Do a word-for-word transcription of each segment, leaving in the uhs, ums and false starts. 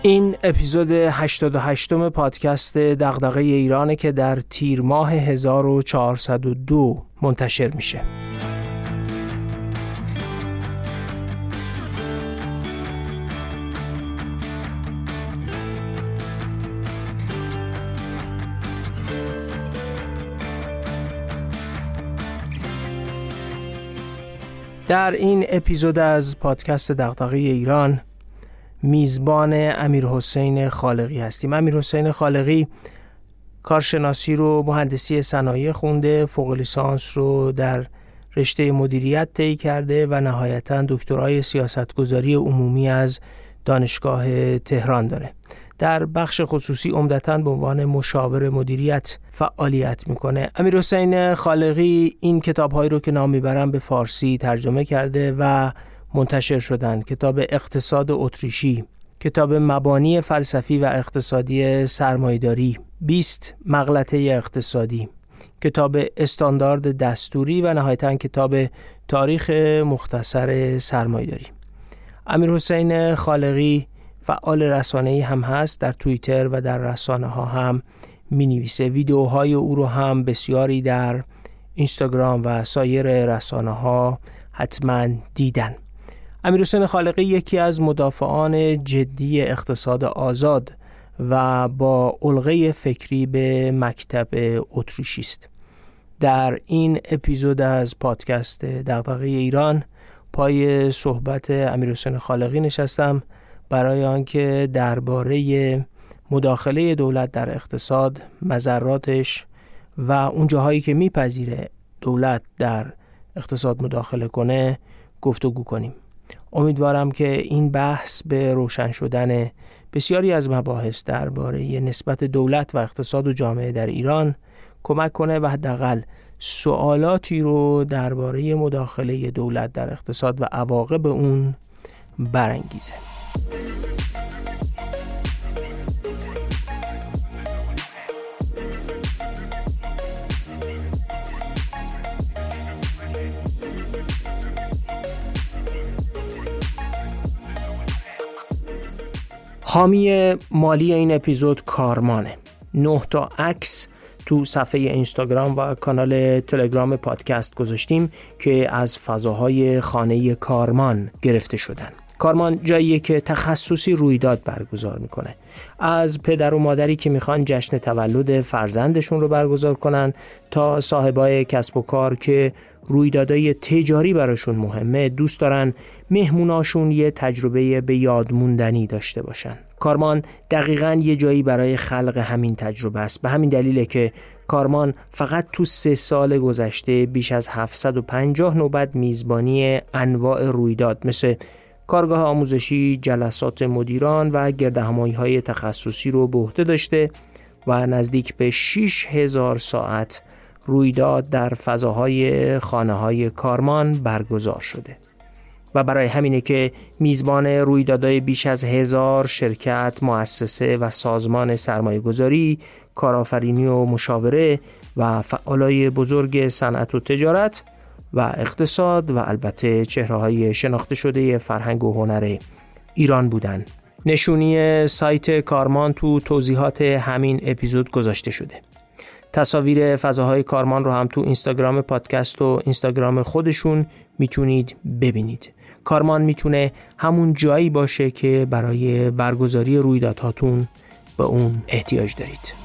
این اپیزود هشتاد و هشتم پادکست دغدغه ایرانه که در تیر ماه هزار و چهارصد و دو منتشر میشه. در این اپیزود از پادکست دغدغه ایران میزبان امیرحسین خالقی هستیم. امیرحسین خالقی کارشناسی رو مهندسی صنایع خونده، فوق لیسانس رو در رشته مدیریت طی کرده و نهایتاً دکترای سیاستگذاری عمومی از دانشگاه تهران داره. در بخش خصوصی عمدتاً به عنوان مشاور مدیریت فعالیت میکنه. امیرحسین خالقی این کتاب‌هایی رو که نام میبرم به فارسی ترجمه کرده و منتشر شدن: کتاب اقتصاد اتریشی، کتاب مبانی فلسفی و اقتصادی سرمایه‌داری، بیست مغلطه اقتصادی، کتاب استاندارد دستوری و نهایتاً کتاب تاریخ مختصر سرمایه‌داری. امیرحسین خالقی فعال رسانه‌ای هم هست، در توییتر و در رسانه‌ها هم می‌نویسه. ویدیوهای او رو هم بسیاری در اینستاگرام و سایر رسانه‌ها حتما دیدن. امیرحسین خالقی یکی از مدافعان جدی اقتصاد آزاد و با علقه فکری به مکتب اتریشی است. در این اپیزود از پادکست دغدغه ایران پای صحبت امیرحسین خالقی نشستم برای آنکه درباره مداخله دولت در اقتصاد، مضراتش و اون جاهایی که میپذیره دولت در اقتصاد مداخله کنه گفتگو کنیم. امیدوارم که این بحث به روشن شدن بسیاری از مباحث درباره نسبت دولت و اقتصاد و جامعه در ایران کمک کنه و حداقل سوالاتی رو درباره مداخله دولت در اقتصاد و عواقب اون برانگیزه. حامی مالی این اپیزود کارمانه. نه تا عکس تو صفحه اینستاگرام و کانال تلگرام پادکست گذاشتیم که از فضاهای خانه کارمان گرفته شدن. کارمان جاییه که تخصصی رویداد برگزار میکنه. از پدر و مادری که میخوان جشن تولد فرزندشون رو برگزار کنن تا صاحبای کسب و کار که رویدادهای تجاری براشون مهمه، دوست دارن مهموناشون یه تجربه به یاد موندنی داشته باشن. کارمان دقیقاً یه جایی برای خلق همین تجربه است. به همین دلیله که کارمان فقط تو سه سال گذشته بیش از هفتصد و پنجاه نوبت میزبانی انواع رویداد مثل کارگاه آموزشی، جلسات مدیران و گردهمایی‌های تخصصی رو به عهده داشته و نزدیک به شش هزار ساعت رویداد در فضاهای خانه‌های کارمان برگزار شده و برای همینه که میزبان رویدادهای بیش از هزار شرکت، مؤسسه و سازمان سرمایه‌گذاری، کارآفرینی و مشاوره و فعالای بزرگ صنعت و تجارت و اقتصاد و البته چهره‌های شناخته شده فرهنگ و هنر ایران بودن. نشونی سایت کارمان تو توضیحات همین اپیزود گذاشته شده. تصاویر فضاهای کارمان رو هم تو اینستاگرام پادکست و اینستاگرام خودشون میتونید ببینید. کارمان میتونه همون جایی باشه که برای برگزاری رویدادهاتون به اون احتیاج دارید.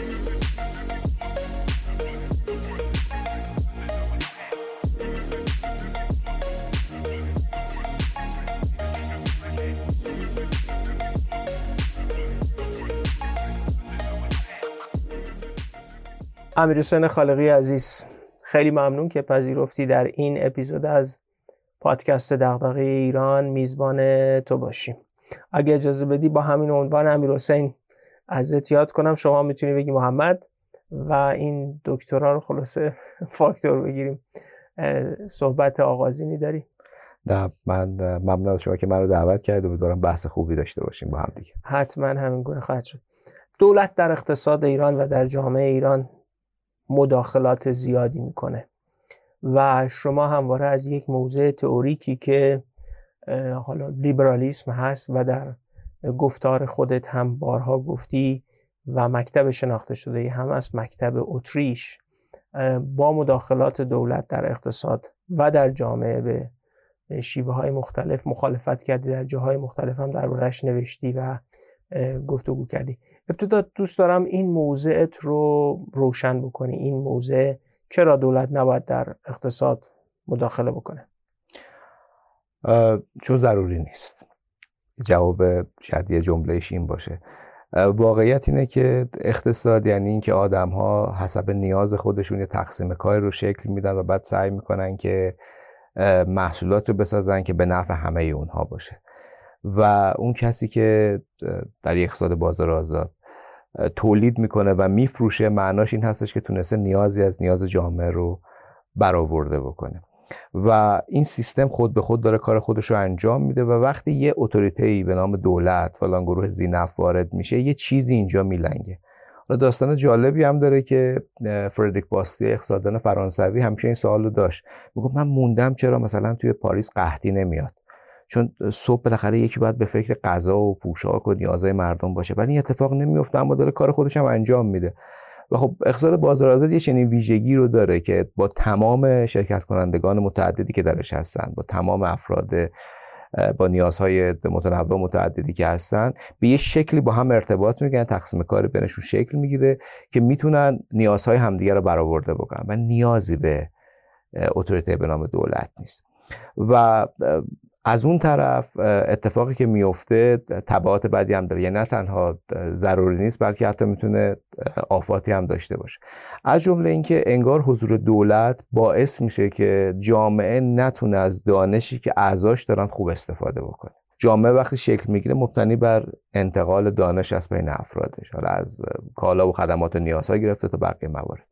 امیرحسین خالقی عزیز، خیلی ممنون که پذیرفتی در این اپیزود از پادکست دغدغه ایران میزبان تو باشیم. اگه اجازه بدی با همین عنوان امیرحسین ازت یاد کنم، شما میتونی بگی محمد و این دکترا رو خلاصه فاکتور بگیریم. صحبت آغازینی داری؟ نه، من ممنون از شما که من رو دعوت کردید و امیدوارم بحث خوبی داشته باشیم با هم دیگه. حتما همین گونه خواهد شد. دولت در اقتصاد ایران و در جامعه ایران مداخلات زیادی میکنه و شما همواره از یک موضع تئوریکی که حالا لیبرالیسم هست و در گفتار خودت هم بارها گفتی و مکتب شناخته شده هم از مکتب اتریش با مداخلات دولت در اقتصاد و در جامعه به شیوه های مختلف مخالفت کردی، در جاهای مختلف هم درباره‌اش نوشتی و گفتگو کردی. ابتدا دوست دارم این موضعت رو روشن بکنی. این موضع چرا دولت نباید در اقتصاد مداخله بکنه؟ چون ضروری نیست. جواب شاید یه جملهش این باشه. واقعیت اینه که اقتصاد یعنی این که آدم ها حسب نیاز خودشون یه تقسیم کار رو شکل میدن و بعد سعی میکنن که محصولات رو بسازن که به نفع همه اونها باشه و اون کسی که در یک اقتصاد بازار آزاد تولید میکنه و میفروشه معناش این هستش که تونسته نیازی از نیاز جامعه رو برآورده بکنه و این سیستم خود به خود داره کار خودش رو انجام میده و وقتی یه اتوریته‌ای به نام دولت فلان گروه ذی‌نفع وارد میشه یه چیزی اینجا میلنگه. حالا داستان جالبی هم داره که فردریک باستیه اقتصاددان فرانسوی همیشه این سوال رو داشت. میگه من موندم چرا مثلا توی پاریس قحطی نمیاد، چون صبح بالاخره یکی باید به فکر غذا و پوشاک و نیازهای مردم باشه، ولی این اتفاق نمیفته اما داره کار خودش هم انجام میده. و خب اقتصاد بازار آزاد یه چنین ویژگی رو داره که با تمام شرکت کنندگان متعددی که درش هستن، با تمام افراد با نیازهای متنوع متعددی که هستن، به یه شکلی با هم ارتباط میگیرن، تقسیم کار بینشون شکل میگیره که میتونن نیازهای همدیگه رو برآورده بکنن و نیازی به اتوریته به نام دولت نیست. و از اون طرف اتفاقی که میفته تبعات بدی هم داره، یعنی نه تنها ضروری نیست بلکه حتی میتونه آفاتی هم داشته باشه. از جمله اینکه انگار حضور دولت باعث میشه که جامعه نتونه از دانشی که اعضاش دارن خوب استفاده بکنه. جامعه وقتی شکل میگیره مبتنی بر انتقال دانش از بین افرادش، حالا از کالا و خدمات و نیازها گرفته تا بقیه موارد.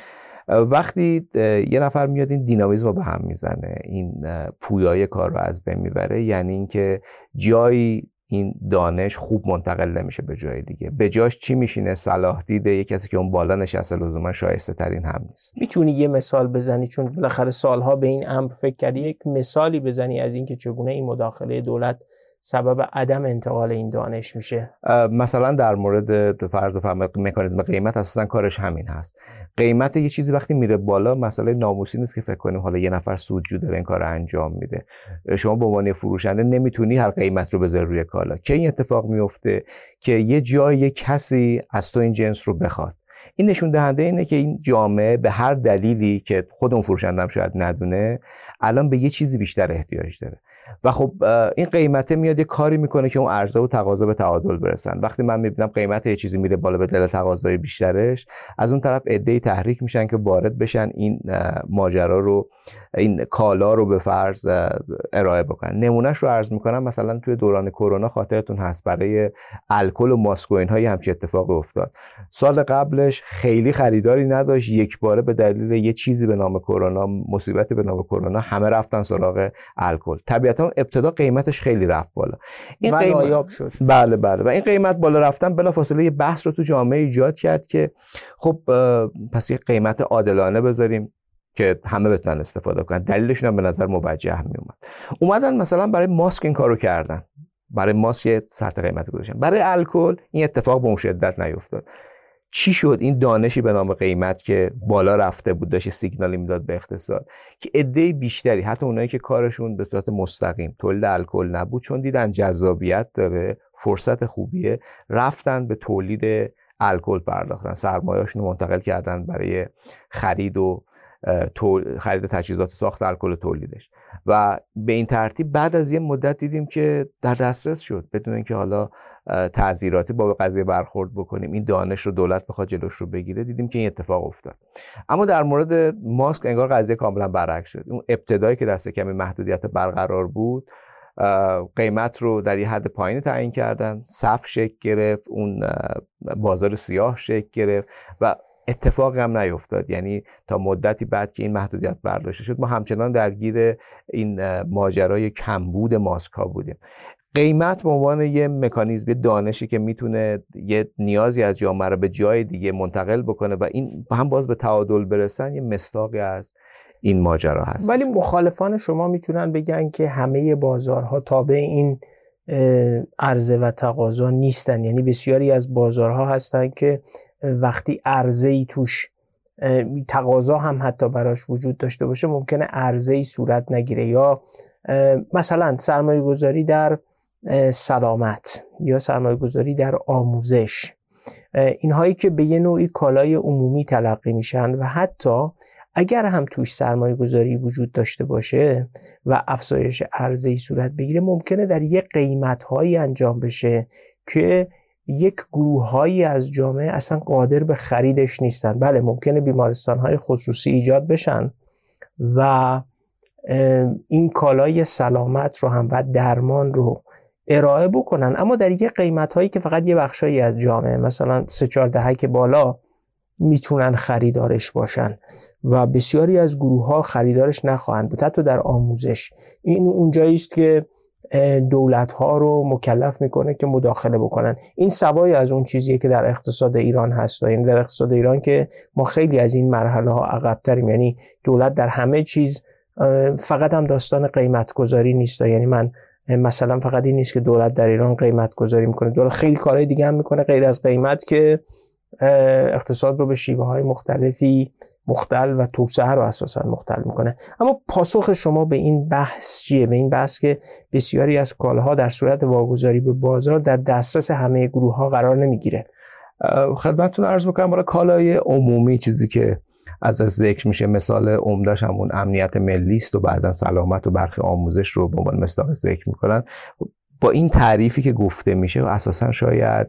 وقتی یه نفر میاد این دینامیزم رو به هم میزنه، این پویایی کار رو از بین میبره، یعنی اینکه جایی این دانش خوب منتقل نمیشه به جای دیگه، به جاش چی میشینه؟ صلاح دیده یک کسی که اون بالا نشسته لزوما شایسته ترین هم نیست. میتونی یه مثال بزنی، چون بالاخره سالها به این امر فکر کردی، یک مثالی بزنی از اینکه چگونه این مداخله دولت سبب عدم انتقال این دانش میشه؟ مثلا در مورد فرض بفرمایید مکانیزم قیمت اساسا کارش همین هست. قیمت یه چیزی وقتی میره بالا مسئله ناموسی نیست که فکر کنیم حالا یه نفر سودجو داره این کار رو انجام میده. شما به عنوان فروشنده نمیتونی هر قیمت رو بذاری روی کالا. که این اتفاق میفته که یه جای یه کسی از تو این جنس رو بخواد. این نشون دهنده اینه که این جامعه به هر دلیلی که خود اون فروشنده هم شاید ندونه الان به یه چیزی بیشتر احتیاج داره و خب این قیمته میاد یه کاری میکنه که اون عرضه و تقاضا به تعادل برسن. وقتی من میبینم قیمت یه چیزی میره بالا به دلیل تقاضای بیشترش، از اون طرف عده‌ای تحریک میشن که وارد بشن این ماجرا رو، این کالا رو به فرض ارائه بکنن. نمونهش رو عرض میکنم، مثلا توی دوران کرونا خاطرتون هست برای الکل و ماسک و اینها یه همچین اتفاقی افتاد. سال قبلش خیلی خریداری نداشت، یک باره به دلیل یه چیزی به نام کرونا، مصیبتی به نام کرونا، همه رفتن سراغ الکل. طبیعتا ابتدا قیمتش خیلی رفت بالا، این و قیمت... نایاب شد. بله بله و این قیمت بالا رفتن بلافاصله یه بحث رو تو جامعه ایجاد کرد که خب پس یه قیمت عادلانه بذاریم که همه بتونن استفاده کنن. دلیلشون هم به نظر موجه می اومد. اومدن مثلا برای ماسک این کارو کردن، برای ماسک یه سطح قیمت گذاشتن. برای الکل این اتفاق به اون شدت نیفتاد. چی شد؟ این دانشی به نام قیمت که بالا رفته بود داشت سیگنالی میداد به اقتصاد که عده بیشتری، حتی اونایی که کارشون به صورت مستقیم تولید الکل نبود، چون دیدن جذابیت داره، فرصت خوبیه، رفتن به تولید الکل پرداختن، سرمایه‌اشون رو منتقل کردن برای خرید و خرید تجهیزات ساخت الکل و تولیدش و به این ترتیب بعد از یه مدت دیدیم که در دسترس شد بدون اینکه حالا تعزیراتی با قضیه برخورد بکنیم، این دانش رو دولت بخواد جلوش رو بگیره، دیدیم که این اتفاق افتاد. اما در مورد ماسک انگار قضیه کاملا برعکس شد. اون ابتدایی که دست کمی محدودیت برقرار بود، قیمت رو در یه حد پایین تعیین کردن، صف شکل گرفت، اون بازار سیاه شکل گرفت و اتفاقی هم نیفتاد. یعنی تا مدتی بعد که این محدودیت برداشته شد ما همچنان درگیر این ماجرای کمبود ماسک ها بودیم. قیمت به عنوان یه مکانیزم، دانشی که میتونه یه نیازی از جامعه رو به جای دیگه منتقل بکنه و این هم باز به تعادل برسن، یه مصداقی از این ماجرا هست. ولی مخالفان شما میتونن بگن که همه بازارها تابع این عرضه و تقاضا نیستن. یعنی بسیاری از بازارها هستن که وقتی عرضه‌ای توش تقاضا هم حتی براش وجود داشته باشه ممکنه عرضه‌ای صورت نگیره. یا مثلا سرمایه گذاری در سلامت یا سرمایه گذاری در آموزش، اینهایی که به یه نوعی کالای عمومی تلقی میشن و حتی اگر هم توش سرمایه گذاری وجود داشته باشه و افزایش عرضه‌ای صورت بگیره ممکنه در یک قیمت‌هایی انجام بشه که یک گروه‌هایی از جامعه اصلا قادر به خریدش نیستن. بله ممکنه بیمارستان‌های خصوصی ایجاد بشن و این کالای سلامت رو هم و درمان رو ارائه بکنن، اما در یک قیمت‌هایی که فقط یه بخشایی از جامعه مثلا سه چهار دهک بالا میتونن خریدارش باشن و بسیاری از گروه‌ها خریدارش نخواهند بود. حتی در آموزش این اونجایی است که دولت‌ها رو مکلف میکنه که مداخله بکنن. این سوای از اون چیزیه که در اقتصاد ایران هست. یعنی در اقتصاد ایران که ما خیلی از این مرحله ها عقب‌تریم. یعنی دولت در همه چیز، فقط هم داستان قیمت گذاری نیست. یعنی من مثلا فقط این نیست که دولت در ایران قیمت گذاری میکنه، دولت خیلی کارهای دیگه هم میکنه غیر از قیمت که اقتصاد رو به شیوه های مختلفی مختل و توسعه رو اساسا مختل میکنه. اما پاسخ شما به این بحث چیه؟ به این بحث که بسیاری از کالاها در صورت واگذاری به بازار در دسترس همه گروه ها قرار نمیگیره. خدمتتون عرض بکنم برای کالای عمومی چیزی که از از ذکر میشه مثال عمده‌اش همون امنیت ملی است و بعضا سلامت و برخی آموزش رو به عنوان مثال ذکر میکنن. با این تعریفی که گفته میشه اساسا شاید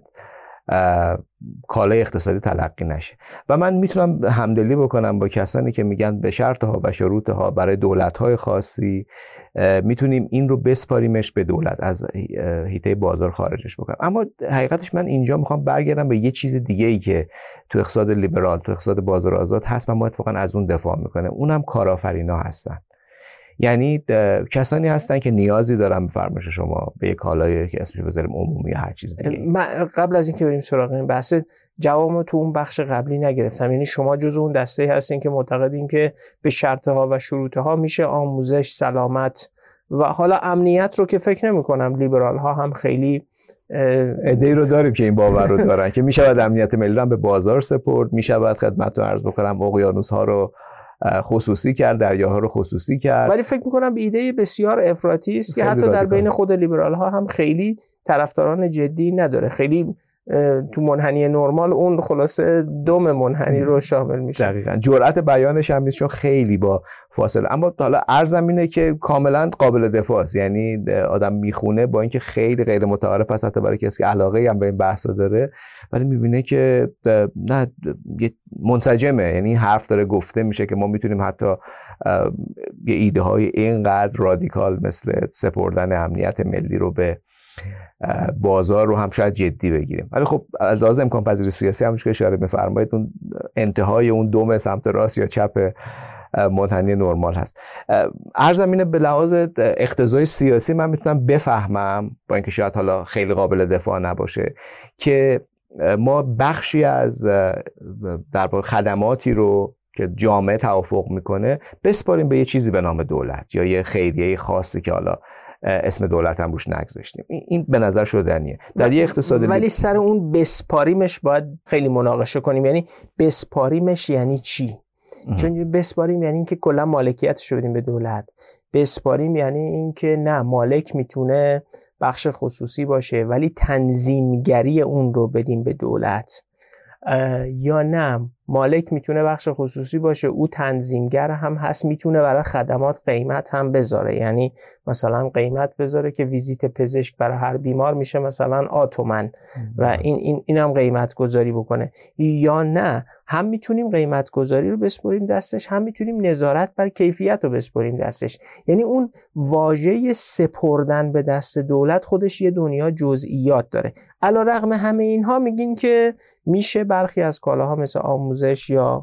کالای اقتصادی تلقی نشه و من میتونم همدلی بکنم با کسانی که میگن به شرطها و شروطها برای دولت‌های خاصی میتونیم این رو بسپاریمش به دولت، از حیطه بازار خارجش بکنم. اما حقیقتش من اینجا میخوام برگردم به یه چیز دیگه ای که تو اقتصاد لیبرال، تو اقتصاد بازار آزاد هست و ما اتفاقا از اون دفاع میکنه. اونم کارآفرینا هستن. یعنی کسانی هستن که نیازی دارن به فرمایش شما به یک کالایی که اسمش بذاریم عمومی یا هر چیز دیگه. من قبل از اینکه بریم سراغ این بحث جوابمو تو اون بخش قبلی نگرفتم. یعنی شما جزو اون دسته هستین که معتقدین که به شرطها و شروطها میشه آموزش، سلامت و حالا امنیت رو که فکر نمی کنم لیبرال ها هم خیلی ایده رو داریم که این باور رو دارن که میشود امنیت ملی رو به بازار سپرد، میشود خدمتتون عرض بکنم اقیانوس ها رو خصوصی کرد، دریاها رو خصوصی کرد. ولی فکر میکنم به ایده بسیار افراطی است که حتی در بین خود لیبرال ها هم خیلی طرفداران جدی نداره. خیلی تو منحنی نرمال اون خلاصه دم منحنی رو شامل میشه. دقیقاً جرأت بیانش هم نیست چون خیلی با فاصله. اما حالا عرضم اینه که کاملا قابل دفاع است. یعنی آدم میخونه با اینکه خیلی غیر متعارف است حتی برای کسی که علاقه هم به این بحثا داره، ولی میبینه که نه منسجمه. یعنی حرف داره گفته میشه که ما میتونیم حتی یه ایده های اینقدر رادیکال مثل سپردن امنیت ملی رو به بازار رو هم شاید جدی بگیریم. ولی خب از لحاظ امکان پذیری سیاسی همونش که اشاره می‌فرمایید اون انتهای اون دم سمت راست یا چپ منحنی نرمال هست. عرضم اینه به لحاظ اقتضای سیاسی من میتونم بفهمم با اینکه شاید حالا خیلی قابل دفاع نباشه که ما بخشی از در واقع خدماتی رو که جامعه توافق میکنه بسپاریم به یه چیزی به نام دولت یا یه خیریه خاصی که حالا اسم دولت هم روش نگذاشتیم. این به نظر شدنیه در یه اقتصاد. ولی سر اون بسپاریمش باید خیلی مناقشه کنیم. یعنی بسپاریمش یعنی چی؟ چون بسپاریم یعنی اینکه کلا مالکیتش رو بدیم به دولت. بسپاریم یعنی اینکه نه، مالک میتونه بخش خصوصی باشه ولی تنظیمگری اون رو بدیم به دولت، یا نه مالک میتونه بخش خصوصی باشه او تنظیمگر هم هست، میتونه برای خدمات قیمت هم بذاره. یعنی مثلا قیمت بذاره که ویزیت پزشک برای هر بیمار میشه مثلا آتومن و این این این هم قیمت گذاری بکنه. یا نه هم میتونیم قیمت گذاری رو بسپاریم دستش، هم میتونیم نظارت بر کیفیت رو بسپاریم دستش. یعنی اون واژه سپردن به دست دولت خودش یه دنیا جزئیات داره. علیرغم همه اینها میگین که میشه برخی از کالاها مثل آموزش یا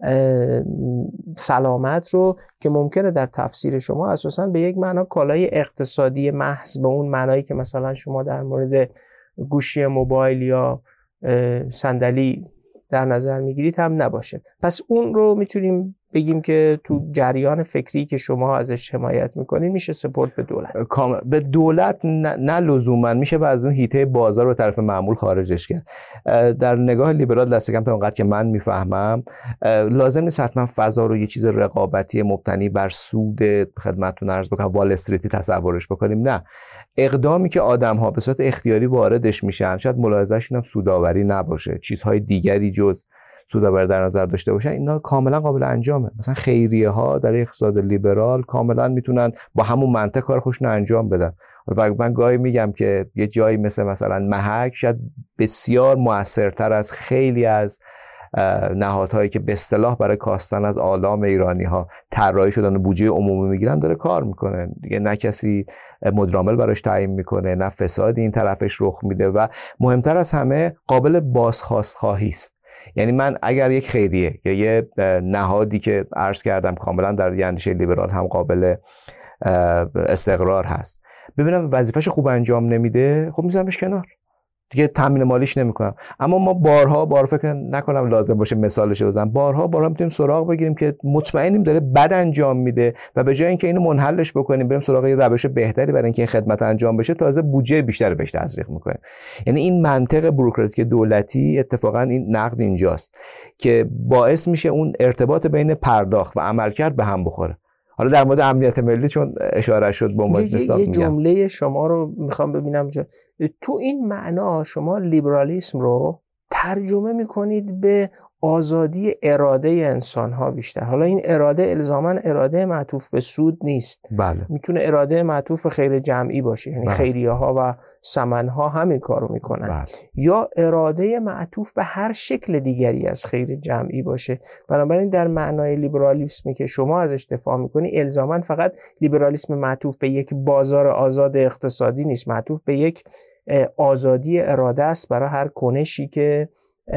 سلامت رو که ممکنه در تفسیر شما اساساً به یک معنا کالای اقتصادی محض به اون معنایی که مثلا شما در مورد گوشی موبایل یا صندلی در نظر میگیرید هم نباشه. پس اون رو میتونیم بگیم که تو جریان فکری که شما ازش حمایت میکنین میشه سپورت به دولت؟ به دولت نه, نه لزوما میشه و از اون هیته بازار رو طرف معمول خارجش کرد. در نگاه لیبرال دست کم تا اونقدر که من میفهمم لازم نیست حتما فضا رو یه چیز رقابتی مبتنی بر سود خدمتتون عرض بکنم وال استریتی تصورش بکنیم. نه، اقدامی که آدم‌ها به صورت اختیاری واردش میشن شاید ملاحظه‌شون هم سودآوری نباشه، چیزهای دیگری جز سودآوری در نظر داشته باشن، اینا کاملا قابل انجامه. مثلا خیریه ها در اقتصاد لیبرال کاملا میتونن با همون منطق کار خودشون انجام بدن. و من گاهی میگم که یه جایی مثل مثلا محک شاید بسیار موثرتر از خیلی از نهادهایی که به اصطلاح برای کاستن از آلام ایرانی ها طراحی شدن و بودجه عمومی میگیرن داره کار میکنه دیگه. نه کسی مدیرعامل براش تعیین میکنه، نه فسادی این طرفش رخ میده و مهمتر از همه قابل بازخواست خواهی است. یعنی من اگر یک خیریه یا یه نهادی که عرض کردم کاملا در اندیشه لیبرال هم قابل استقرار هست ببینم وظیفه‌شو خوب انجام نمیده، خب میذارمش کنار دیگه، تامین مالیش نمیکنم. اما ما بارها بار فکر نکنم لازم باشه مثالش بزنم، بارها بارها میتونیم سراغ بگیریم که مطمئنیم داره بد انجام میده و به جای اینکه اینو منحلش بکنیم بریم سراغ یه روش بهتری برای اینکه این خدمت انجام بشه، تازه بودجه بیشتر بهش تزریق میکنیم. یعنی این منطق بوروکراتیک دولتی اتفاقا این نقد اینجاست که باعث میشه اون ارتباط بین پرداخت و عملکرد به هم بخوره. حالا در مورد امنیت ملی چون اشاره شد به عنوان مثال میگم، یه جمله شما رو میخوام ببینم جا. تو این معنا شما لیبرالیسم رو ترجمه میکنید به آزادی اراده انسان ها بیشتر. حالا این اراده الزاما اراده معطوف به سود نیست، بله. میتونه اراده معطوف به خیر جمعی باشه، یعنی بله. خیریه ها و سمن ها همین کارو میکنن، بله. یا اراده معطوف به هر شکل دیگری از خیر جمعی باشه. بنابراین در معنای لیبرالیسمی که شما ازش دفاع میکنی الزاما فقط لیبرالیسم معطوف به یک بازار آزاد اقتصادی نیست، معطوف به یک آزادی اراده است برای هر کنشی که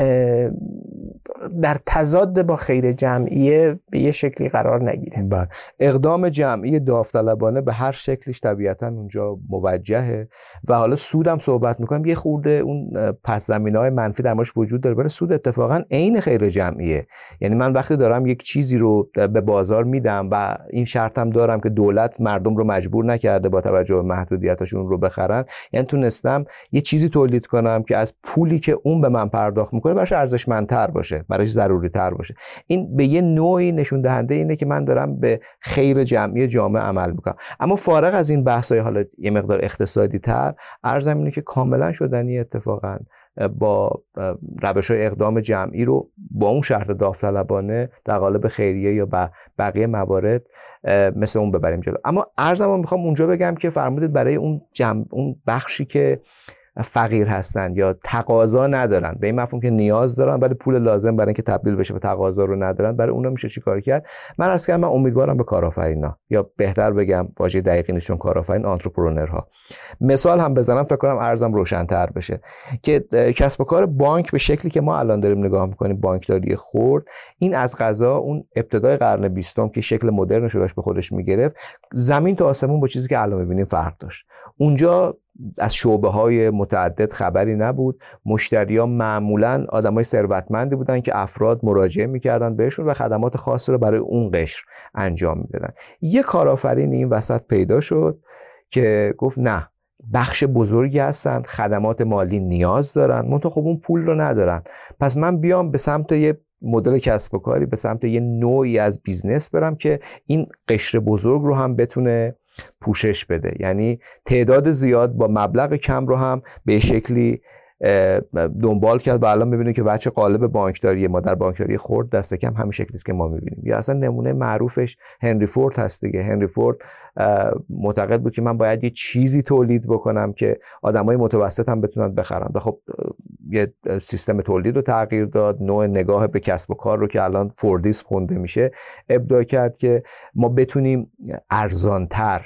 در تضاد با خیر جمعیه به یه شکلی قرار نگیره. بله. اقدام جمعی داوطلبانه به هر شکلش طبیعتاً اونجا موجهه و حالا سودم صحبت میکنم یه خورده اون پس زمینه‌های منفی در موردش وجود داره، ولی سود اتفاقاً عین خیر جمعیه. یعنی من وقتی دارم یک چیزی رو به بازار میدم و این شرطم دارم که دولت مردم رو مجبور نکرده با توجه به محدودیتاشون رو بخرن، یعنی تونستم یه چیزی تولید کنم که از پولی که اون به من پرداخت میکنه براش ارزشمندتر باشه، براش ضروری تر باشه. این به یه نوعی نشون دهنده اینه که من دارم به خیر جمعی جامعه عمل میکنم. اما فارغ از این بحث‌های حالا یه مقدار اقتصادی تر، عرضم اینه که کاملا شدنی اتفاقا با روش‌های اقدام جمعی رو با اون شرط داوطلبانه در قالب خیریه یا با بقیه موارد مثل اون ببریم جلو. اما عرضم میخوام اونجا بگم که فرمودید برای اون جمع اون بخشی که فقیر هستن یا تقاضا ندارن، به این مفهوم که نیاز دارن ولی پول لازم برای اینکه تبدیل بشه به تقاضا رو ندارن، برای اونا میشه چی کار کرد؟ من عرض کردم من امیدوارم به کارآفرینا، یا بهتر بگم واژه دقیقی نشون کارآفرین، آنترپرنورها. مثال هم بزنم فکر کنم ارزم روشن‌تر بشه که کسب و کار بانک به شکلی که ما الان داریم نگاه میکنیم، بانکداری خرد، این از قضا اون ابتدای قرن بیستم که شکل مدرنش رو داشت به خودش میگرفت، زمین تا آسمون با چیزی که الان میبینیم فرق داشت. اونجا از شعبه‌های متعدد خبری نبود، مشتریان معمولاً آدمای ثروتمندی بودن که افراد مراجعه می‌کردن بهشون و خدمات خاصی رو برای اون قشر انجام می‌دادن. یه کارآفرین این وسط پیدا شد که گفت نه، بخش بزرگی هستن خدمات مالی نیاز دارن، منتها خب اون پول رو ندارن، پس من بیام به سمت یه مدل کسب و کاری، به سمت یه نوعی از بیزنس برم که این قشر بزرگ رو هم بتونه پوشش بده. یعنی تعداد زیاد با مبلغ کم رو هم به شکلی دنبال کرد و الان می‌بینیم که بچه قالب بانکداری ما در بانکداری خرد دست کم همین شکلی است که ما می‌بینیم. یا اصلا نمونه معروفش هنری فورد هست دیگه. هنری فورد معتقد بود که من باید یه چیزی تولید بکنم که آدمای متوسط هم بتونن بخرن و خب یه سیستم تولید رو تغییر داد، نوع نگاه به کسب و کار رو که الان فوردیسم خونده میشه ابداع کرد که ما بتونیم ارزان‌تر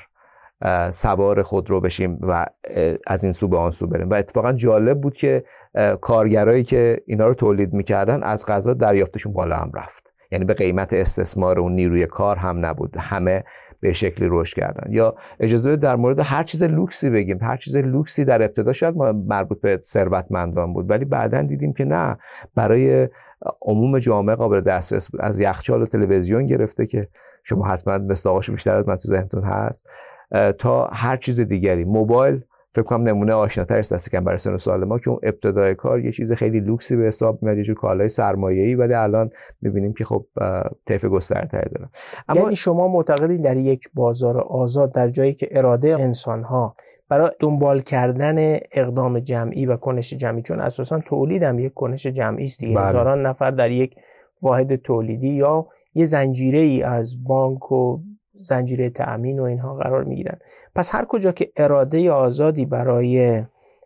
سوار خودرو بشیم و از این سو به آن سو بریم. و اتفاقا جالب بود که کارگرایی که اینا رو تولید میکردن از قضا دریافتشون بالا هم رفت، یعنی به قیمت استثمار اون نیروی کار هم نبود، همه به شکلی رشد کردن. یا اجازه در مورد هر چیز لوکسی بگیم، هر چیز لوکسی در ابتدا شاید مربوط به ثروتمندان بود ولی بعداً دیدیم که نه، برای عموم جامعه قابل دسترس بود، از یخچال و تلویزیون گرفته که شما حتما مصداقش بیشتر از من تو ذهنتون هست تا هر چیز دیگری. موبایل فکر کنم نمونه آشناتر است دست کم برای سن و سال ما که اون ابتدای کار یه چیز خیلی لوکسی به حساب میاد، یه جور کالای سرمایه‌ای، ولی الان می‌بینیم که خب طیف گسترتری داره. اما یعنی شما معتقدید در یک بازار آزاد، در جایی که اراده انسان‌ها برای دنبال کردن اقدام جمعی و کنش جمعی، چون اساساً تولید هم یک کنش جمعی است دیگه، هزاران نفر در یک واحد تولیدی یا یه زنجیره‌ای از بانک و زنجیره تأمین و اینها قرار میگیرن. پس هر کجا که اراده آزادی برای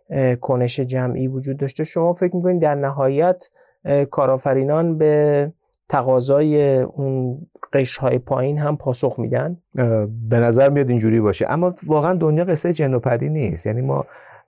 کنش جمعی وجود داشته، شما فکر میکنید در نهایت کارآفرینان به تقاضای اون قشرهای پایین هم پاسخ میدن؟ به نظر میاد اینجوری باشه، اما واقعا دنیا قصه جن و پری نیست. یعنی ما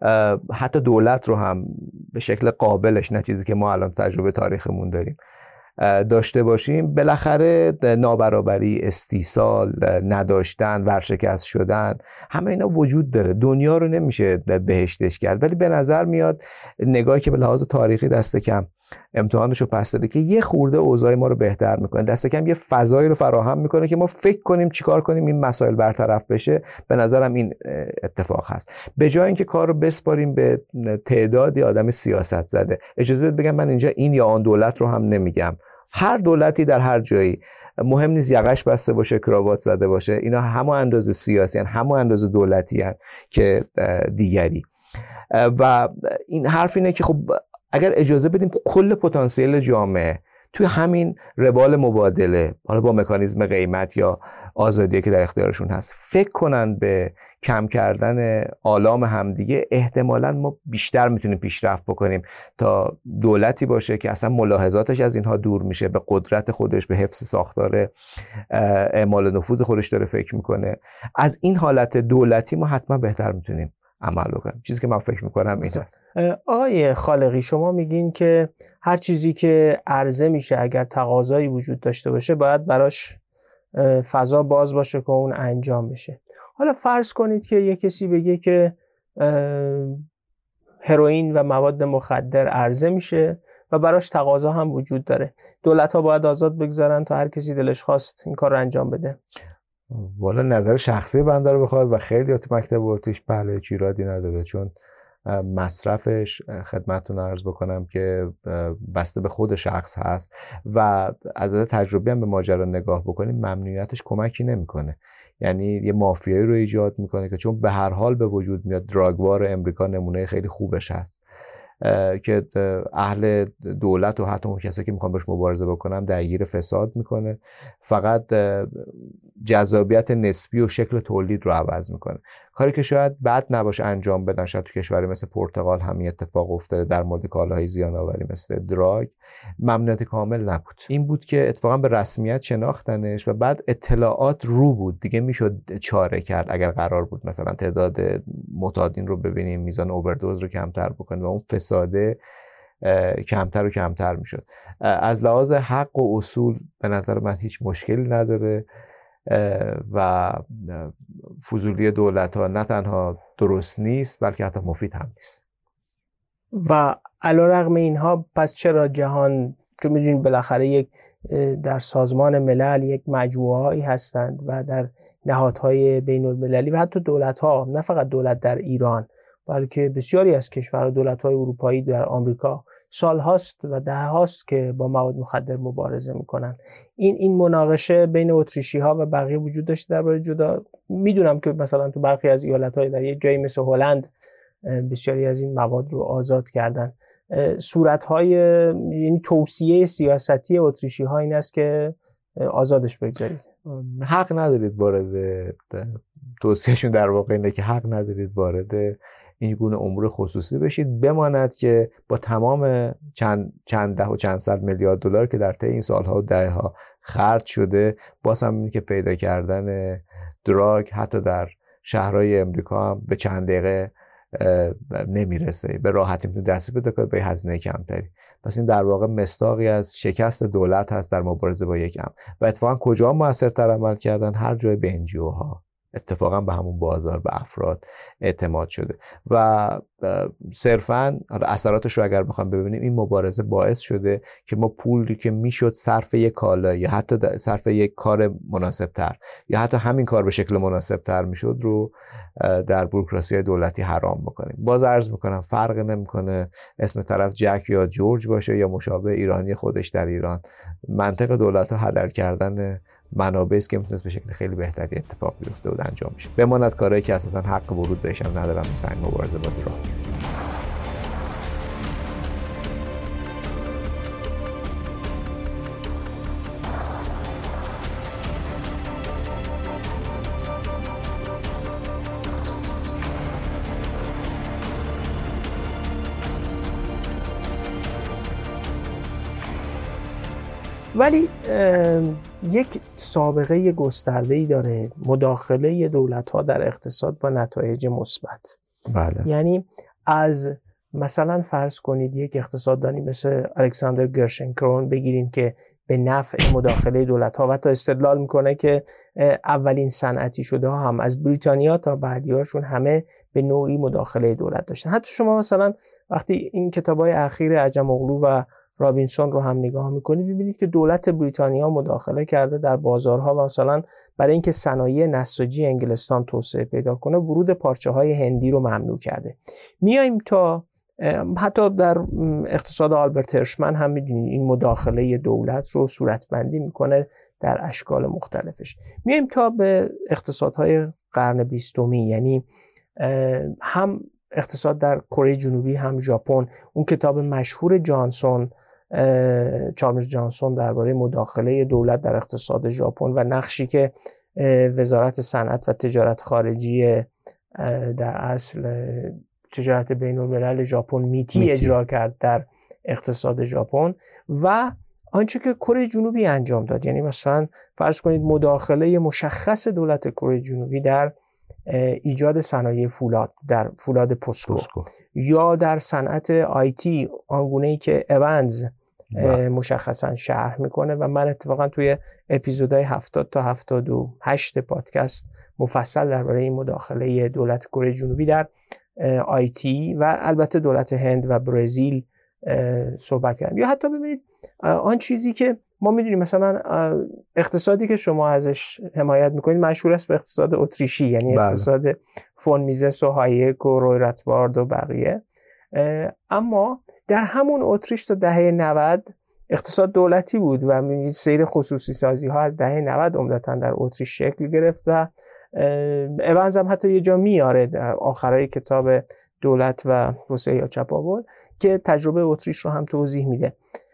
حتی دولت رو هم به شکل قابلش، نه چیزی که ما الان تجربه تاریخمون داریم، داشته باشیم، بالاخره نابرابری، استیصال، نداشتن، ورشکست شدن، همه اینا وجود داره. دنیا رو نمیشه بهشتش کرد، ولی به نظر میاد نگاهی که به لحاظ تاریخی دست کم امتحانش رو پس داده که یه خورده اوضاع ما رو بهتر میکنه، دست کم یه فضایی رو فراهم میکنه که ما فکر کنیم چیکار کنیم این مسائل برطرف بشه. به نظرم این اتفاق هست. به جای اینکه کار رو بسپاریم به تعدادی آدم سیاست زده، اجازه بگم من اینجا این یا آن دولت رو هم نمیگم، هر دولتی در هر جایی، مهم نیست یقش بسته باشه، کراوات زده باشه، اینا همون اندازه سیاسی هن، همون اندازه دولتی هن که دیگری. و این حرف اینه که خب اگر اجازه بدیم کل پتانسیل جامعه توی همین روال مبادله، حالا با مکانیزم قیمت یا آزادی که در اختیارشون هست، فکر کنن به کم کردن آلام همدیگه، احتمالاً ما بیشتر میتونیم پیشرفت بکنیم تا دولتی باشه که اصلا ملاحظاتش از اینها دور میشه، به قدرت خودش، به حفظ ساختار اعمال نفوذ خودش داره فکر میکنه. از این حالت دولتی ما حتما بهتر میتونیم عمل بکنیم. چیزی که من فکر میکنم این است. آقای خالقی، شما میگین که هر چیزی که عرضه میشه اگر تقاضایی وجود داشته باشه باید براش فضا باز باشه که اون انجام بشه. حالا فرض کنید که یک کسی بگه که هروئین و مواد مخدر عرضه میشه و براش تقاضا هم وجود داره، دولت ها باید آزاد بگذارن تا هر کسی دلش خواست این کار رو انجام بده؟ والا نظر شخصی بنده رو بخواد و خیلی تو مکتب ارتش بله چی ایرادی نداره، چون مصرفش خدمتتون عرض بکنم که بسته به خود شخص هست و از تجربه هم به ماجرا نگاه بکنیم ممنوعیتش کمکی نمیکنه. یعنی یه مافیایی رو ایجاد میکنه که چون به هر حال به وجود میاد. دراگوار امریکا نمونه خیلی خوبش هست که اهل دولت و حتی اون کسایی که میخوان باش مبارزه بکنن درگیر فساد میکنه، فقط جذابیت نسبی و شکل تولید رو عوض میکنه. کاری که شاید بد نباشه انجام بدن، شاید تو کشوری مثل پرتغال همین اتفاق افتاده در مورد کالاهای زیان آوری مثل دراگ، ممنوعیت کامل نبود. این بود که اتفاقا به رسمیت شناختنش و بعد اطلاعات رو بود دیگه میشد چاره کرد. اگر قرار بود مثلا تعداد معتادین رو ببینیم، میزان اووردوز رو کمتر بکنیم و اون فساده کمتر و کمتر میشد. از لحاظ حق و اصول به نظر من هیچ مشکلی نداره و فضولی دولت ها نه تنها درست نیست بلکه حتی مفید هم نیست. و علیرغم اینها پس چرا جهان، چون میدونید بالاخره یک در سازمان ملل یک مجموعه هایی هستند و در نهادهای بین المللی و حتی دولت ها، نه فقط دولت در ایران بلکه بسیاری از کشورها، دولت های اروپایی در آمریکا سال هاست و ده هاست که با مواد مخدر مبارزه میکنن. این این مناقشه بین اتریشی ها و بقیه وجود داشته درباره جدا. میدونم که مثلا تو برخی از ایالت های در یک جایی مثل هلند بسیاری از این مواد رو آزاد کردن. صورت های یعنی توصیه سیاستی اتریشی ها این است که آزادش بگذارید. حق ندارید وارد توصیهشون، در واقع اینه که حق ندارید وارد این گونه امور خصوصی بشید، بماند که با تمام چند چند ده و چند صد میلیارد دلار که در طی این سالها و دهه‌ها خرج شده، باز هم اینه که پیدا کردن دراگ حتی در شهرهای امریکا هم به چند دقیقه نمیرسه، به راحتی میتونه دستی پیدا کنه به هزینه کمتری. پس این در واقع مصداقی از شکست دولت هست در مبارزه با یک امر. و اتفاقا کجا موثرتر عمل کردن؟ هر جای به ان جی او ها. اتفاقا به همون بازار، به افراد اعتماد شده و صرفاً اثراتش رو اگر بخوام ببینیم، این مبارزه باعث شده که ما پولی که میشد صرف یک کالا یا حتی صرف یک کار مناسبتر یا حتی همین کار به شکل مناسبتر میشد رو در بوروکراسی دولتی حرام بکنیم. باز عرض میکنم فرق نمیکنه اسم طرف جک یا جورج باشه یا مشابه ایرانی خودش در ایران، منطق دولت ها هدر کردن منابعی است که میتونست به شکل خیلی بهتری اتفاق بیفته و انجام بشه. بماند کارهایی که اساسا حق ورود بهش هم ندارن، مثل این مبارزه با ایران. ولی یک سابقه گسترده‌ای داره مداخله دولت‌ها در اقتصاد با نتایج مثبت. بله. یعنی از مثلا فرض کنید یک اقتصاددانی مثل الکساندر گرشنکرون بگیریم که به نفع مداخله دولت‌ها و تا استدلال میکنه که اولین صنعتی شده ها هم از بریتانیا تا بعدیاشون همه به نوعی مداخله دولت داشتن. حتی شما مثلا وقتی این کتاب‌های اخیر عجم‌اوغلو و رابینسون رو هم نگاه میکنید ببینید که دولت بریتانیا مداخله کرده در بازارها و مثلا برای اینکه صنایع نساجی انگلستان توسعه پیدا کنه ورود پارچه های هندی رو ممنوع کرده. میایم تا حتی در اقتصاد آلبرت هرشمن هم میدونید این مداخله دولت رو صورتبندی میکنه در اشکال مختلفش. میایم تا به اقتصادهای قرن بیستمی، یعنی هم اقتصاد در کره جنوبی هم ژاپن. اون کتاب مشهور جانسون، چارلز جانسون، درباره مداخله دولت در اقتصاد ژاپن و نقشی که وزارت صنعت و تجارت خارجی در اصل تجارت بین الملل ژاپن میتی, میتی اجرا کرد در اقتصاد ژاپن و آنچه که کره جنوبی انجام داد. یعنی مثلا فرض کنید مداخله مشخص دولت کره جنوبی در ایجاد صنایع فولاد، در فولاد پوسکو, پوسکو. یا در صنعت آیتی آنگونه‌ای که ایونز مشخصا شرح میکنه و من اتفاقا توی اپیزودهای هفتاد تا هفتاد و هشت پادکست مفصل درباره این مداخله دولت کره جنوبی در آیتی و البته دولت هند و برزیل صحبت کردم. یا حتی ببینید آن چیزی که ما میدونیم مثلا اقتصادی که شما ازش حمایت میکنید مشهور است به اقتصاد اتریشی، یعنی بله. اقتصاد فون میزس و هایک و روی راتبارد و بقیه. اما در همون اتریش تا دهه نود اقتصاد دولتی بود و می‌بینید سیر خصوصی سازی ها از دهه نود عمدتاً در اتریش شکل گرفت و ایونز هم حتی یه جا میاره در آخرای کتاب دولت و توسعه یا چپاول که تجربه اتریش رو هم توضیح میده.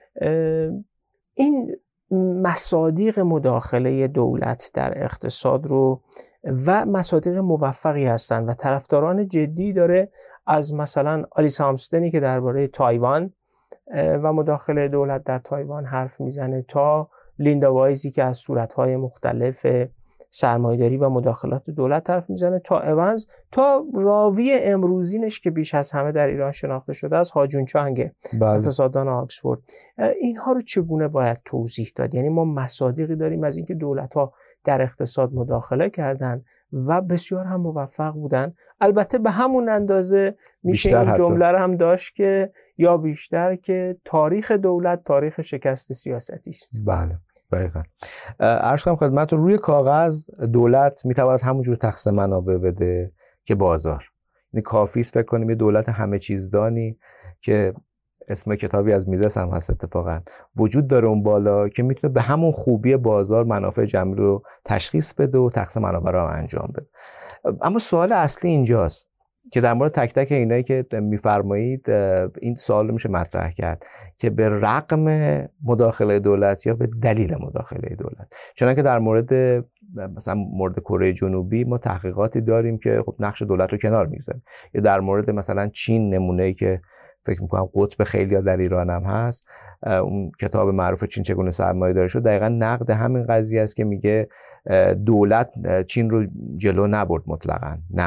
این مصادیق مداخله دولت در اقتصاد رو و مصادیق موفقی هستن و طرفداران جدی داره، از مثلا آلیس هامستنی که درباره تایوان و مداخله دولت در تایوان حرف میزنه تا لیندا وایزی که از صورت‌های مختلف سرمایه‌داری و مداخلات دولت حرف میزنه تا ایونز تا راوی امروزینش که بیش از همه در ایران شناخته شده از هاجون چانگ اقتصاددان آکسفورد. اینها رو چگونه باید توضیح داد؟ یعنی ما مصادیقی داریم از اینکه دولت‌ها در اقتصاد مداخله کردن و بسیار هم موفق بودن. البته به همون اندازه میشه این جمله رو هم داشت که یا بیشتر که تاریخ دولت تاریخ شکست سیاستی است. بله دقیقاً. عرض کنم خدمتتون روی کاغذ دولت میتواند همونجور تقسیم منابع بده که بازار. یعنی کافی است فکر کنیم یه دولت همه چیزدانی که اسم کتابی از میزس هم هست اتفاقا وجود داره اون بالا که میتونه به همون خوبی بازار منافع جمعی رو تشخیص بده و تقسیم منابع رو انجام بده. اما سوال اصلی اینجاست که در مورد تک تک اینایی که میفرمایید این سوال رو میشه مطرح کرد که به رغم مداخله دولت یا به دلیل مداخله دولت. چنانکه در مورد مثلا مورد کره جنوبی ما تحقیقاتی داریم که خب نقش دولت رو کنار میذاره، یا در مورد مثلا چین نمونه‌ای که فکر میکنم قطب خیلی در ایران هم هست، اون کتاب معروف چین چگونه سرمایه داری شد دقیقا نقد همین قضیه است که میگه دولت چین رو جلو نبرد مطلقاً، نه،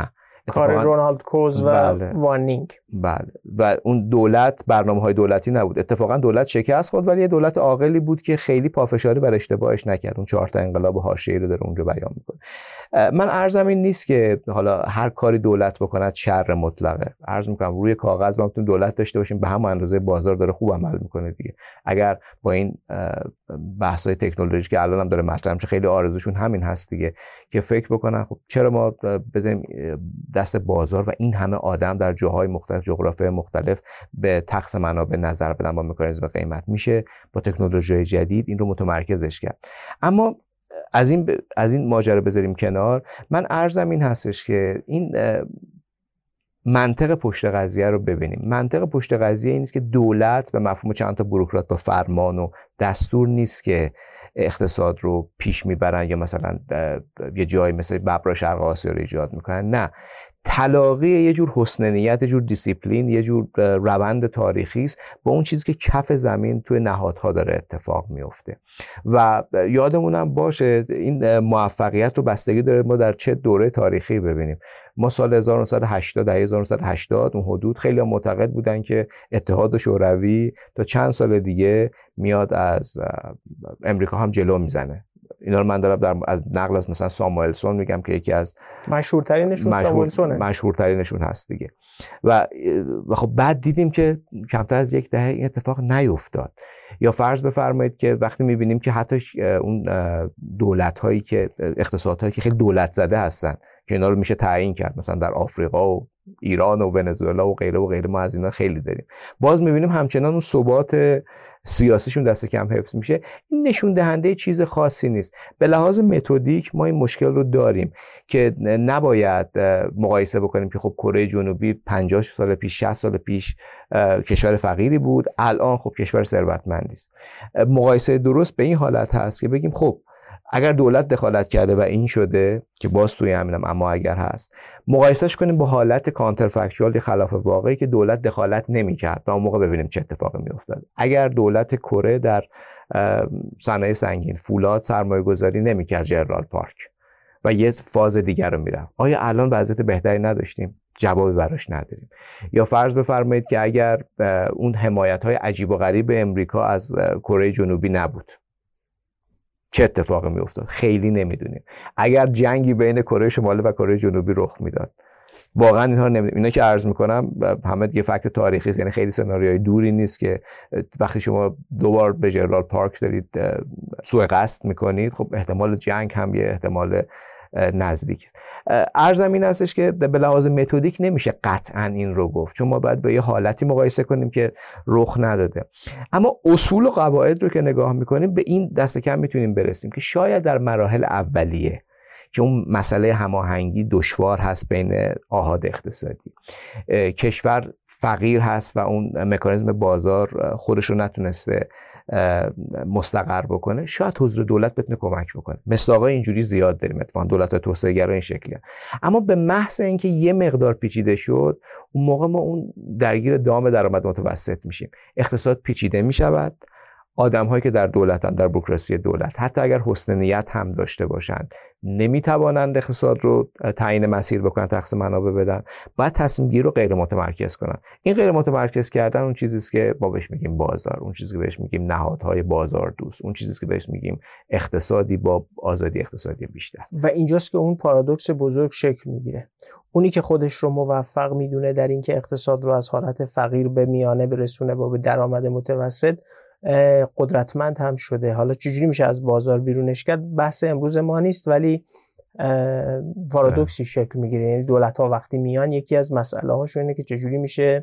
کار رونالد کوز و بله. وانینگ. بله و اون دولت برنامه‌های دولتی نبود. اتفاقا دولت شکست خورد ولی یه دولت عاقلی بود که خیلی پافشاری بر اشتباهش نکرد. اون چهار تا انقلاب حاشیه‌ای رو داره اونجا بیان میکنه. من عرضم این نیست که حالا هر کاری دولت بکند شر مطلقه. عرض میکنم روی کاغذ ما میتونیم دولت داشته باشیم به همون اندازه بازار داره خوب عمل میکنه دیگه. اگر با این بحث‌های تکنولوژی که الان هم داره مطرح میشه خیلی آرزوشون همین هست دیگه که فکر بکنن خب چرا ما بزنیم دست بازار و این همه آدم در جاهای مختلف جغرافیای مختلف به تقسیم منابع نظر بدن با مکانیزم قیمت میشه با تکنولوژی جدید این رو متمرکزش کرد. اما از این ب... از این ماجرا بذاریم کنار، من عرضم این هستش که این منطق پشت قضیه رو ببینیم. منطق پشت قضیه این است که دولت به مفهوم چند تا بوروکرات با فرمان و دستور نیست که اقتصاد رو پیش میبرن یا مثلا یه جایی مثل ببرا شرق آسیا رو ایجاد میکنن. نه، تلاقی یه جور حسن نیت، یه جور دیسیپلین، یه جور روند تاریخی است با اون چیزی که کف زمین توی نهادها داره اتفاق میفته. و یادمونم باشه این موفقیت رو بستگی داره ما در چه دوره تاریخی ببینیم. ما سال هزار و نهصد و هشتاد دهه هزار و نهصد و هشتاد اون حدود خیلی معتقد بودن که اتحاد شوروی تا چند سال دیگه میاد از امریکا هم جلو میزنه. اینا رو من دارم در از نقل از مثلا ساموئلسون میگم که یکی از مشهورترینشون مشهور... ساموئلسونه مشهورترینشون هست دیگه. و و خب بعد دیدیم که کمتر از یک دهه این اتفاق نیفتاد. یا فرض بفرمایید که وقتی میبینیم که حتی اون دولت‌هایی که اقتصادهایی که خیلی دولت زده هستن که اینا رو میشه تعیین کرد، مثلا در آفریقا و ایران و ونزوئلا و غیره و غیره، ما از اینا خیلی داریم، باز میبینیم همچنان اون ثبات سیاسیشون دست کم حفظ میشه. این نشون دهنده چیز خاصی نیست. به لحاظ متدیک ما این مشکل رو داریم که نباید مقایسه بکنیم که خب کره جنوبی پنجاه سال پیش شصت سال پیش کشور فقیری بود، الان خب کشور ثروتمندی است. مقایسه درست به این حالت هست که بگیم خب اگر دولت دخالت کرده و این شده که باز توی همینم اما اگر هست، مقایسهش کنیم با حالت کانترفکچوال خلاف واقعی که دولت دخالت نمی‌کرد و اون موقع ببینیم چه اتفاقی می‌افتاد. اگر دولت کره در صنایع سنگین فولاد سرمایه‌گذاری نمی‌کرد جنرال پارک و یه فاز دیگر رو میرفت، آیا الان وضعیت بهتری نداشتیم؟ جوابی براش نداریم. یا فرض بفرمایید که اگر اون حمایت‌های عجیب و غریب امریکا از کره جنوبی نبود، چه اتفاقی می افتاد؟ خیلی نمیدونیم. اگر جنگی بین کره شمالی و کره جنوبی رخ میداد، واقعا اینها رو نمیدونیم. اینا که عرض میکنم همه دیگه فکت تاریخی است، یعنی خیلی سناریوی دوری نیست که وقتی شما دوبار به جنرال پارک دارید سوء قصد میکنید، خب احتمال جنگ هم یه احتمال نزدیک است. عرضم این هستش که به لحاظ متدیک نمیشه قطعا این رو گفت، چون ما باید به یه حالتی مقایسه کنیم که رخ نداده. اما اصول و قواعد رو که نگاه میکنیم به این دست کم میتونیم برسیم که شاید در مراحل اولیه که اون مسئله هماهنگی دشوار هست بین آحاد اقتصادی، کشور فقیر هست و اون مکانیزم بازار خودش رو نتونسته مستقر بکنه، شاید حضور دولت بتونه کمک بکنه. مصداقای اینجوری زیاد داریم، اتفاقا دولت‌های توسعه‌گرا این شکلی هست. اما به محض اینکه یه مقدار پیچیده شد، اون موقع ما اون درگیر دام درآمد متوسط میشیم. اقتصاد پیچیده میشود. آدم‌هایی که در دولتن، در بوروکراسی دولت، حتی اگر حسن نیت هم داشته باشند، نمیتوانند اقتصاد رو تعیین مسیر بکنن، تقسیم منابع بدن، باید تصمیم گیری رو غیر متمرکز کنن. این غیر متمرکز کردن اون چیزی است که ما بهش میگیم بازار، اون چیزی که بهش میگیم نهادهای بازار دوست، اون چیزی که بهش میگیم اقتصادی با آزادی اقتصادی بیشتر. و اینجاست که اون پارادوکس بزرگ شکل میگیره. اونی که خودش رو موفق میدونه در اینکه اقتصاد رو از حالت فقیر به میانه برسونه با به درآمد متوسط، قدرتمند هم شده. حالا چجوری میشه از بازار بیرونش کرد بحث امروز ما نیست، ولی پارادوکسی شکل میگیره. یعنی دولت ها وقتی میان یکی از مسئله هاشون اینه که چجوری میشه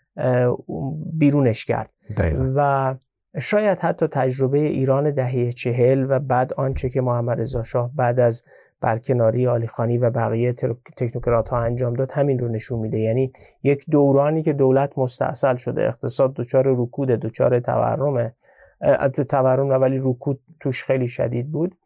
بیرونش کرد. دقیقا. و شاید حتی تجربه ایران دهه چهل و بعد آنچه که محمد رضا شاه بعد از برکناری علی خانی و بقیه تکنوکرات ها انجام داد همین رو نشون میده. یعنی یک دورانی که دولت مستاصل شده، اقتصاد دچار رکود، دچار تورم، تورم نه ولی رکود توش خیلی شدید بود،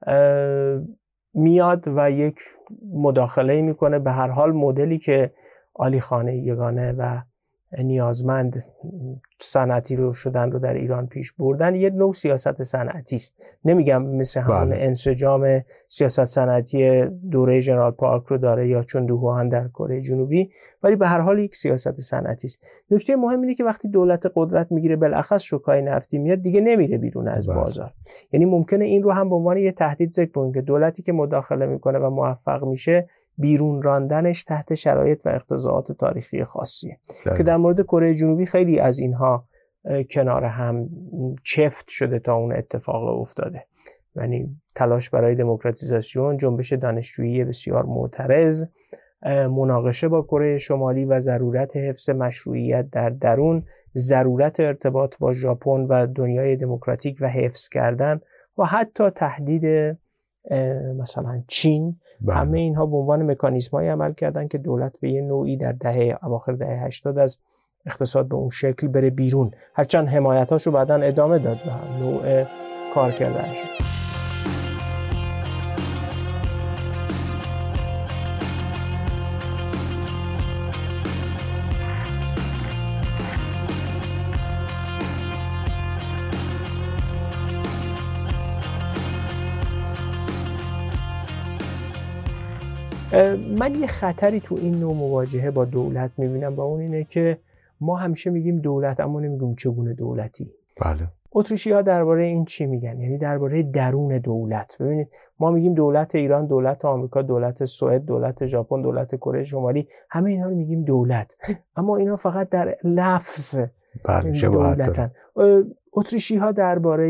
میاد و یک مداخله میکنه. به هر حال مدلی که علی خانی یگانه و نیازمند صنعتی رو شدن رو در ایران پیش بردن یه نوع سیاست صنعتی است. نمیگم مثل همون بله. انسجام سیاست صنعتی دوره ژنرال پارک رو داره یا چوندوهوان در کره جنوبی، ولی به هر حال یک سیاست صنعتی است. نکته مهم اینه که وقتی دولت قدرت میگیره بالاخص شوکای نفتی میاد دیگه نمیره بیرون از بله. بازار. یعنی ممکنه این رو هم به عنوان یه تهدید ذکر کنیم که دولتی که مداخله میکنه و موفق میشه بیرون راندنش تحت شرایط و اقتضاعات تاریخی خاصیه داره. که در مورد کره جنوبی خیلی از اینها کنار هم چفت شده تا اون اتفاق افتاده. یعنی تلاش برای دموکراتیزاسیون، جنبش دانشجویی بسیار معترض، مناقشه با کره شمالی و ضرورت حفظ مشروعیت در درون، ضرورت ارتباط با ژاپن و دنیای دموکراتیک و حفظ کردن و حتی تهدید مثلا چین، بله. همه اینها به عنوان مکانیزم‌های عمل کردن که دولت به یه نوعی در دهه اواخر دهه هشتاد از اقتصاد به اون شکل بره بیرون، هرچند حمایتاشو بعداً ادامه داد و نوع کار کردن شد. من یه خطری تو این نوع مواجهه با دولت میبینم و اون اینه که ما همیشه میگیم دولت اما نمیگیم چگونه دولتی. بله. اتریشی‌ها درباره این چی میگن؟ یعنی درباره درون دولت. ببینید ما میگیم دولت ایران، دولت آمریکا، دولت سوئد، دولت ژاپن، دولت کره شمالی، همه اینا رو میگیم دولت، اما اینا فقط در لفظ بله دولتن. اتریشی‌ها درباره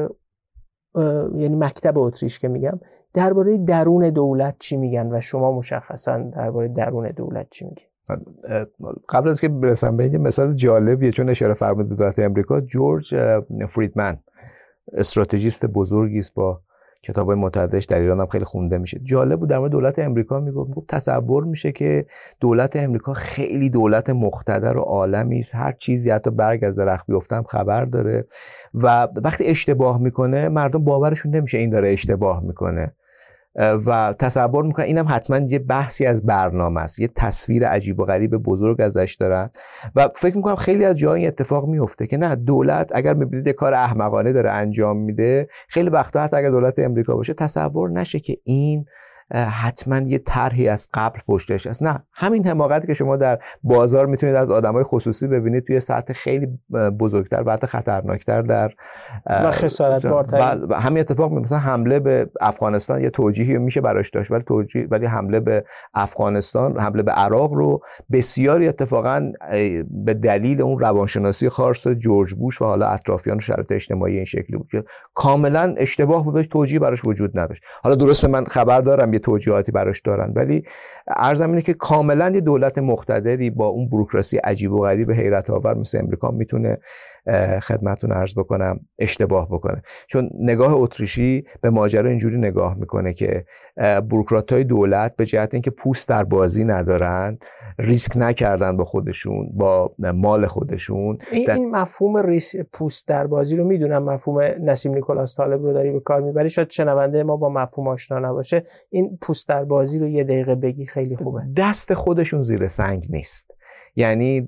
یعنی مکتب اتریش که میگم درباره درون دولت چی میگن و شما مشخصا درباره درون دولت چی میگین؟ قبل از که برسم به این مثال جالبیه، چون اشاره فرمودید به دولت امریکا، جورج فریدمن استراتژیست بزرگی است با کتابای متعددش در ایران هم خیلی خونده میشه. جالب بود در مورد دولت امریکا میگفت میگفت تصور میشه که دولت امریکا خیلی دولت مقتدر و عالمی است، هر چیزی حتی برگ از درخت بیفته هم خبر داره و وقتی اشتباه میکنه مردم باورشون نمیشه این داره اشتباه میکنه و تصور میکنن اینم حتما یه بحثی از برنامه است، یه تصویر عجیب و غریب بزرگ ازش دارن و فکر میکنم خیلی از جاها این اتفاق میفته که نه، دولت اگر میبینید یه کار احمقانه داره انجام میده، خیلی وقتا حتی اگر دولت امریکا باشه تصور نشه که این حتما یه طرحی از قبل پشتش است. نه، همین حماقتی که شما در بازار میتونید از آدمای خصوصی ببینید توی سطح خیلی بزرگتر و حتی خطرناکتر در و خسارت بارتر همین اتفاق میفته. مثلا حمله به افغانستان یه توجیهی میشه براش داشت، ولی توجیه ولی حمله به افغانستان، حمله به عراق رو بسیاری اتفاقا به دلیل اون روانشناسی خاص جورج بوش و حالا اطرافیان و شرایط اجتماعی این شکلی بود که کاملا اشتباه بود، توجیه براش وجود نداشت. حالا درسته من خبر دارم توجیهاتی براش دارن، ولی عرضم اینه که کاملا یه دولت مقتدری با اون بوروکراسی عجیب و غریب حیرت آور مثل امریکا میتونه خدمتتون عرض بکنم اشتباه بکنه. چون نگاه اتریشی به ماجرا اینجوری نگاه میکنه که بوروکرات‌های دولت به جهت اینکه پوست در بازی ندارن، ریسک نکردن با خودشون، با مال خودشون. این, در... این مفهوم ریسک پوست در بازی رو میدونم، مفهوم نسیم نیکولاس طالب رو داری به کار میبری، شاید شنونده ما با مفهوم آشنا نباشه. این پوست در بازی رو یه دقیقه بگی خیلی خوبه. دست خودشون زیر سنگ نیست. یعنی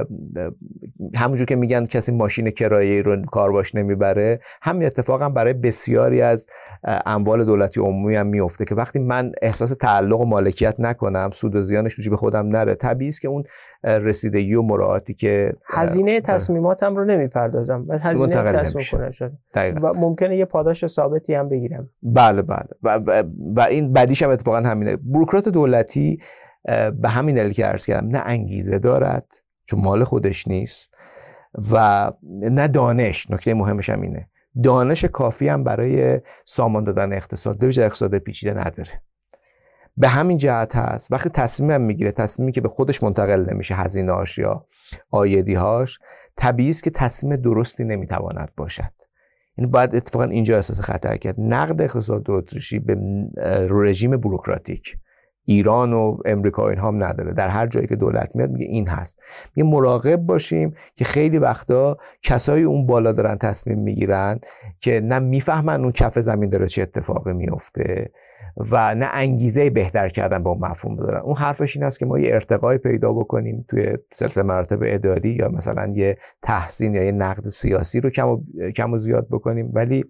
همونجور که میگن کسی ماشین کرایه‌ای رو کارواش نمیبره، همین اتفاق هم برای بسیاری از اموال دولتی عمومی هم میفته که وقتی من احساس تعلق و مالکیت نکنم، سود و زیانش تو جیب خودم نره، طبیعی است که اون رسیدگی و مراعاتی که هزینه تصمیماتم رو نمیپردازم و هزینه تصمیم کنه شد و ممکنه یه پاداش ثابتی هم بگیرم. بله بله و, و, و این بدیش هم اتفاقا همینه. بوروکرات دولتی به همین دلیل که عرض کردم نه انگیزه دارد چون مال خودش نیست و نه دانش. نکته مهمش هم اینه دانش کافی هم برای سامان دادن اقتصاد به ویژه اقتصاد پیچیده نداره. به همین جهت هست وقتی تصمیم هم میگیره، تصمیمی که به خودش منتقل نمیشه هزینه‌هاش یا عایدی‌هاش، طبیعی است که تصمیم درستی نمیتواند باشد. این باید اتفاقا اینجا احساس خطر کرد. نقد اقتصاد اتریشی به رژیم بوروکراتیک ایران و امریکا اینها هم نداره. در هر جایی که دولت میاد میگه این هست. میگه مراقب باشیم که خیلی وقتا کسایی اون بالا دارن تصمیم میگیرن که نه میفهمن اون کف زمین داره چه اتفاقی میفته و نه انگیزه بهتر کردن با اون مفهوم دارن. اون حرفش این است که ما یه ارتقای پیدا بکنیم توی سلسله مراتب اداری یا مثلا یه تحسین یا یه نقد سیاسی رو کم و, کم و زیاد بکنیم، ولی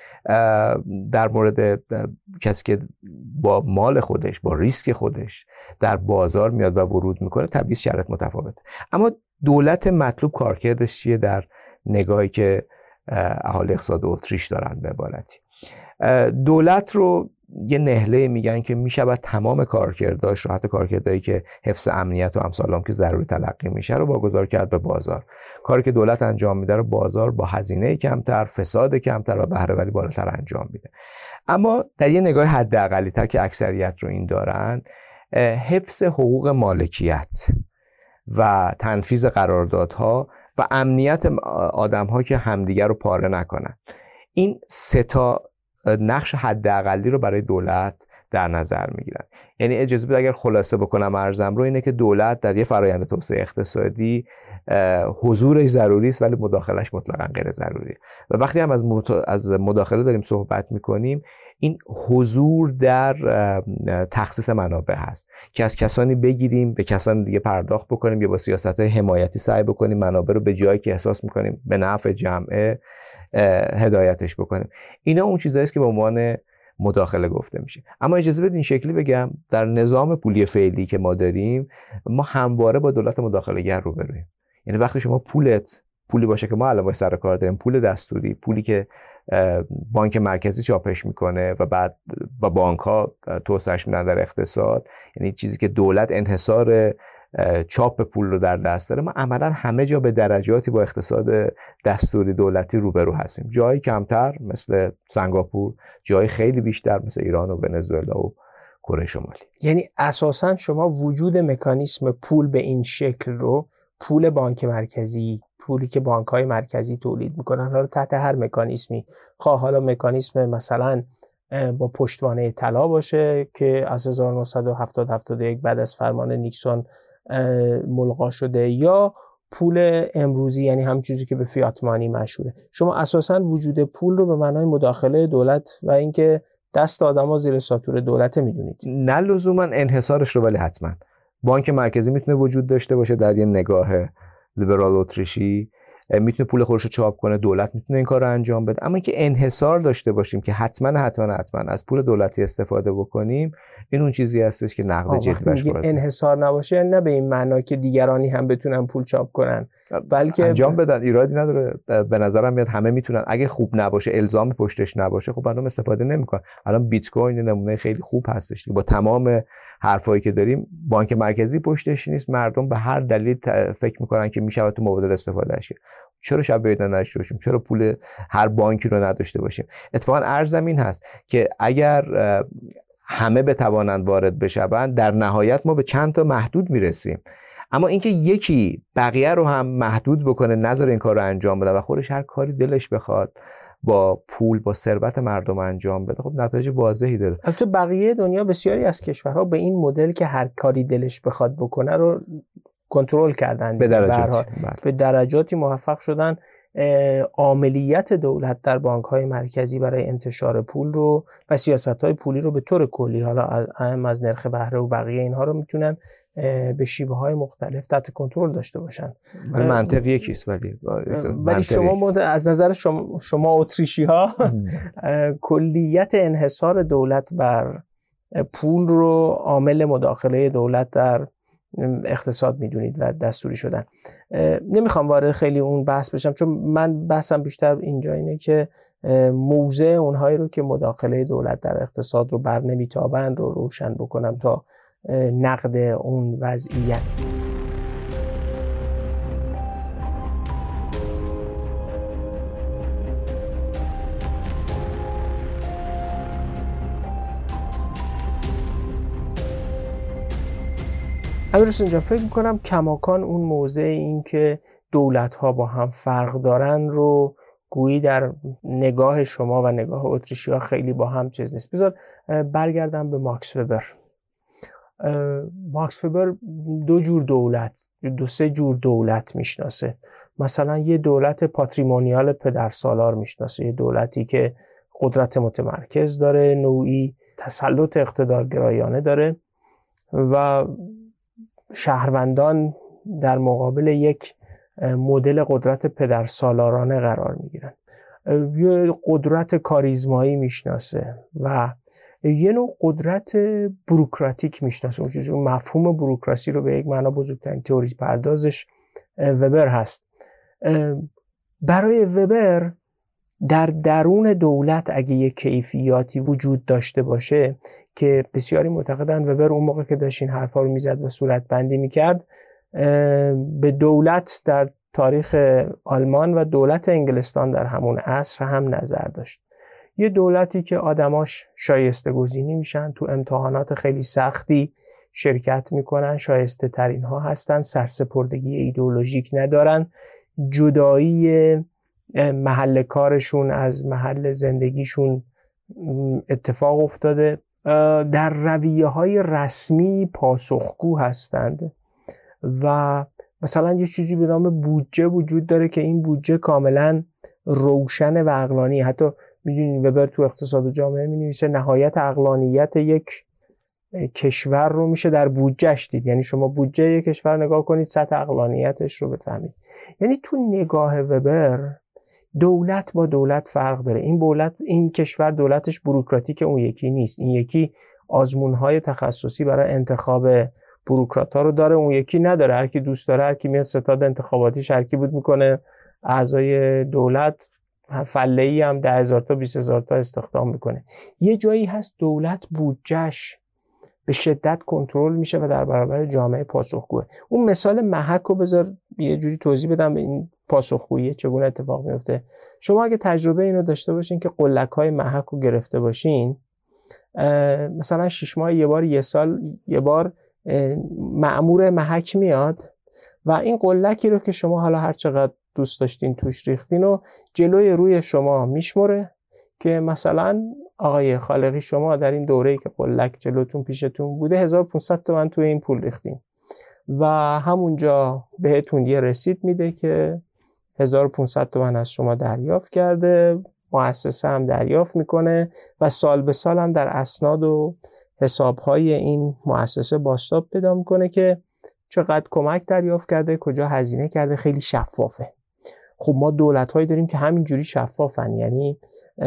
در مورد کسی که با مال خودش با ریسک خودش در بازار میاد و ورود میکنه طبیعی شرط متفاوته. اما دولت مطلوب کارکردش چیه در نگاهی که اهالی اقتصاد اتریش دارن به عبارتی؟ دولت رو یه نهله میگن که میشود تمام کارکرداش رو، حتی کارکردایی که حفظ امنیت و امثال هم که ضروری تلقی میشه رو واگذار کرد به بازار. کاری که دولت انجام میده رو بازار با هزینه کمتر، فساد کمتر و بهره وری بالاتر انجام میده. اما در یه نگاه حداقلی تر که اکثریت رو این دارن، حفظ حقوق مالکیت و تنفیذ قراردادها و امنیت آدم‌ها که همدیگر رو پاره نکنن، این سه تا نقش حداقلی رو برای دولت در نظر میگیرن. یعنی اجازه بدید اگر خلاصه بکنم عرضم رو اینه که دولت در یه فرآیند توسعه اقتصادی حضورش ضروری است ولی مداخلش مطلقاً غیر ضروریه. و وقتی هم از از مداخله داریم صحبت میکنیم، این حضور در تخصیص منابع هست که از کسانی بگیریم به کسانی دیگه پرداخت بکنیم یا با سیاست‌های حمایتی سعی بکنیم منابع رو به جایی که احساس میکنیم به نفع جمعه هدایتش بکنیم. اینا اون چیزایی است که به عنوان مداخله گفته میشه. اما اجازه بدین این شکلی بگم، در نظام پولی فعلی که ما داریم ما همواره با دولت مداخله‌گر روبرویم. یعنی وقتی شما پولت پولی باشه که ما الان سر کار داریم، پول دستوری، پولی که بانک مرکزی چاپش میکنه و بعد با بانک ها توسعهش میدن در اقتصاد، یعنی چیزی که دولت انحصار چاپ پول رو در دست داره، ما عملا همه جا به درجاتی با اقتصاد دستوری دولتی روبرو هستیم. جایی کمتر مثل سنگاپور، جایی خیلی بیشتر مثل ایران و ونزوئلا و کره شمالی. یعنی اساساً شما وجود مکانیسم پول به این شکل رو، پول بانک مرکزی، پولی که بانک‌های مرکزی تولید میکنن، حالا تحت هر مکانیسمی، خواه حالا مکانیسم مثلا با پشتوانه طلا باشه که از هزار و نهصد و هفتاد هفتاد و یک بعد از فرمان نیکسون ملغا شده، یا پول امروزی یعنی هم چیزی که به فیات مانی مشهوره، شما اساساً وجود پول رو به معنای مداخله دولت و اینکه دست آدم‌ها زیر ساطور دولت میدونید؟ نه لزوما انحصارش رو، ولی حتما بانک مرکزی میتونه وجود داشته باشه در یه نگاه لیبرال اتریشی، میتونه پول خودش رو چاپ کنه، دولت میتونه این کار رو انجام بده. اما اینکه انحصار داشته باشیم که حتما حتما حتما از پول دولتی استفاده بکنیم، این اون چیزی هستش که نقد جدی بهش وارد. انحصار نباشه نه به این معنا که دیگرانی هم بتونن پول چاپ کنن، بلکه انجام بدن. ایرادی نداره، به نظرم میاد همه میتونن. اگه خوب نباشه، الزام پشتش نباشه، خب مردم استفاده نمیکنن. الان بیت کوین نمونه خیلی خوب هستش. با تمام حرفایی که داریم، بانک مرکزی پشتش نیست، مردم به هر دلیل فکر میکنن که میشه تو مبادله استفادهش کرد. چرا شب بیدار نداشته باشیم؟ چرا پول هر بانکی رو نداشته باشیم؟ اتفاقا ارزم این هست که اگر همه بتوانند وارد بشوند، در نهایت ما به چند تا محدود میرسیم. اما اینکه یکی بقیه رو هم محدود بکنه، نذاره این کار رو انجام بده و خودش هر کاری دلش بخواد با پول، با ثروت مردم انجام بده، خب نتایج واضحی داره. البته بقیه دنیا بسیاری از کشورها به این مدل که هر کاری دلش بخواد بکنه رو کنترل کردن، به درجات به درجاتی موفق شدن عاملیت دولت در بانک‌های مرکزی برای انتشار پول رو و سیاست‌های پولی رو به طور کلی، حالا هم از نرخ بهره و بقیه اینها رو میتونن به شیوه‌های مختلف تحت کنترل داشته باشن. ولی منطق یکیست. ولی ولی شما از نظر شما شما اتریشی‌ها کلیت انحصار دولت بر پول رو عامل مداخله دولت در اقتصاد میدونید و دستوری شدن. نمیخوام وارد خیلی اون بحث بشم، چون من بحثم بیشتر اینجا اینه که موضع اونهایی رو که مداخله دولت در اقتصاد رو بر نمیتابند رو روشن بکنم تا نقد اون وضعیت. امیرحسین جان، فکر میکنم کماکان اون موضع این که دولت‌ها با هم فرق دارن رو گویی در نگاه شما و نگاه اتریشی‌ها خیلی با هم چیز نیست. بذار برگردم به ماکس وبر. ماکس وبر دو جور دولت دو سه جور دولت میشناسه. مثلا یه دولت پاتریمونیال پدرسالار میشناسه، یه دولتی که قدرت متمرکز داره، نوعی تسلط اقتدارگرایانه داره و شهروندان در مقابل یک مدل قدرت پدرسالارانه قرار میگیرن. یه قدرت کاریزمایی میشناسه و یه نوع قدرت بوروکراتیک میشناسه. اون چیزی مفهوم بوروکراسی رو به یک معنا بزرگترین تئوری پردازش وبر هست. برای وبر در درون دولت اگه یک کیفیاتی وجود داشته باشه که بسیاری معتقدن وبر اون موقع که داشت این حرفا رو میزد و صورت بندی میکرد به دولت در تاریخ آلمان و دولت انگلستان در همون عصر هم نظر داشت. یه دولتی که آدماش شایسته گزینی میشن، تو امتحانات خیلی سختی شرکت میکنن، شایسته ترین ها هستن، سرسپردگی ایدئولوژیک ندارن، جدایی محل کارشون از محل زندگیشون اتفاق افتاده، در رویه های رسمی پاسخگو هستند و مثلا یه چیزی به نام بودجه وجود داره که این بودجه کاملا روشن و عقلانی. حتی میدونید وبر تو اقتصاد و جامعه مینویسه نهایت عقلانیت یک کشور رو میشه در بودجهش دید. یعنی شما بودجه یک کشور نگاه کنید، سطح عقلانیتش رو بفهمید. یعنی تو نگاه وبر دولت با دولت فرق داره. این دولت، این کشور دولتش بوروکراتیک، اون یکی نیست. این یکی آزمون‌های تخصصی برای انتخاب بوروکرات‌ها رو داره، اون یکی نداره. هر کی دوست داره، هر کی میاد ستاد انتخاباتی شرکی بود میکنه، اعضای دولت فله‌ای هم ده هزار تا بیست هزار تا استخدام میکنه. یه جایی هست دولت بودجهش به شدت کنترل میشه و در برابر جامعه پاسخگوه. اون مثال محک رو بذار یه جوری توضیح بدم به این پاسخگویی چگونه اتفاق میفته. شما اگه تجربه اینو داشته باشین که قلک‌های محک رو گرفته باشین، مثلا شش ماه یه بار، یه سال یه بار مأمور محک میاد و این قلکی رو که شما حالا هر چقدر دوست داشتین توش ریختین و جلوی روی شما میشمره که مثلا آقای خالقی شما در این دوره‌ای که قلک جلوتون پیشتون بوده هزار و پانصد تومان توی این پول ریختین و همونجا بهتون یه رسید میده که هزار و پانصد تومان از شما دریافت کرده، مؤسسه هم دریافت میکنه و سال به سال هم در اسناد و حسابهای این مؤسسه بازتاب پیدا میکنه که چقدر کمک دریافت کرده، کجا هزینه کرده، خیلی شفافه. خب ما دولت‌هایی داریم که همینجوری شفافن، یعنی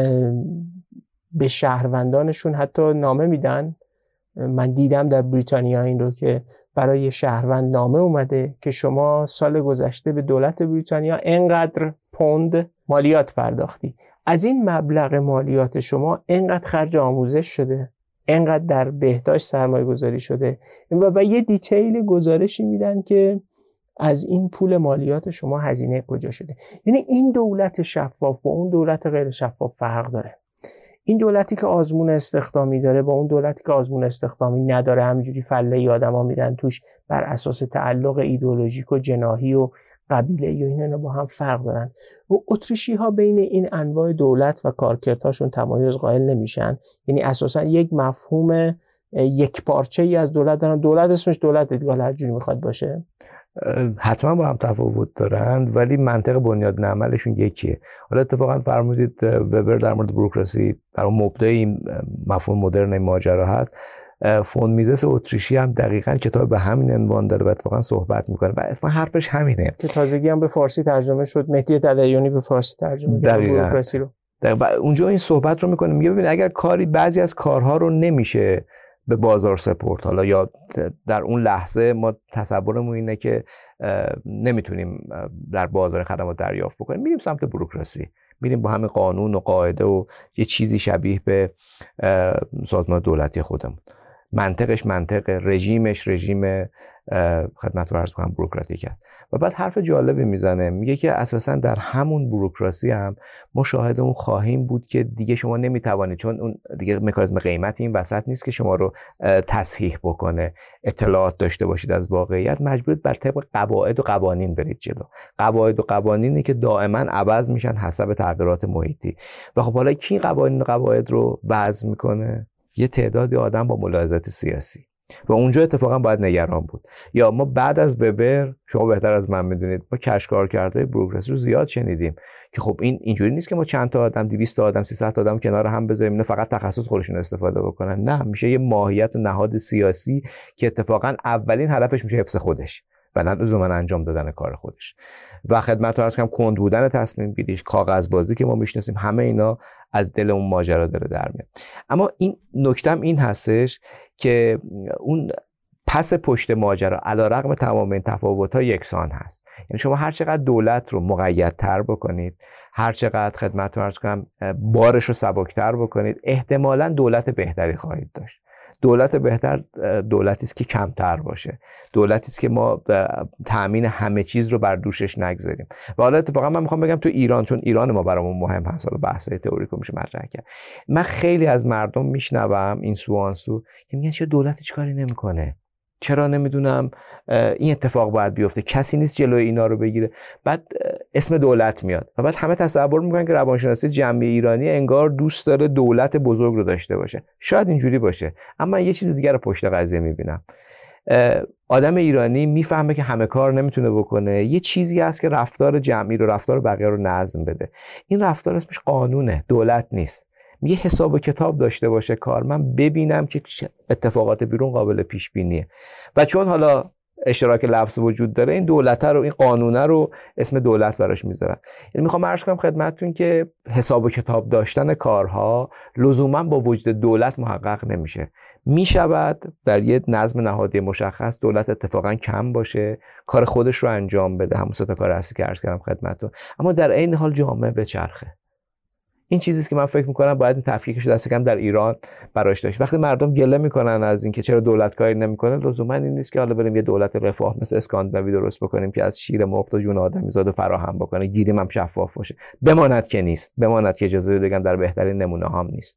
به شهروندانشون حتی نامه میدن. من دیدم در بریتانیا این رو که برای شهروند نامه اومده که شما سال گذشته به دولت بریتانیا اینقدر پوند مالیات پرداختی، از این مبلغ مالیات شما اینقدر خرج آموزش شده، اینقدر در بهداشت سرمایه گذاری شده و, و یه دیتیل گزارشی میدن که از این پول مالیات شما هزینه کجا شده. یعنی این دولت شفاف با اون دولت غیر شفاف فرق داره. این دولتی که آزمون استخدامی داره با اون دولتی که آزمون استخدامی نداره، همینجوری فله‌ای آدما میرن توش بر اساس تعلق ایدئولوژیک و جناحی و قبیله‌ای و اینا با هم فرق دارن. و اتریشی‌ها بین این انواع دولت و کارکردهاشون تمایز قائل نمیشن. یعنی اساسا یک مفهوم یک پارچه‌ای از دولت دارن. دولت اسمش دولت دیگه، هر جوری میخواد باشه. حتما با هم تفاوت دارند ولی منطق بنیاد عملشون یکیه. حالا اتفاقا فرمودید وبر در مورد بوروکراسی در اون مبدأ این مفهوم مدرن این ماجرا هست. فون میزس اتریشی هم دقیقاً کتاب به همین عنوان داره و اتفاقا صحبت میکنه و اتفاقا حرفش همینه که تازگی هم به فارسی ترجمه شد. مهدی تدیونی به فارسی ترجمه کرد بوروکراسی رو. و اونجا این صحبت رو میکنه، میگه ببین اگر کاری بعضی از کارها رو نمیشه به بازار سپورت، حالا یا در اون لحظه ما تصورمون اینه که نمیتونیم در بازار خدمات دریافت بکنیم، میریم سمت بوروکراسی، میریم با همین قانون و قاعده و یه چیزی شبیه به سازمان دولتی خودمون. منطقش منطق، رژیمش رژیم خدمت رو عرض کنم بوروکراتیک است. و بعد حرف جالبی میزنه، میگه که اساسا در همون بوروکراسی هم ما شاهد اون خواهیم بود که دیگه شما نمیتوانید، چون اون دیگه مکانیزم قیمتی این وسط نیست که شما رو تصحیح بکنه، اطلاعات داشته باشید از واقعیت، مجبورید بر طبق قواعد و قوانین برید جلو. قواعد و قوانینی که دائما عوض میشن حسب تغییرات محیطی. و خب حالا کی قوانین و قواعد رو وضع میکنه؟ یه تعدادی آدم با ملاحظات سیاسی. و اونجا اتفاقا باید نگران بود. یا ما بعد از ببر، شما بهتر از من میدونید، ما کشکارکردهای بوروکراسی رو زیاد شنیدیم که خب این اینجوری نیست که ما چند تا آدم، دویست تا آدم، سیصد تا آدم کنار هم بذاریم اینا فقط تخصص خودشون استفاده بکنن. نه، میشه یه ماهیت و نهاد سیاسی که اتفاقا اولین هدفش میشه حفظ خودش و نه لزوما انجام دادن کار خودش. و خدمتتون عرض کنم کند بودن تصمیم گیریش، کاغذبازی که ما میشناسیم، همه اینا از دل اون ماجرا داره در میاد. اما این نکتم این هستش که اون پس پشت ماجرا علیرغم تمام این تفاوت‌ها یکسان هست. یعنی شما هر چقدر دولت رو مقیدتر بکنید، هر چقدر خدمتتون عرض کنم بارش رو سبکتر بکنید، احتمالاً دولت بهتری خواهید داشت. دولت بهتر دولتی است که کمتر باشه، دولتی است که ما تأمین همه چیز رو بر دوشش نگذاریم. و حالا اتفاقا من میخوام بگم تو ایران، چون ایران ما برامون مهم هست، حالا بحث‌های تئوریکو میشه مطرح کرد، من خیلی از مردم میشنوم این سو آن سو که میگن چه دولتی چیکاری نمیکنه، چرا نمیدونم این اتفاق باید بیفته، کسی نیست جلوی اینا رو بگیره. بعد اسم دولت میاد و بعد همه تصور میکنن که روانشناسی جمعی ایرانی انگار دوست داره دولت بزرگ رو داشته باشه. شاید اینجوری باشه، اما یه چیز دیگر رو پشت قضیه میبینم. آدم ایرانی میفهمه که همه کار نمیتونه بکنه، یه چیزی هست که رفتار جمعی رو، رفتار بقیه رو نظم بده. این رفتار اسمش قانونه، دولت نیست. یه حساب و کتاب داشته باشه کار، من ببینم که اتفاقات بیرون قابل پیش بینیه. و چون حالا اشتراک لفظ وجود داره، این دولت رو، این قانونه رو اسم دولت براش میذارن. یعنی میخوام عرض کنم خدمتتون که حساب و کتاب داشتن کارها لزوما با وجود دولت محقق نمیشه. میشود در یه نظم نهادی مشخص دولت اتفاقا کم باشه، کار خودش رو انجام بده، همون سه تا کار اصلی که عرض کردم خدمتتون، اما در عین حال جامعه بچرخه. این چیزیست که من فکر میکنم باید این تفکیکش دست کم در ایران براش داشت. وقتی مردم گله میکنن از اینکه چرا دولت کاری نمیکنه، لزوما این نیست که حالا بریم یه دولت رفاه مثل اسکاندیناوی درست بکنیم که از شیر مرغ و جون آدمیزاد فراهم بکنه، گیریم هم شفاف باشه. بماند که نیست، بماند که اجازه بگم در بهترین نمونه هم نیست.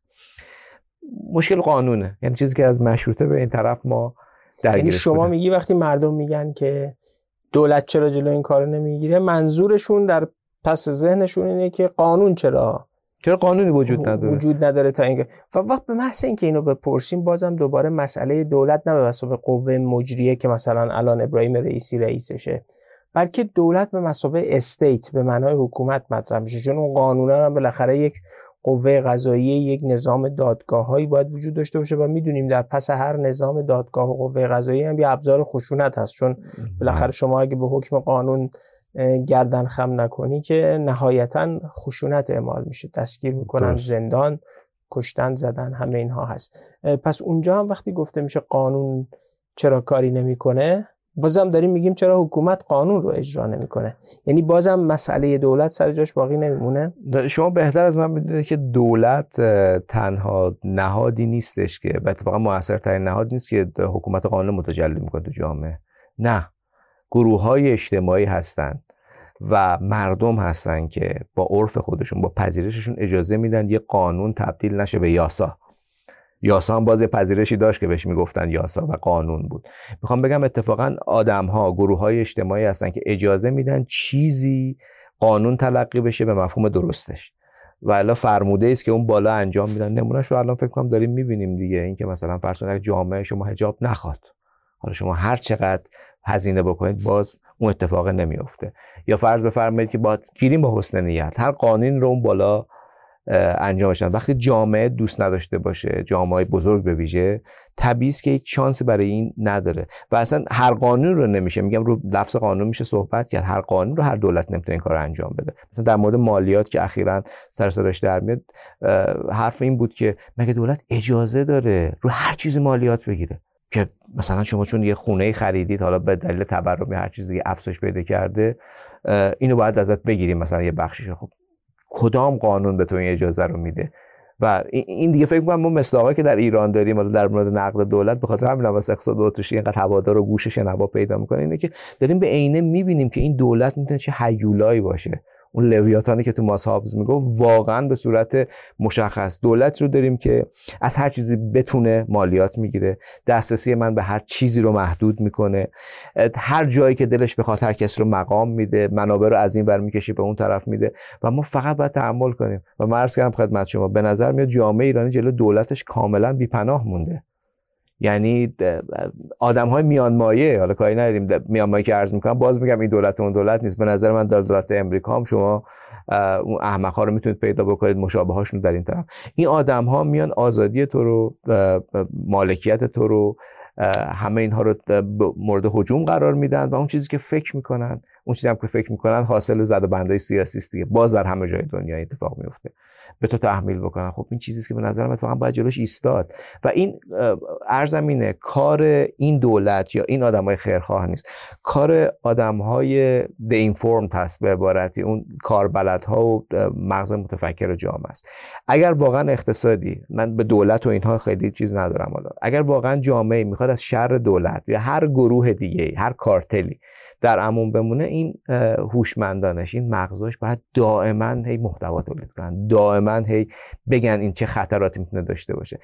مشکل قانونه، یعنی چیزی که از مشروطه به این طرف ما درگیرش. یعنی شما بوده. میگی وقتی مردم میگن که دولت چرا جلوی این کارو نمیگیره، منظورشون در پس ذهنشون اینه که قانون چرا چرا قانونی وجود نداره وجود نداره تا اینکه و وقت به محض اینکه اینو بپرسیم بازم دوباره مسئله دولت نه به مثابه قوه مجریه که مثلا الان ابراهیم رئیسی رئیسشه، بلکه دولت به مثابه استیت به معنای حکومت مطرح میشه، چون اون قانونا هم بالاخره یک قوه قضاییه، یک نظام دادگاهایی باید وجود داشته باشه و میدونیم در پس هر نظام دادگاه و قوه قضاییه هم یه ابزار خشونت هست، چون بالاخره شما اگه به حکم قانون گردن خم نکنی که نهایتاً خشونت اعمال میشه، دستگیر میکنن، درست. زندان، کشتن، زدن، همه اینها هست. پس اونجا هم وقتی گفته میشه قانون چرا کاری نمیکنه، بازم داریم میگیم چرا حکومت قانون رو اجرا نمیکنه. یعنی بازم مسئله دولت سر جاش باقی نمیمونه. شما بهتر از من میدونید که دولت تنها نهادی نیستش که و اتفاقا موثرترین نهاد نیست که حکومت قانون متجلی میکنه تو جامعه. نه، گروه‌های اجتماعی هستن و مردم هستن که با عرف خودشون، با پذیرششون اجازه میدن یه قانون تبدیل نشه به یاسا. یاسا هم باز یه پذیرشی داشت که بهش میگفتن یاسا و قانون بود. میخوام بگم اتفاقا آدم‌ها، گروه‌های اجتماعی هستن که اجازه میدن چیزی قانون تلقی بشه به مفهوم درستش و الا فرموده است که اون بالا انجام میدن. نمونهش رو الان فکر کنم داریم میبینیم دیگه، این که مثلا فرض کنید جامعه شما حجاب نخواد، حالا شما هر چقدر هزینه بکنید باز اون اتفاق نمیفته. یا فرض بفرمایید که با گیریم با حسن نیت هر قانون رو اون بالا انجام بدن. وقتی جامعه دوست نداشته باشه، جامعه بزرگ به ویژه، طبیعی است که هیچ شانسی برای این نداره و اصلا هر قانون رو نمیشه، میگم رو لفظ قانون میشه صحبت کرد، هر قانون رو هر دولت نمیتونه این کارو انجام بده. مثلا در مورد مالیات که اخیراً سر صداش در میاد، حرف این بود که مگه دولت اجازه داره رو هر چیزی مالیات بگیره؟ که مثلا شما چون یه خونه خریدید، حالا به دلیل تورم هر چیزی افزایش پیدا کرده، اینو باید ازت بگیریم مثلا یه بخشیش. خب کدام قانون به تو این اجازه رو میده؟ و این دیگه فکر می‌کنم ما مصداقی که در ایران داریم حالا در مورد نقد دولت، به خاطر همین واسه اقتصاد اتریشی اینقدر هوادار و گوش شنوا پیدا میکنه، اینه که داریم به عینه میبینیم که این دولت میتونه چه هیولایی باشه. اون لویاتانی که تو ماس هابز میگه واقعا به صورت مشخص دولت رو داریم که از هر چیزی بتونه مالیات میگیره، دسترسی من به هر چیزی رو محدود میکنه، هر جایی که دلش بخواد هر کس رو مقام میده، منابع رو از این ور میکشه به اون طرف میده و ما فقط باید تحمل کنیم. و من عرض کردم خدمت شما به نظر میاد جامعه ایرانی جلو دولتش کاملا بی‌پناه مونده. یعنی آدم‌های میانمایه، حالا کاری نداریم میانمایه که عرض میکنم، باز میگم این دولت اون دولت نیست. به نظر من در دولت امریکا هم شما اون احمق‌ها رو میتونید پیدا بکنید، مشابه‌هاشون در این طرف. این آدم‌ها میان آزادی تو رو، مالکیت تو رو، همه اینها رو مورد هجوم قرار میدن و اون چیزی که فکر میکنن، اون چیزی هم که فکر میکنن حاصل زد و بندای سیاسی است دیگه. باز در همه جای دنیا اتفاق میفته، به تو تحمیل بکنن. خب این چیزیه که به نظر من اتفاقا باید جلوش ایستاد و این عرضم اینه کار این دولت یا این آدمای خیرخواه نیست، کار آدمهای دی اینفورمد هست، به عبارتی اون کاربلدها و مغز متفکر جامعه است. اگر واقعا اقتصادی، من به دولت و اینها خیلی چیز ندارم، حالا اگر واقعا جامعه میخواد از شر دولت یا هر گروه دیگه، هر کارتلی در امان بمونه، این هوشمندانش، این مغزاش باید دائما هی محتوا تولید کنن، دائما هی بگن این چه خطراتی میتونه داشته باشه.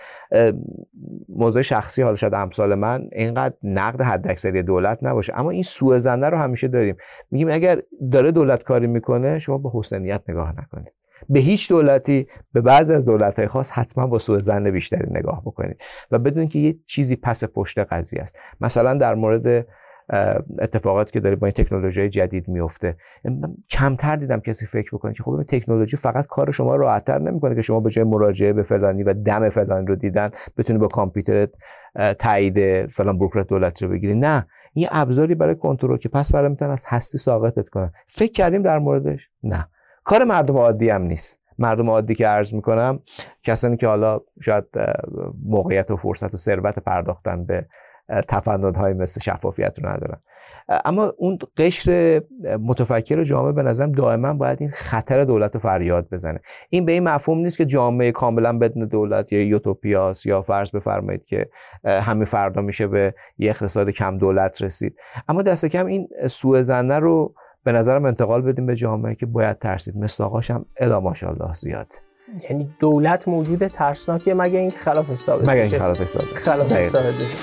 موضوع شخصی، حالا شاید امثال من اینقدر نقد حداکثری دولت نباشه، اما این سوء ظن رو همیشه داریم. میگیم اگر داره دولت کاری میکنه شما با حسن نیت نگاه نکنید. به هیچ دولتی، به بعضی از دولت‌های خاص حتما با سوء ظن بیشتری نگاه بکنید و بدونید که یه چیزی پس پشت قضیه است. مثلا در مورد اتفاقاتی که داره با این تکنولوژی جدید میفته، کمتر دیدم کسی فکر بکنه که خب این تکنولوژی فقط کار شما رو راحت‌تر نمی‌کنه که شما به جای مراجعه به فلانی و دم فلانی رو دیدن بتونی با کامپیوتر تایید فلان بروکرات دولتی رو بگیری. نه، این ابزاری برای کنترل که پس فردا میتونن از هستی ساقطت کنن. فکر کردیم در موردش؟ نه، کار مردم عادی هم نیست. مردم عادی که عرض میکنم، کسانی که حالا شاید موقعیت و فرصت و ثروت پرداختن به تفنن‌های مثل شفافیت رو ندارن، اما اون قشر متفکر جامعه به نظرم دائما باید این خطر دولت رو فریاد بزنه. این به این مفهوم نیست که جامعه کاملا بدون دولت یا یوتوپیاست یا فرض بفرمایید که همین فردا میشه به یه اقتصاد کم دولت رسید، اما دست کم این سوء ظن رو به نظرم انتقال بدیم به جامعه که باید ترسید. مصداقاش هم الا ماشاءالله زیاد. یعنی دولت موجود ترسناکه مگه اینکه خلاف ثابت بشه. مگه اینکه خلاف ثابت بشه. خلاف ثابت بشه.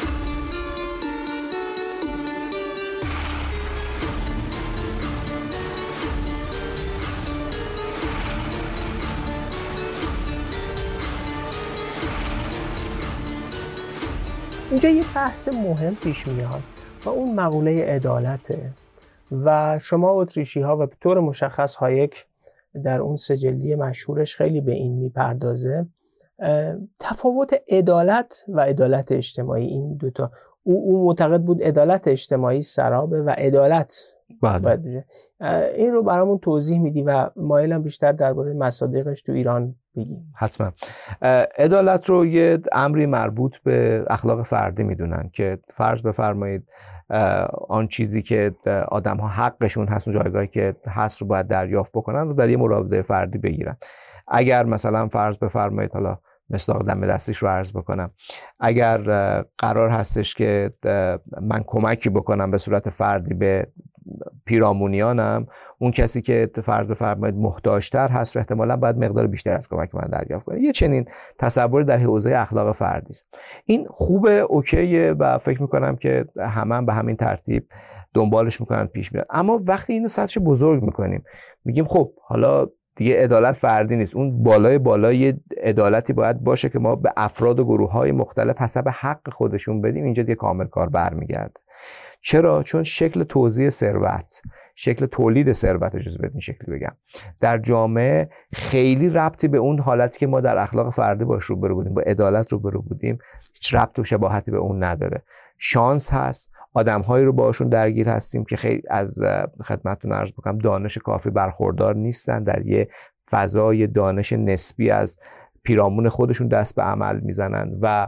اینجا یه بحث مهم پیش میاد و اون مقوله عدالته و شما اتریشی ها و به طور مشخص هایک در اون سجلی مشهورش خیلی به این میپردازه. تفاوت عدالت و عدالت اجتماعی، این دوتا، او, او معتقد بود عدالت اجتماعی سرابه و عدالت باید بشه. این رو برامون توضیح میدی و مایلم بیشتر درباره مصادیقش تو ایران بگیم. حتما. عدالت رو یه امری مربوط به اخلاق فردی میدونن که فرض بفرمایید آن چیزی که آدم ها حقشون هست، اون جایگاهی که هست رو باید دریافت بکنن و در یه مراوده فردی بگیرن. اگر مثلا فرض بفرمایید، حالا مصداق دم دستش رو عرض بکنم، اگر قرار هستش که من کمکی بکنم به صورت فردی به پیرامونیانم، اون کسی که فرض بفرمایید محتاج‌تر هست رو احتمالاً باید مقدار بیشتر از کمک من دریافت کنه. یه چنین تصوری در حوزه اخلاق فردی است. این خوبه، اوکیه و فکر میکنم که همه هم به همین ترتیب دنبالش میکنن، پیش میرن. اما وقتی اینو سطحش بزرگ میکنیم، میگیم خب حالا دیگه عدالت فردی نیست، اون بالای بالای عدالتی باید باشه که ما به افراد و گروه‌های مختلف حسب حق خودشون بدیم. اینجا دیگه کامل کار برمیگرده. چرا؟ چون شکل توزیع ثروت، شکل تولید ثروت، اجازه بدین شکلی بگم، در جامعه خیلی ربطی به اون حالتی که ما در اخلاق فردی باش روبرو بودیم، با عدالت روبرو بودیم، هیچ ربط و شباهتی به اون نداره. شانس هست، آدم‌هایی رو باشون درگیر هستیم که خیلی از خدمتتون عرض بکنم دانش کافی برخوردار نیستن، در یه فضای دانش نسبی از پیرامون خودشون دست به عمل میزنن و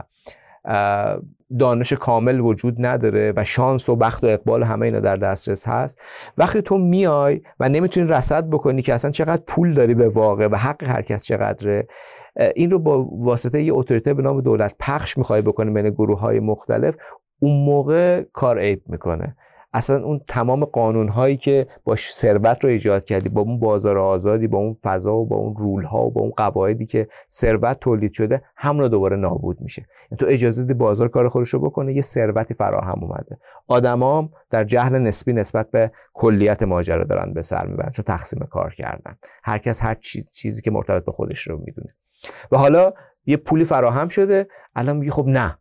دانش کامل وجود نداره و شانس و بخت و اقبال همه اینا در دسترس هست. وقتی تو میای و نمیتونی رصد بکنی که اصلا چقدر پول داری به واقع و حق هر کس چقدره، این رو با واسطه یه اتوریته به نام دولت پخش میخوای بکنی بین گروه‌های مختلف، اون موقع کار عیب میکنه. اصلا اون تمام قانون‌هایی که با ثروت رو ایجاد کردی، با اون بازار آزادی، با اون فضا و با اون رول‌ها و با اون قواعدی که ثروت تولید شده، همون دوباره نابود میشه. یعنی تو اجازه دی بازار کار خودش رو بکنه، یه ثروتی فراهم اومده. آدمام در جهل نسبی نسبت به کلیت ماجرا دارن به سر میبرن چون تقسیم کار کردن. هر کس هر چیزی که مرتبط به خودش رو میدونه. و حالا یه پولی فراهم شده، الان میگه خب نه،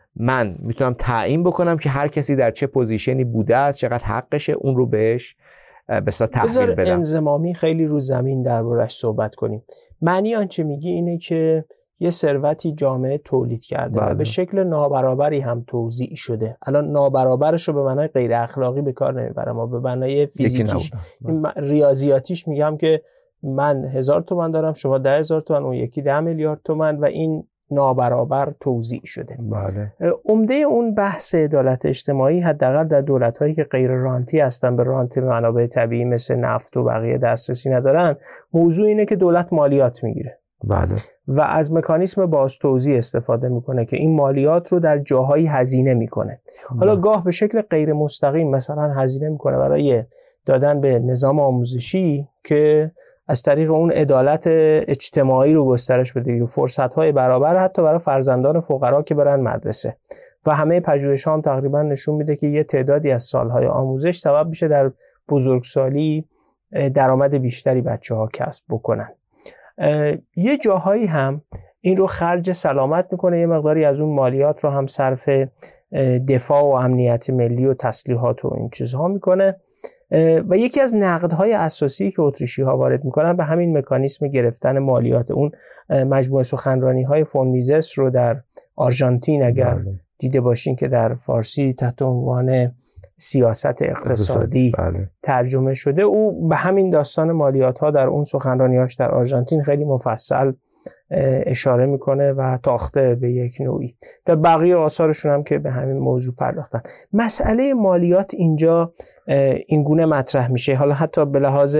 من میتونم تعیین بکنم که هر کسی در چه پوزیشنی بوده است، چقدر حقشه، اون رو بهش به اصطلاح تحویل بدم. انضمامی خیلی رو زمین دربارش صحبت کنیم. معنی آنچه میگی اینه که یه ثروتی جامعه تولید کرده بله. و به شکل نابرابری هم توزیع شده. الان نابرابرش رو به معنای غیر اخلاقی به کار نمیبرم، ما به معنای فیزیکیش، ریاضیاتیش میگم که من هزار تومان دارم، شما ده هزار تومان، اون یکی ده میلیارد تومان و این نابرابر توزیع شده. بله. عمده اون بحث عدالت اجتماعی حداقل در دولت‌هایی که غیر رانتی هستن، به رانت منابع طبیعی مثل نفت و بقیه دسترسی ندارن، موضوع اینه که دولت مالیات میگیره. بله. و از مکانیسم بازتوزیع استفاده میکنه که این مالیات رو در جاهایی هزینه میکنه. حالا گاه به شکل غیر مستقیم مثلا هزینه میکنه برای دادن به نظام آموزشی که از طریق اون عدالت اجتماعی رو گسترش بده، فرصت‌های برابر حتی برای فرزندان فقرا که برن مدرسه. و همه پژوهش‌ها هم تقریبا نشون میده که یه تعدادی از سالهای آموزش سبب میشه در بزرگسالی درآمد بیشتری بچه‌ها کسب بکنن. یه جاهایی هم این رو خرج سلامت میکنه، یه مقداری از اون مالیات رو هم صرف دفاع و امنیت ملی و تسلیحات و این چیزها میکنه. و یکی از نقدهای اساسی که اتریشی‌ها وارد میکنن به همین مکانیسم گرفتن مالیات، اون مجموعه سخنرانی‌های فون میزس رو در آرژانتین اگر بله. دیده باشین که در فارسی تحت عنوان سیاست اقتصادی بله. ترجمه شده، او به همین داستان مالیات‌ها در اون سخنرانی‌هاش در آرژانتین خیلی مفصل اشاره میکنه و تاخته به یک نوعی. در بقیه آثارشون هم که به همین موضوع پرداختن. مسئله مالیات اینجا این گونه مطرح میشه، حالا حتی به لحاظ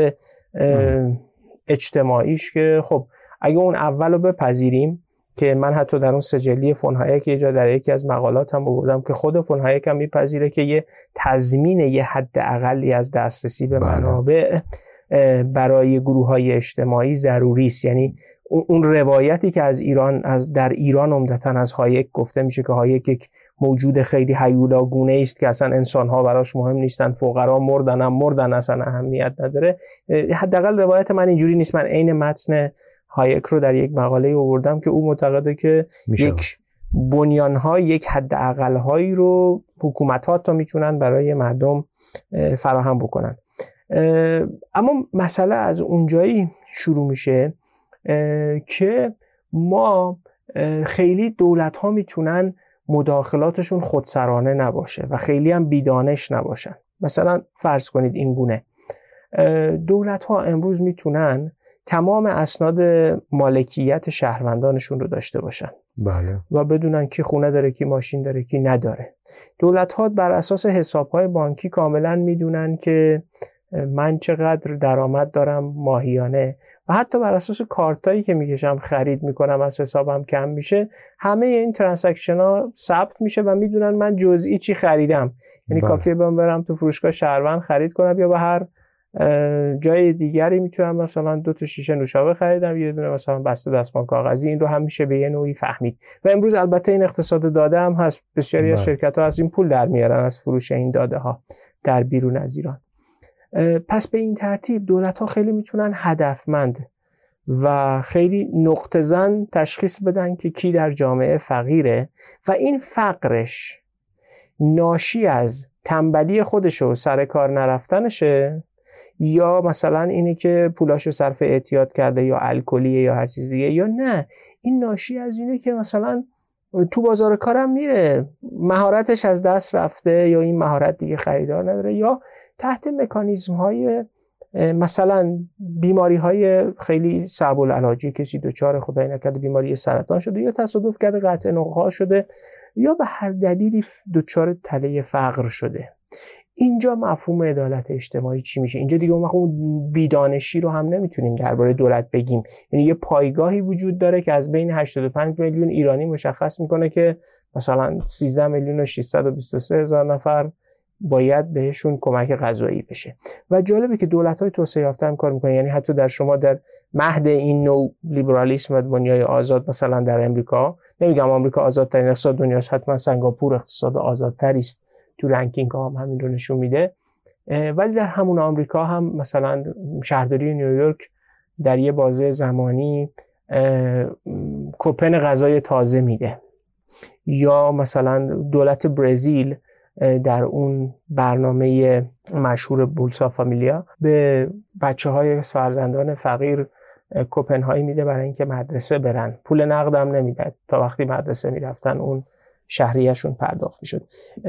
اجتماعیش که خب اگه اون اول رو بپذیریم که من حتی در اون سجلی فون هایک یه جا در یکی از مقالات هم بردم که خود فون هایک هم میپذیره که یه تضمین یه حد اقلی از دسترسی به منابع برای گروه‌های اجتماعی ضروری است. یعنی اون روایتی که از ایران از در ایران عمدتاً از هایک گفته میشه که هایک یک موجود خیلی هیولاگونه است که اصلا انسان‌ها براش مهم نیستن، فقرا مردن هم مردن، اصلا اهمیت نداره. حداقل روایت من اینجوری نیست. من عین متن هایک رو در یک مقاله آوردم که او معتقده که میشه. یک بنیان‌ها، یک حد اقل‌هایی رو حکومت‌ها تا میتونن برای مردم فراهم بکنن. اما مسئله از اونجایی شروع میشه که ما خیلی دولت‌ها میتونن مداخلاتشون خودسرانه نباشه و خیلی هم بیدانش نباشن. مثلا فرض کنید این گونه دولت‌ها امروز میتونن تمام اسناد مالکیت شهروندانشون رو داشته باشن بله. و بدونن کی خونه داره، کی ماشین داره، کی نداره. دولت‌ها بر اساس حساب‌های بانکی کاملا میدونن که من چقدر درآمد دارم ماهیانه و حتی بر اساس کارتایی که میکشم خرید میکنم از حسابم کم میشه، همه این ترانزکشن ها ثبت میشه و میدونن من جزئی چی خریدم. یعنی کافیه برم برم تو فروشگاه شهروند خرید کنم یا به هر جای دیگری میتونم مثلا دو تا شیشه نوشابه خریدم، یه دونه مثلا بسته دستمال کاغذی، این رو هم میشه به یه نوعی فهمید. و امروز البته این اقتصاد داده هم هست، بسیاری از شرکت‌ها از این پول در میارن از فروش این داده ها در بیرون از ایران. پس به این ترتیب دولت‌ها خیلی میتونن هدفمند و خیلی نقطه زن تشخیص بدن که کی در جامعه فقیره و این فقرش ناشی از تنبلی خودش و سر کار نرفتنشه یا مثلا اینه که پولاشو صرف اعتیاد کرده یا الکلیه یا هر چیز دیگه، یا نه این ناشی از اینه که مثلا تو بازار کارم میره مهارتش از دست رفته یا این مهارت دیگه خریدار نداره، یا تحت مکانیزم های مثلا بیماری های خیلی صعب العلاجی، کسی دچار خدای نکرده بیماری سرطان شده یا تصادف کرده قطع نخاع شده یا به هر دلیلی دچار تله فقر شده. اینجا مفهوم عدالت اجتماعی چی میشه؟ اینجا دیگه مفهوم بیدانشی رو هم نمیتونیم درباره دولت بگیم. یعنی یه پایگاهی وجود داره که از بین هشتاد و پنج میلیون ایرانی مشخص میکنه که مثلا سیزده میلیون و ششصد و بیست و سه هزار نفر باید بهشون کمک غذایی بشه. و جالبه که دولت‌های توسعه یافته هم کار میکنن. یعنی حتی در شما در مهد این نوع لیبرالیسم و دنیای آزاد، مثلا در امریکا، نمیگم آمریکا آزادترین اقتصاد دنیاست، حتما سنگاپور اقتصاد آزادتری است، تو رنکینگ ها هم همین رو نشون میده، ولی در همون آمریکا هم مثلا شهرداری نیویورک در یه بازه زمانی کوپن غذای تازه میده. یا مثلا دولت برزیل در اون برنامه مشهور بولسا فامیلیا به بچه های فرزندان فقیر کوپن هایی میده برای اینکه مدرسه برن، پول نقد هم نمیده تا وقتی مدرسه میرفتن اون شهریه‌شون پرداخت میشد.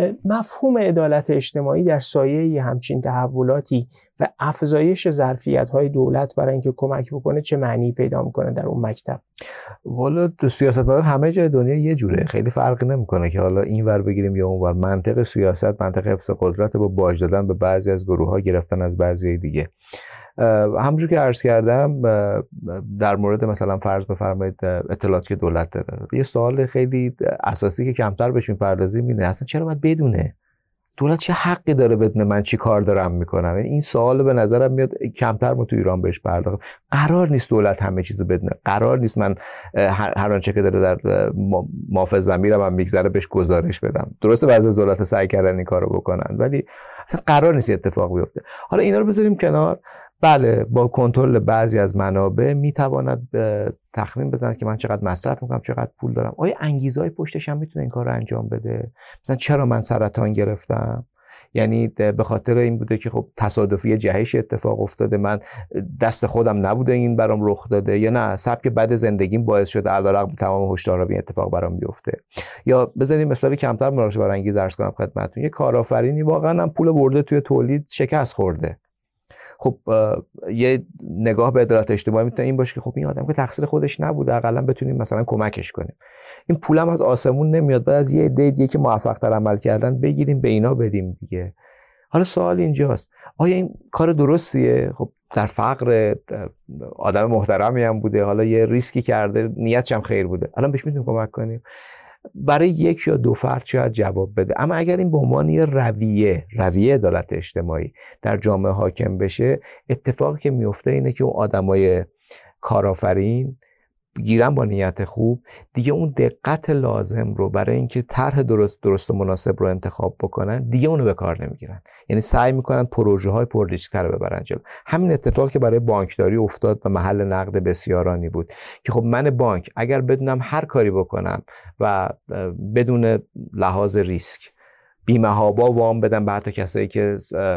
مفهوم عدالت اجتماعی در سایه همچین تحولاتی و افزایش ظرفیت‌های دولت برای اینکه کمک بکنه چه معنی پیدا میکنه در اون مکتب؟ والا تو سیاستمدار همه جای دنیا یه جوره، خیلی فرقی نمیکنه که حالا این ور بگیریم یا اون ور. منطق سیاست منطق حفظ قدرت با باج دادن به بعضی از گروه‌ها، گرفتن از بعضی دیگه. همونجور که عرض کردم در مورد مثلا فرض بفرمایید اطلاعاتی که دولت داره، یه سوال خیلی اساسی که کمتر بهش میپردازیم اینه اصلا چرا باید بدونه؟ دولت چه حقی داره بدونه من چی کار دارم میکنم؟ این سوال به نظرم میاد کمتر ما تو ایران بهش پرداختیم. قرار نیست دولت همه چیزو بدونه، قرار نیست من هر آنچه که داره در ماف ضمیرم هم میگذره بهش گزارش بدم. درسته بعضی از دولت سعی کردن این کارو بکنن ولی اصلا قرار نیست اتفاق بیفته. حالا اینا رو بذاریم کنار. بله با کنترل بعضی از منابع میتواند تخمین بزنه که من چقدر مصرف میکنم، چقدر پول دارم. آیا انگیزهای پشتش هم میتونه این کار رو انجام بده؟ مثلا چرا من سرطان گرفتم؟ یعنی به خاطر این بوده که خب تصادفی جهش اتفاق افتاده، من دست خودم نبوده این برام رخ داده، یا نه سبک بد زندگیم باعث شده علیرغم تمام هشدارها این اتفاق برام بیفته. یا بزنید مثال کمتر مناقشه برانگیز عرض کنم خدمتتون، یه کارآفرینی واقعا هم پول برده توی تولید شکست خورده. خب یه نگاه به عدالت اجتماعی میتونه این باشه که خب این آدم که تقصیر خودش نبوده، حداقل بتونیم مثلا کمکش کنیم. این پولم از آسمون نمیاد، بعد از یه عده دیگه که موفق تر عمل کردن بگیریم به اینا بدیم دیگه. حالا سوال اینجاست آیا این کار درستیه؟ خب در فقر آدم محترمی هم بوده، حالا یه ریسکی کرده، نیتش هم خیر بوده، الان بهش میتونیم کمک کنیم؟ برای یک یا دو فرد شاید جواب بده، اما اگر این به عنوان یه رویه رویه عدالت اجتماعی در جامعه حاکم بشه، اتفاقی که میفته اینه که اون آدمای کارآفرین گیرن با نیت خوب دیگه اون دقت لازم رو برای اینکه طرح درست درست و مناسب رو انتخاب بکنن دیگه اونو به کار نمیگیرن، یعنی سعی میکنن پروژه های پر ریسک رو ببرن جلو. همین اتفاقی که برای بانکداری افتاد و محل نقد بسیارانی بود که خب من بانک اگر بدونم هر کاری بکنم و بدون لحاظ ریسک بیمه ها با وام بدم به حتی کسایی که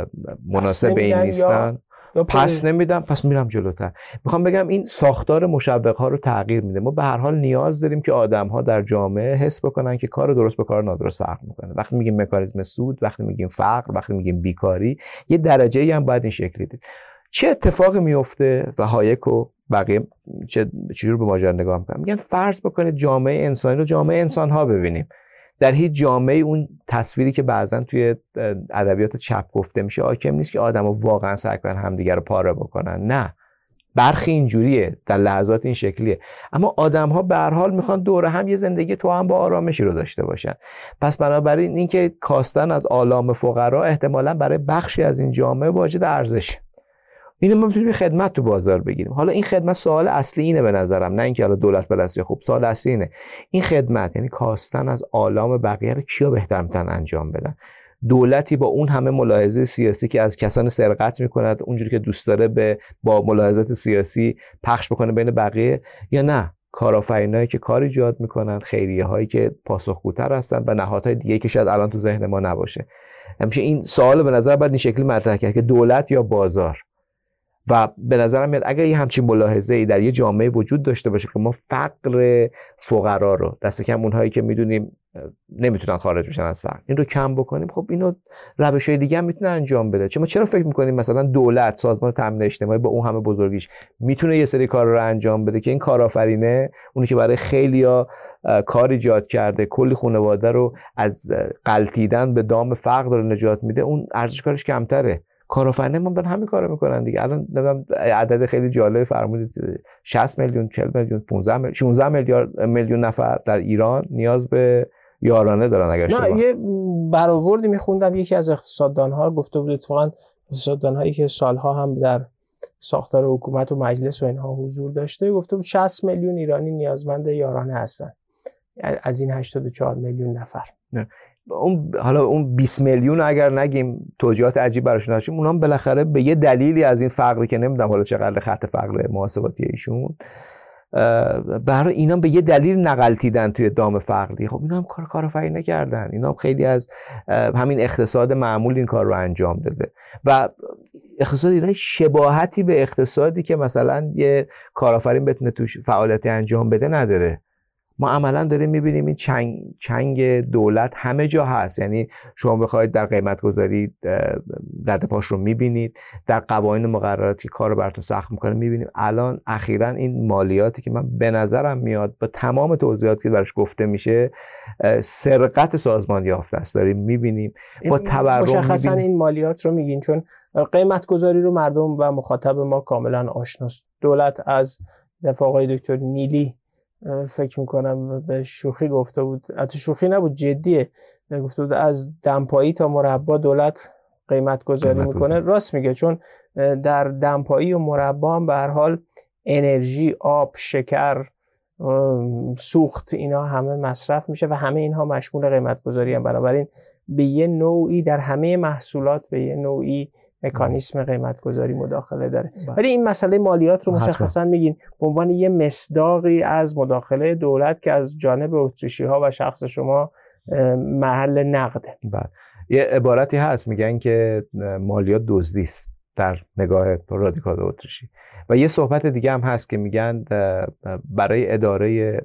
مناسب این نیستن پس نمیدم، پس میرم جلوتر. میخوام بگم این ساختار مشوق ها رو تغییر میده. ما به هر حال نیاز داریم که آدم ها در جامعه حس بکنن که کار درست به کار نادرست فرق میکنه. وقتی میگیم مکانیزم سود، وقتی میگیم فقر، وقتی میگیم بیکاری، یه درجه‌ای هم باید این شکلی دید. چه اتفاقی میفته و هایک و بقیه چه چجوری به ماجرا نگاه میکنن؟ میگن فرض بکنید جامعه انسانی رو جامعه انسان ها ببینیم. در هیچ جامعه اون تصویری که بعضن توی ادبیات چپ گفته میشه حاکم نیست که آدم‌ها واقعا سعی کنن همدیگه رو پاره بکنن. نه، برخی اینجوریه، در لحظات این شکلیه، اما آدم‌ها به هر حال میخوان دور هم یه زندگی تو هم با آرامشی رو داشته باشن. پس بنابراین اینکه کاستن از آلام فقرا احتمالاً برای بخشی از این جامعه واجد ارزش. اینو ما میتونیم خدمت تو بازار بگیریم. حالا این خدمت سوال اصلی اینه به نظرم، نه اینکه حالا دولت بلستی خوب، سوال اصلی اینه این خدمت یعنی کاستن از آلام بقیه رو کیا بهتر میتونن انجام بدن؟ دولتی با اون همه ملاحظه سیاسی که از کسان سرقت میکند اونجوری که دوست داره به با ملاحظات سیاسی پخش بکنه بین بقیه، یا نه کارآفرینایی که کار ایجاد میکنن، خیریه هایی که پاسخگوتر هستن و نهادهای دیگه که شاید الان تو ذهن ما نباشه. همیشه این سوال به نظر باید این شکلی مطرح کرد که دولت یا بازار. و به نظرم میاد اگر یه همچین ملاحظه‌ای در یه جامعه وجود داشته باشه که ما فقر فقرا رو، دست کم اونهایی که میدونیم نمیتونن خارج بشن از فقر، این رو کم بکنیم، خب اینو روش‌های دیگه هم میتونه انجام بده. چون ما چرا فکر میکنیم مثلا دولت، سازمان تامین اجتماعی با اون همه بزرگیش میتونه یه سری کار رو انجام بده که این کارآفرینه، اونی که برای خیلیا کار ایجاد کرده، کلی خانواده رو از غلطیدن به دام فقر رو نجات میده، اون ارزش کارش کمتره. کارآفرینان ما دارن همین کارو میکنن دیگه. الان نمیدونم عدد خیلی جالب فرمودید شصت میلیون، چهل میلیون، پانزده میلیون، شانزده میلیارد میلیون نفر در ایران نیاز به یارانه دارن. اگر اشتباه نه، یه برآوردی میخوندم یکی از اقتصاددان‌ها گفته بود، اتفاقا اقتصاددان‌هایی که سالها هم در ساختار حکومت و مجلس و اینها حضور داشته، گفته بود شصت میلیون ایرانی نیازمند یارانه هستن از این هشتاد و چهار میلیون نفر. نه. اون حالا اون بیست میلیون اگر نگیم توجیهات عجیب براشون داشتیم، اونها بالاخره به یه دلیلی از این فقری که نمیدونم حالا چقدر خط فقر محاسباتی ایشون برای اینا به یه دلیل نقلتیدن توی دام فقری. خب اینا هم کار کارآفرینی نکردن، اینا هم خیلی از همین اقتصاد معمول این کار رو انجام داده و اقتصاد ایران شباهتی به اقتصادی که مثلا یه کارآفرین بتونه توش فعالیتی انجام بده نداره. ما عملا داریم میبینیم این چنگ چنگ دولت همه جا هست. یعنی شما بخواید در قیمت گذاری رد پاش رو میبینید، در قوانین مقرراتی کار رو براتون سخت میکنه میبینیم. الان اخیراً این مالیاتی که من به نظرم میاد با تمام توضیحاتی که براش گفته میشه سرقت سازمان یافته است. داریم میبینیم با تورم. مشخصا میبینیم. این مالیات رو میگین چون قیمت گذاری رو مردم و مخاطب ما کاملا آشناست. دولت از دفعه آقای دکتر نیلی فکر میکنم به شوخی گفته بود، حتی شوخی نبود جدیه، گفته بود از دمپایی تا مربا دولت قیمت گذاری قیمت میکنه. گذاری. راست میگه، چون در دمپایی و مربا هم به هر حال انرژی، آب، شکر، سوخت اینا همه مصرف میشه و همه اینها مشمول قیمت گذاری هم. بنابراین به یه نوعی در همه محصولات به یه نوعی مکانیسم قیمت گذاری مداخله داره. ولی این مسئله مالیات رو مشخصا میگین به عنوان یه مصداقی از مداخله دولت که از جانب اتریشی ها و شخص شما محل نقده. بله. یه عبارتی هست میگن که مالیات دزدی است در نگاه رادیکال اتریشی و یه صحبت دیگه هم هست که میگن برای اداره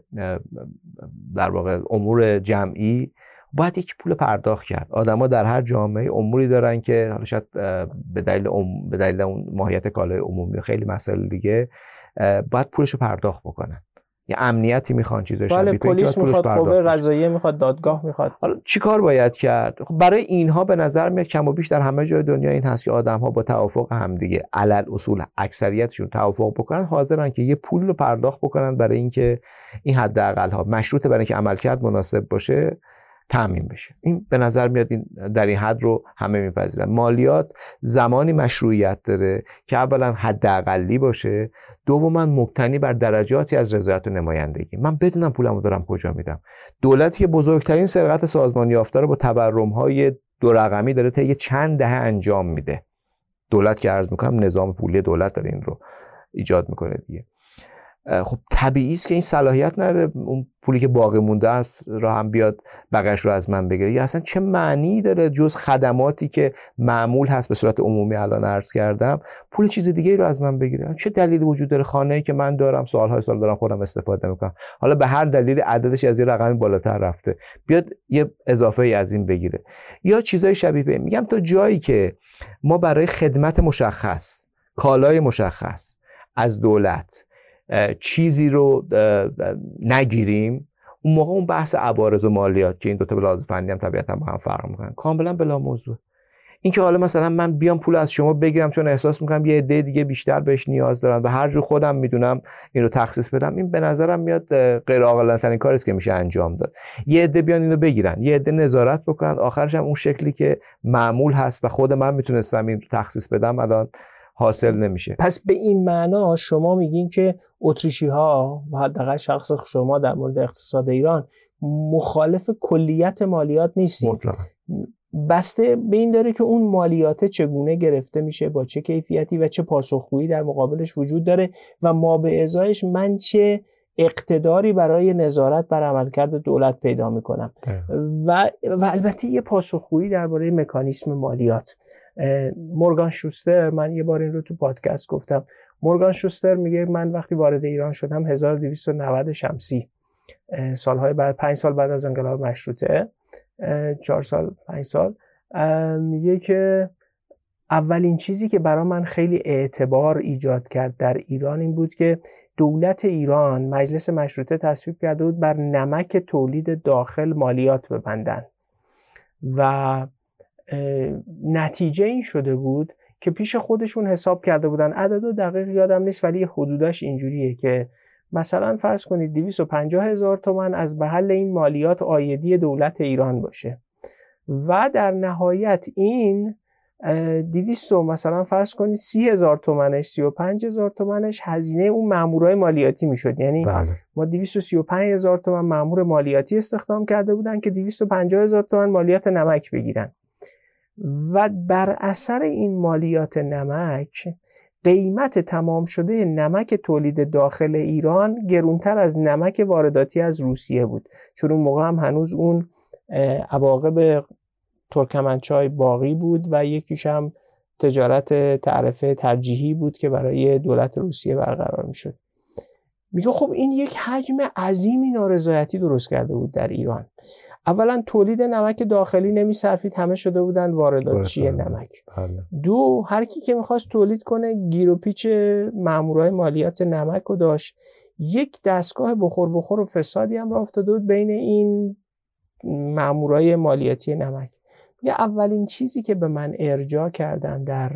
در واقع امور جمعی باید یک پول پرداخت کرد. آدما در هر جامعه اموری دارن که حالا شاید به دلیل ام... به دلیل اون ماهیت کالای عمومی و خیلی مسائل دیگه باید پولشو پرداخت بکنن. یه امنیتی میخوان، چیزای شبیه. بله، پلیس میخواد، قوه قضاییه میخواد، دادگاه میخواد. حالا چیکار باید کرد؟ خب برای اینها به نظر میاد کم و بیش در همه جای دنیا این هست که آدم‌ها با توافق همدیگه علل اصول اکثریتشون توافق بکنن، حاضرن که یه پول رو پرداخت بکنن برای اینکه این حداقل ها مشروط برای اینکه عملکرد مناسب باشه تامین بشه. این به نظر میاد این در این حد رو همه میپذیرن. مالیات زمانی مشروعیت داره که اولا حداقلی باشه، دوما مبتنی بر درجاتی از رضایت و نمایندگی. من بدونم پولمو دارم کجا میدم. دولتی که بزرگترین سرقت سازمان یافته رو با تورم‌های دو رقمی داره طی چند دهه انجام میده. دولت که عرض میکنم نظام پولی دولت داره این رو ایجاد میکنه دیگه. خب طبیعی است که این صلاحیت نداره اون پولی که باقی مونده است را هم بیاد بقیش رو از من بگیره. یا اصلا چه معنی داره جز خدماتی که معمول هست به صورت عمومی الان عرض کردم پول چیز دیگه رو از من بگیره؟ چه دلیلی وجود داره؟ خانه‌ای که من دارم سالهای سال دارم خودم استفاده میکنم، حالا به هر دلیل عددش از یه رقمی بالاتر رفته، بیاد یه اضافه ای از این بگیره. یا چیزای شبیه به این. میگم تا جایی که ما برای خدمت مشخص، کالای مشخص از دولت چیزی رو نگیریم، اون موقع اون بحث عوارض و مالیات که این دو تا به لحاظ فنی هم طبیعتا با هم فرق میکنن کاملا بلا موضوع. این که حالا مثلا من بیام پول از شما بگیرم چون احساس میکنم یه عده دیگه بیشتر بهش نیاز دارن و هر جور خودم میدونم این رو تخصیص بدم، این به نظرم میاد غیر عاقلانه ترین کاری است که میشه انجام داد. یه عده بیان اینو بگیرن، یه عده نظارت بکنن، آخرش هم اون شکلی که معمول هست و خود من میتونستم این رو تخصیص بدم الان حاصل نمیشه. پس به این معنا شما میگین که اتریشی ها و حداقل شخص شما در مورد اقتصاد ایران مخالف کلیت مالیات نیستین. مطلقا. بسته به این داره که اون مالیات چگونه گرفته میشه، با چه کیفیتی و چه پاسخگویی در مقابلش وجود داره و ما به ازایش من چه اقتداری برای نظارت بر عملکرد دولت پیدا میکنم و و البته یه پاسخگویی درباره مکانیسم مالیات. مورگان شوستر، من یه بار این رو تو پادکست گفتم، مورگان شوستر میگه من وقتی وارد ایران شدم هزار و دویست و نود شمسی، سالهای بعد، پنج سال بعد از انقلاب مشروطه، چهار سال پنج سال، میگه که اولین چیزی که برای من خیلی اعتبار ایجاد کرد در ایران این بود که دولت ایران، مجلس مشروطه تصویب کرده بود بر نمک تولید داخل مالیات ببندن و نتیجه این شده بود که پیش خودشون حساب کرده بودن، عدد و دقیق یادم نیست ولی حدوداش اینجوریه که مثلا فرض کنید دویست و پنجاه هزار تومان از محل این مالیات عایدی دولت ایران باشه و در نهایت این دویست مثلا فرض کنید سی هزار تومنش، سی و پنج هزار تومنش هزینه اون مامورای مالیاتی میشد. یعنی بله. ما دویست و سی و پنج هزار تومن مامور مالیاتی استخدام کرده بودن که دویست و پنجاه هزار تومن مالیات نمک بگیرن و بر اثر این مالیات نمک قیمت تمام شده نمک تولید داخل ایران گرونتر از نمک وارداتی از روسیه بود، چون اون موقع هم هنوز اون عواقب ترکمنچای باقی بود و یکیش هم تجارت تعرفه ترجیحی بود که برای دولت روسیه برقرار میشد. میگه خب این یک حجم عظیمی نارضایتی درست کرده بود در ایران. اولا تولید نمک داخلی نمیصرفید، همه شده بودن وارداتچی نمک. بله. دو، هر کی که میخواست تولید کنه گیر و پیچ مامورای مالیات نمک رو داشت. یک دستگاه بخور بخور و فسادی هم راه افتاده بود بین این مامورای مالیاتی نمک. یه اولین چیزی که به من ارجاع کردن در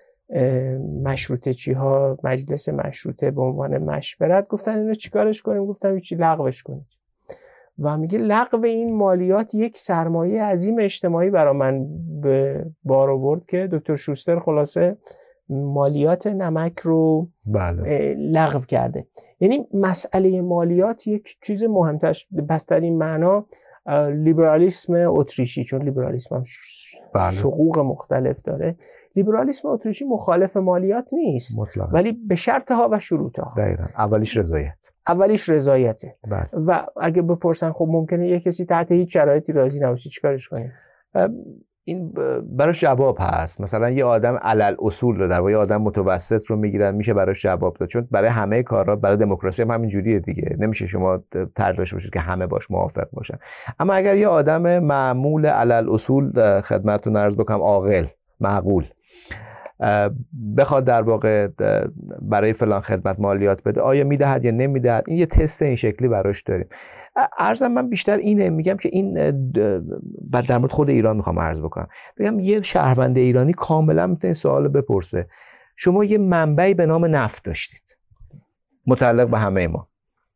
مشروطه چی ها، مجلس مشروطه به عنوان مشورت، گفتن اینو چیکارش کنیم؟ گفتم هیچی، لغوش کنید. و میگه لغو این مالیات یک سرمایه عظیم اجتماعی برای من به بار آورد که دکتر شوستر خلاصه مالیات نمک رو بله. لغو کرده. یعنی مسئله مالیات یک چیز مهمتر بس در این معنا لیبرالیسم اتریشی، چون لیبرالیسم هم بله. شقوق مختلف داره. لیبرالیسم اتریشی مخالف مالیات نیست مطلقا. ولی به شرط ها و شروط ها. دقیقاً. اولیش رضایت. اولیش رضایته. بله. و اگه بپرسن خب ممکنه یه کسی تحت هیچ شرایطی راضی نباشه، چیکارش کنیم؟ این براش جواب هست. مثلا یه آدم علل اصول رو در واقع آدم متوسط رو میگیرن، میشه براش جواب داد، چون برای همه کارا، برای دموکراسی هم همین جوریه دیگه، نمیشه شما طرح داشته باشید که همه باش موافق باشن. اما اگر یه آدم معمول علل اصول خدمتتون عرض بکنم، عاقل، معقول، بخواد در واقع برای فلان خدمت مالیات بده، آیا میدهد یا نمیدهد، این یه تست این شکلی براش داریم. عرضم من بیشتر اینه، میگم که این در مورد خود ایران میخوام عرض بکنم، بگم یه شهروند ایرانی کاملا میتونه سوال بپرسه، شما یه منبعی به نام نفت داشتید متعلق به همه ما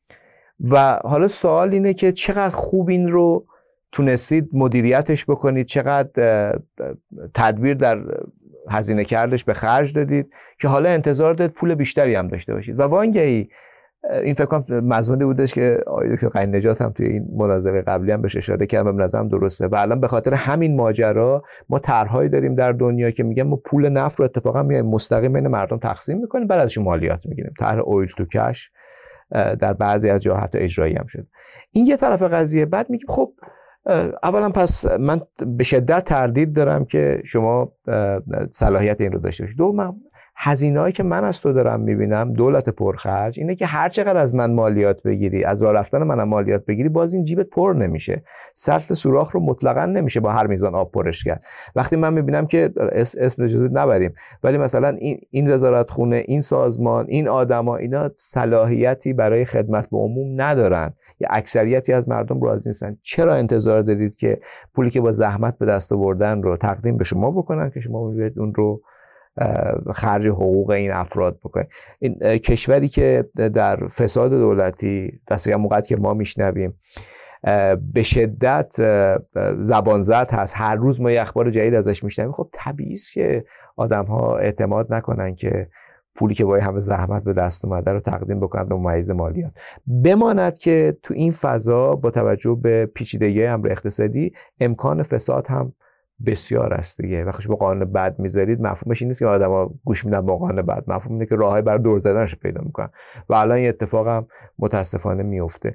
و حالا سوال اینه که چقدر خوب این رو تونستید مدیریتش بکنید، چقدر تدبیر در هزینه کردش به خرج دادید که حالا انتظار دارید پول بیشتری هم داشته باشید. و وانگهی این فکر کنم مضمونی بودش که آقای دکتر غنی نژاد هم توی این مناظره قبلی هم بهش اشاره کردم، به نظرم درسته. و الان به خاطر همین ماجرا ما طرحهایی داریم در دنیا که میگن ما پول نفت رو اتفاقا میایم مستقیم بین مردم تقسیم میکنیم، بعد ازش مالیات میگیریم. طرح اویل تو کش در بعضی از جاها حتی اجرایی هم شد. این یه طرف قضیه. بعد میگیم خب اولا پس من به شدت تردید دارم که شما صلاحیت این رو داشته باشید. دوم، هزینه‌ای که من از تو دارم میبینم، دولت پرخرج، اینه که هر چقدر از من مالیات بگیری، از راه رفتن منم مالیات بگیری، باز این جیبت پر نمیشه. سطل سوراخ رو مطلقاً نمیشه با هر میزان آب پرش کرد. وقتی من میبینم که اسم اجازه نبریم، ولی مثلا این این وزارتخونه، این سازمان، این آدما، اینا صلاحیتی برای خدمت به عموم ندارن، یا اکثریتی از مردم راضی نیستن، چرا انتظار دارید که پولی که با زحمت به دست آوردن رو تقدیم به شما بکنن که شما میبینید اون رو خرج حقوق این افراد بکنید؟ این کشوری که در فساد دولتی دست کم موقعی که ما میشنویم به شدت زبان زد هست، هر روز ما یه اخبار جدید ازش میشنویم، خب طبیعی است که آدم ها اعتماد نکنن که پولی که با همه زحمت به دست اومده رو تقدیم بکنن به ممیز مالیات. بماند که تو این فضا با توجه به پیچیدگی امر اقتصادی امکان فساد هم بسیار است دیگه. وقتی شما قانون بد میذارید، مفهومش این نیست که آدما گوش میدن به قانون بد، مفهوم اینه که راههای برای دور زدنش پیدا میکنن و الان این اتفاق هم متاسفانه میفته.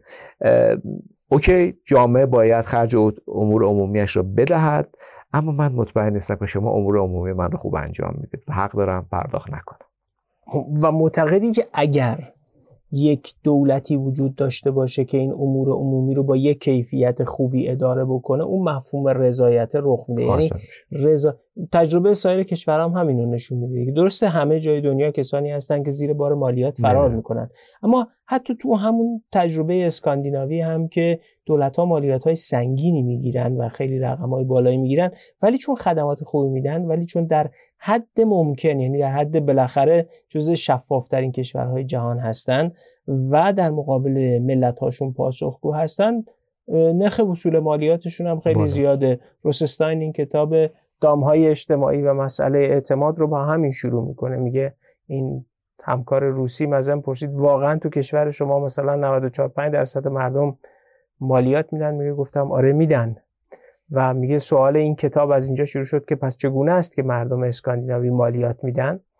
اوکی، جامعه باید خرج امور عمومیش رو بدهد، اما من مطمئن نیستم که شما امور عمومی من رو خوب انجام میدید و حق دارم پرداخت نکنم. و معتقدی که اگر یک دولتی وجود داشته باشه که این امور عمومی رو با یک کیفیت خوبی اداره بکنه، اون مفهوم رضایت رخ میده. یعنی رضا... تجربه سایر کشورها هم همین رو نشون میده. درسته همه جای دنیا کسانی هستن که زیر بار مالیات فرار نه. میکنن، اما حتی تو همون تجربه اسکاندیناوی هم که دولت‌ها مالیات‌های سنگینی میگیرن و خیلی رقم‌های بالایی میگیرن، ولی چون خدمات خوبی میدن، ولی چون در حد ممکن، یعنی در حد بالاخره جزء شفاف‌ترین کشورهای جهان هستن و در مقابل ملت‌هاشون پاسخگو هستن، نرخ وصول مالیاتشون هم خیلی بالا. زیاده. روسستاین این کتاب دام‌های اجتماعی و مسئله اعتماد رو با همین شروع میکنه. میگه این همکار روسی مثلا پرسید واقعا تو کشور شما مثلا نود و چهار پنج درصد مردم مالیات میدن؟ میگه گفتم آره میدن. و میگه سوال این کتاب از اینجا شروع شد که پس چگونه است که مردم اسکاندیناوی مالیات میدن؟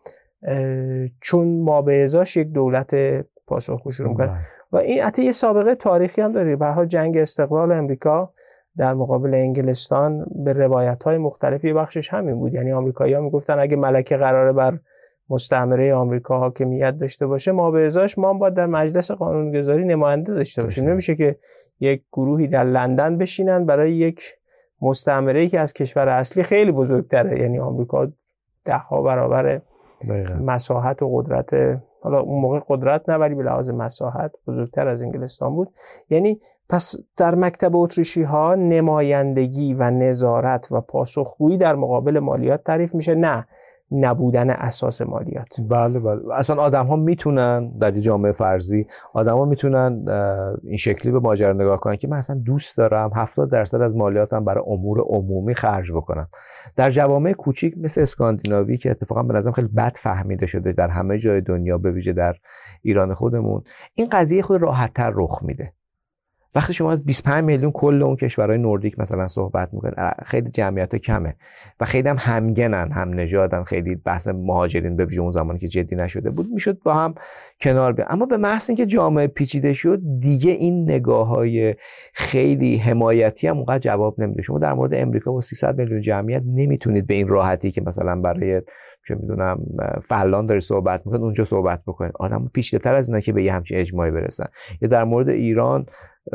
چون ما به ازاش یک دولت پاسخگو شروع می‌کنه و این حتی یه سابقه تاریخی هم داره. به هر حال جنگ استقلال امریکا در مقابل انگلستان به روایت‌های مختلفی بخشش همین بود. یعنی آمریکایی‌ها میگفتن اگه ملکه قراره بر مستعمره آمریکا حاکمیت داشته باشه، ما به ازاش ما باید در مجلس قانونگذاری نماینده داشته باشیم. نمیشه که یک گروهی در لندن بشینن برای یک مستعمره‌ای که از کشور اصلی خیلی بزرگتره، یعنی آمریکا ده ها برابر مساحت و قدرت، حالا اون موقع قدرت نه ولی به لحاظ مساحت بزرگتر از انگلستان بود. یعنی پس در مکتب اتریشی ها نمایندگی و نظارت و پاسخگویی در مقابل مالیات تعریف میشه، نه نبودن اساس مالیات. بله بله. اصلا آدم ها میتونن در جامعه فرضی آدم ها میتونن این شکلی به ماجرا نگاه کنن که من اصلا دوست دارم هفتاد درصد از مالیاتم برای امور عمومی خرج بکنم. در جوامع کوچیک مثل اسکاندیناوی که اتفاقا به نظرم خیلی بد فهمیده شده در همه جای دنیا، به ویژه در ایران خودمون، این قضیه خود راحت‌تر رخ میده. وقتی شما از بیست و پنج میلیون کل اون کشورهای نوردیک مثلا صحبت میکنید، خیلی جمعیت کمه و خیلی هم همگنن، هم نژادن، خیلی بحث مهاجرین به ویژه اون زمانی که جدی نشده بود میشد با هم کنار بیان. اما به محض اینکه جامعه پیچیده شد دیگه این نگاه‌های خیلی حمایتی هم اونقدر جواب نمیده. شما در مورد امریکا با سیصد میلیون جمعیت نمیتونید به این راحتی که مثلا برای چه میدونم فلان داری صحبت میکنید اونجا صحبت بکنید. آدمو پیچیده‌تر از اینا که به یه همچین اجماعی برسن. یا در مورد ایران،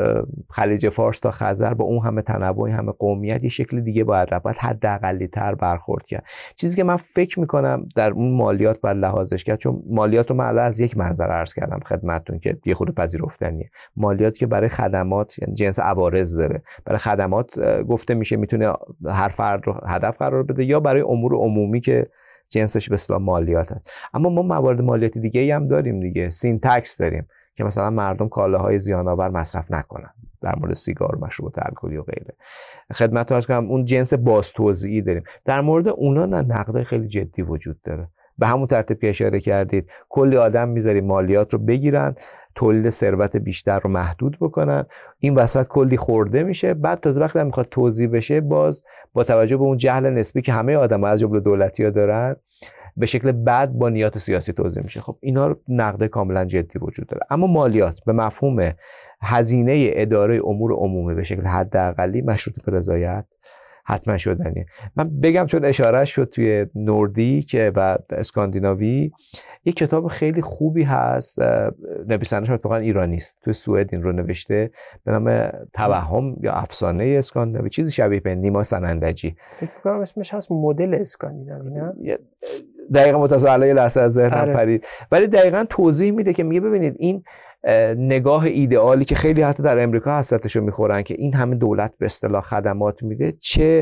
خلیج فارس تا خزر با اون همه تنوع، این همه قومیت، یه شکل دیگه باید رفت، باید حداقلی تر برخورد کرد. چیزی که من فکر میکنم در اون مالیات باید لحاظش کرد، چون مالیات رو من از یک منظر عرض کردم خدمتتون که یه خود پذیرفتنیه. مالیات که برای خدمات، یعنی جنس عوارض داره، برای خدمات گفته میشه میتونه هر فرد رو هدف قرار بده، یا برای امور عمومی که جنسش به اصطلاح مالیات هست. اما ما موارد مالیاتی دیگه هم داریم دیگه. سین تکس داریم که مثلا مردم کالاهای زیان‌آور مصرف نکنن، در مورد سیگار و مشروبات الکلی و غیره. خدمتتون عرض کنم اون جنس بازتوزیعی داریم. در مورد اونا نه نقد خیلی جدی وجود داره. به همون ترتیب که اشاره کردید کلی آدم میذاریم مالیات رو بگیرن، تولید ثروت بیشتر رو محدود بکنن، این وسط کلی خورده میشه، بعد تازه وقتی میخواد توزیع بشه باز با توجه به اون جهل نسبی که همه آدم‌ها از جمله دولتی‌ها دارن به شکل بد با نیات سیاسی توزیع میشه. خب اینا رو نقد کاملا جدی وجود داره. اما مالیات به مفهوم هزینه اداره امور عمومی به شکل حداقلی مشروط به رضایت حتما شدنیه. من بگم چون اشاره شد توی نوردیک و اسکاندیناوی، یک کتاب خیلی خوبی هست، نویسنده‌اش اتفاقا ایرانی است، توی سوئد این رو نوشته، به نام توهم یا افسانه اسکاندیناوی، چیزی شبیه به نیما سنندجی. فکر می‌کنم اسمش هست مدل اسکاندیناوی، نه؟ دقیقاً متأسفانه لحظه از ذهنم پرید، ولی دقیقاً توضیح میده که میگه ببینید این نگاه ایدئالی که خیلی حتی در امریکا حسرتشو میخورن که این همه دولت به اصطلاح خدمات میده، چه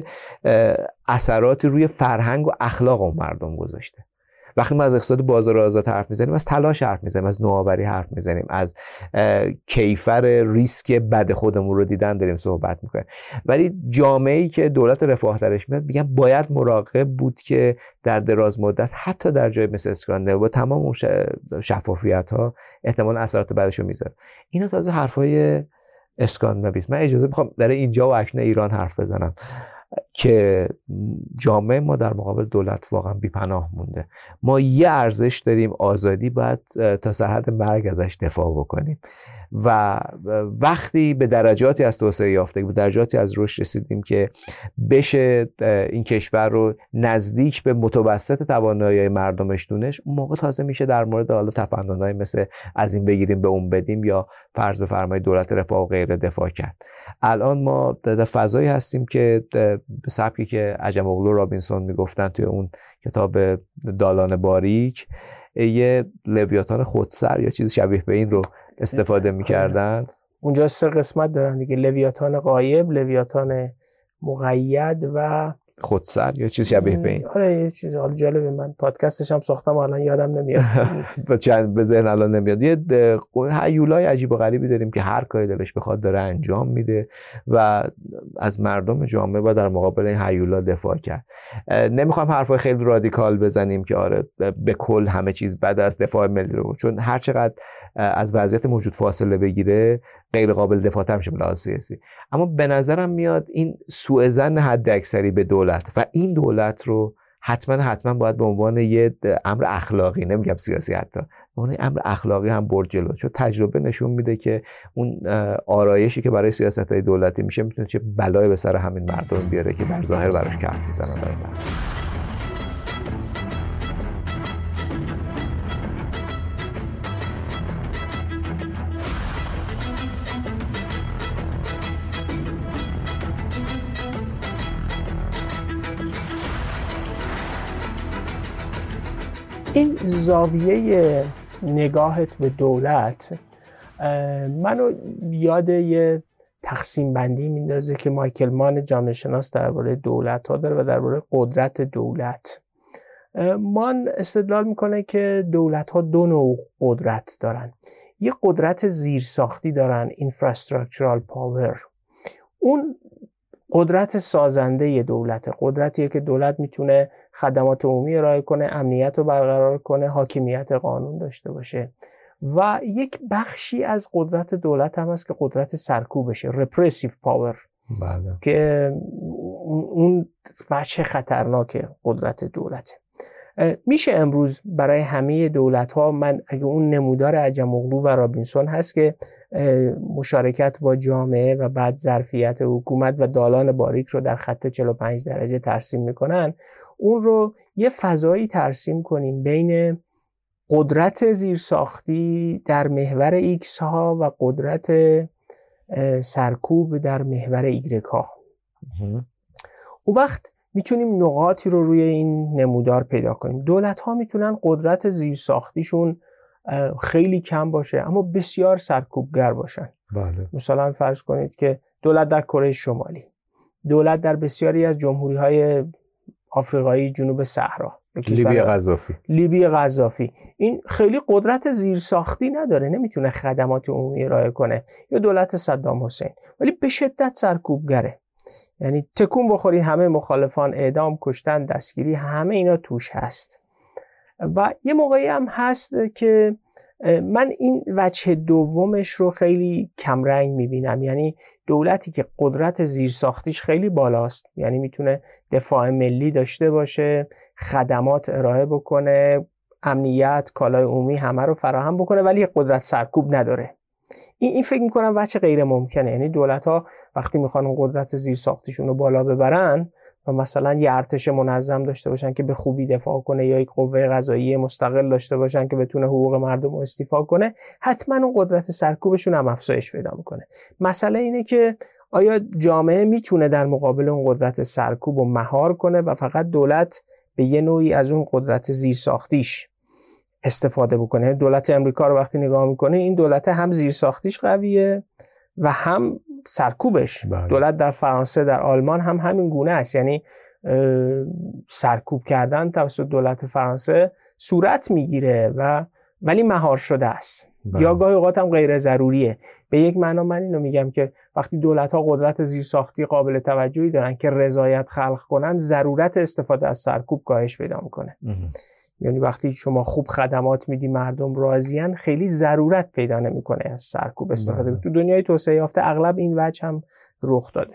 اثراتی روی فرهنگ و اخلاق اون مردم گذاشته. وقتی ما از اقتصاد بازار آزاد حرف میزنیم، از تلاش حرف میزنیم، از نوآوری حرف میزنیم، از کیفر ریسک بد خودمون رو دیدن داریم صحبت میکنیم. ولی جامعه‌ای که دولت رفاه درش میاد میگن باید مراقب بود که در دراز مدت حتی در جای مثل اسکاندیناوی با تمام اون شفافیت ها احتمال اثرات بعدش رو میذاره. اینا تازه حرفای اسکاندیناوی است. من اجازه میخوام در اینجا و اکنون ایران حرف بزنم که جامعه ما در مقابل دولت واقعا بی‌پناه مونده. ما یه ارزش داریم، آزادی، باید تا سرحد مرگ ازش دفاع بکنیم و وقتی به درجاتی از توسعه یافتگی، به درجاتی از رشد رسیدیم که بشه این کشور رو نزدیک به متوسط توانایی مردمش دونش، اون موقع تازه میشه در مورد حالا تفنن‌های مثل از این بگیریم به اون بدیم یا فرض بفرمایید دولت رفاه و غیره دفاع کرد. الان ما در فضایی هستیم که به سبکی که عجم‌اوغلو رابینسون میگفتن توی اون کتاب دالان باریک، یه لویاتان خودسر یا چیز شبیه به این رو استفاده میکردن. اونجا سه قسمت دارن دیگه، لویاتان غایب، لویاتان مقید و خودسر یا چیز شبیه به این. آره یه چیز حالا جالبه، من پادکستش هم ساختم الان یادم نمیاد. به ذهن الان نمیاد. یه هیولای عجیب و غریبی داریم که هر کاری دلش بخواد داره انجام میده و از مردم جامعه با در مقابل این هیولا دفاع کرد. نمیخوام حرفای خیلی رادیکال بزنیم که آره به کل همه چیز بد است، دفاع ملی رو، چون هر چقدر از وضعیت موجود فاصله بگیره غیر قابل دفاع تر میشه به لحاظ سیاسی. اما به نظرم میاد این سوء ظن حد اکثری به دولت و این دولت رو حتما حتما باید به عنوان یه امر اخلاقی، نمیگم سیاسی، حتی به عنوان امر اخلاقی هم برد جلو، چون تجربه نشون میده که اون آرایشی که برای سیاست‌های دولتی میشه میتونه چه بلایی به سر همین مردم بیاره که در ظاهر براش کف میزنن. در این زاویه نگاهت به دولت منو یاد یه تقسیم بندی میندازه که مایکل مان جامعه شناس درباره دولت ها داره و درباره قدرت دولت. مان استدلال میکنه که دولت ها دو نوع قدرت دارن. یه قدرت زیرساختی دارن، infrastructural power. اون قدرت سازنده دولت، قدرتیه که دولت میتونه خدمات عمومی ارائه کنه، امنیت رو برقرار کنه، حاکمیت قانون داشته باشه. و یک بخشی از قدرت دولت هم هست که قدرت سرکوبشه، repressive power. بله. که اون وجه خطرناک قدرت دولته. میشه امروز برای همه دولت ها، من اگه اون نمودار عجم‌اوغلو و رابینسون هست که مشارکت با جامعه و بعد ظرفیت حکومت و دالان باریک رو در خط چهل و پنج درجه ترسیم میکنن، اون رو یه فضایی ترسیم کنیم بین قدرت زیرساختی در محور ایکس ها و قدرت سرکوب در محور ایگرگ ها. اون وقت میتونیم نقاطی رو روی این نمودار پیدا کنیم. دولت ها میتونن قدرت زیرساختیشون خیلی کم باشه اما بسیار سرکوبگر باشن. بله. مثلا فرض کنید که دولت در کره شمالی، دولت در بسیاری از جمهوری های آفریقایی جنوب صحرا، لیبی قذافی لیبی قذافی این خیلی قدرت زیرساختی نداره، نمیتونه خدمات عمومی ارائه کنه، یا دولت صدام حسین، ولی به شدت سرکوبگره. یعنی تکون بخوری همه مخالفان اعدام، کشتن، دستگیری، همه اینا توش هست. و یه موقعی هم هست که من این وجه دومش رو خیلی کمرنگ میبینم، یعنی دولتی که قدرت زیرساختیش خیلی بالاست، یعنی میتونه دفاع ملی داشته باشه، خدمات ارائه بکنه، امنیت، کالای عمومی همه رو فراهم بکنه، ولی قدرت سرکوب نداره. این این فکر میکنم وجه غیر ممکنه. یعنی دولت ها وقتی میخوان اون قدرت زیرساختیشون رو بالا ببرن و مثلا یه ارتش منظم داشته باشن که به خوبی دفاع کنه، یا یک قوه قضاییه مستقل داشته باشن که بتونه حقوق مردم رو استیفا کنه، حتما اون قدرت سرکوبشون هم افزایش پیدا میکنه. مسئله اینه که آیا جامعه میتونه در مقابل اون قدرت سرکوب رو مهار کنه و فقط دولت به یه نوعی از اون قدرت زیرساختیش استفاده بکنه؟ دولت امریکا رو وقتی نگاه میکنه، این دولت هم زیرساختیش قویه و هم سرکوبش. بله. دولت در فرانسه، در آلمان هم همین گونه است، یعنی سرکوب کردن توسط دولت فرانسه صورت میگیره و ولی مهار شده است. بله. یا گاهی اوقات هم غیر ضروریه. به یک معنا من اینو میگم که وقتی دولت ها قدرت زیرساختی قابل توجهی دارن که رضایت خلق کنن، ضرورت استفاده از سرکوب کاهش پیدا میکنه. یعنی وقتی شما خوب خدمات میدی، مردم راضیان، خیلی ضرورت پیدا نمیکنه از سرکوب استفاده. تو دنیای توسعه یافته اغلب این وجه هم رخ داده.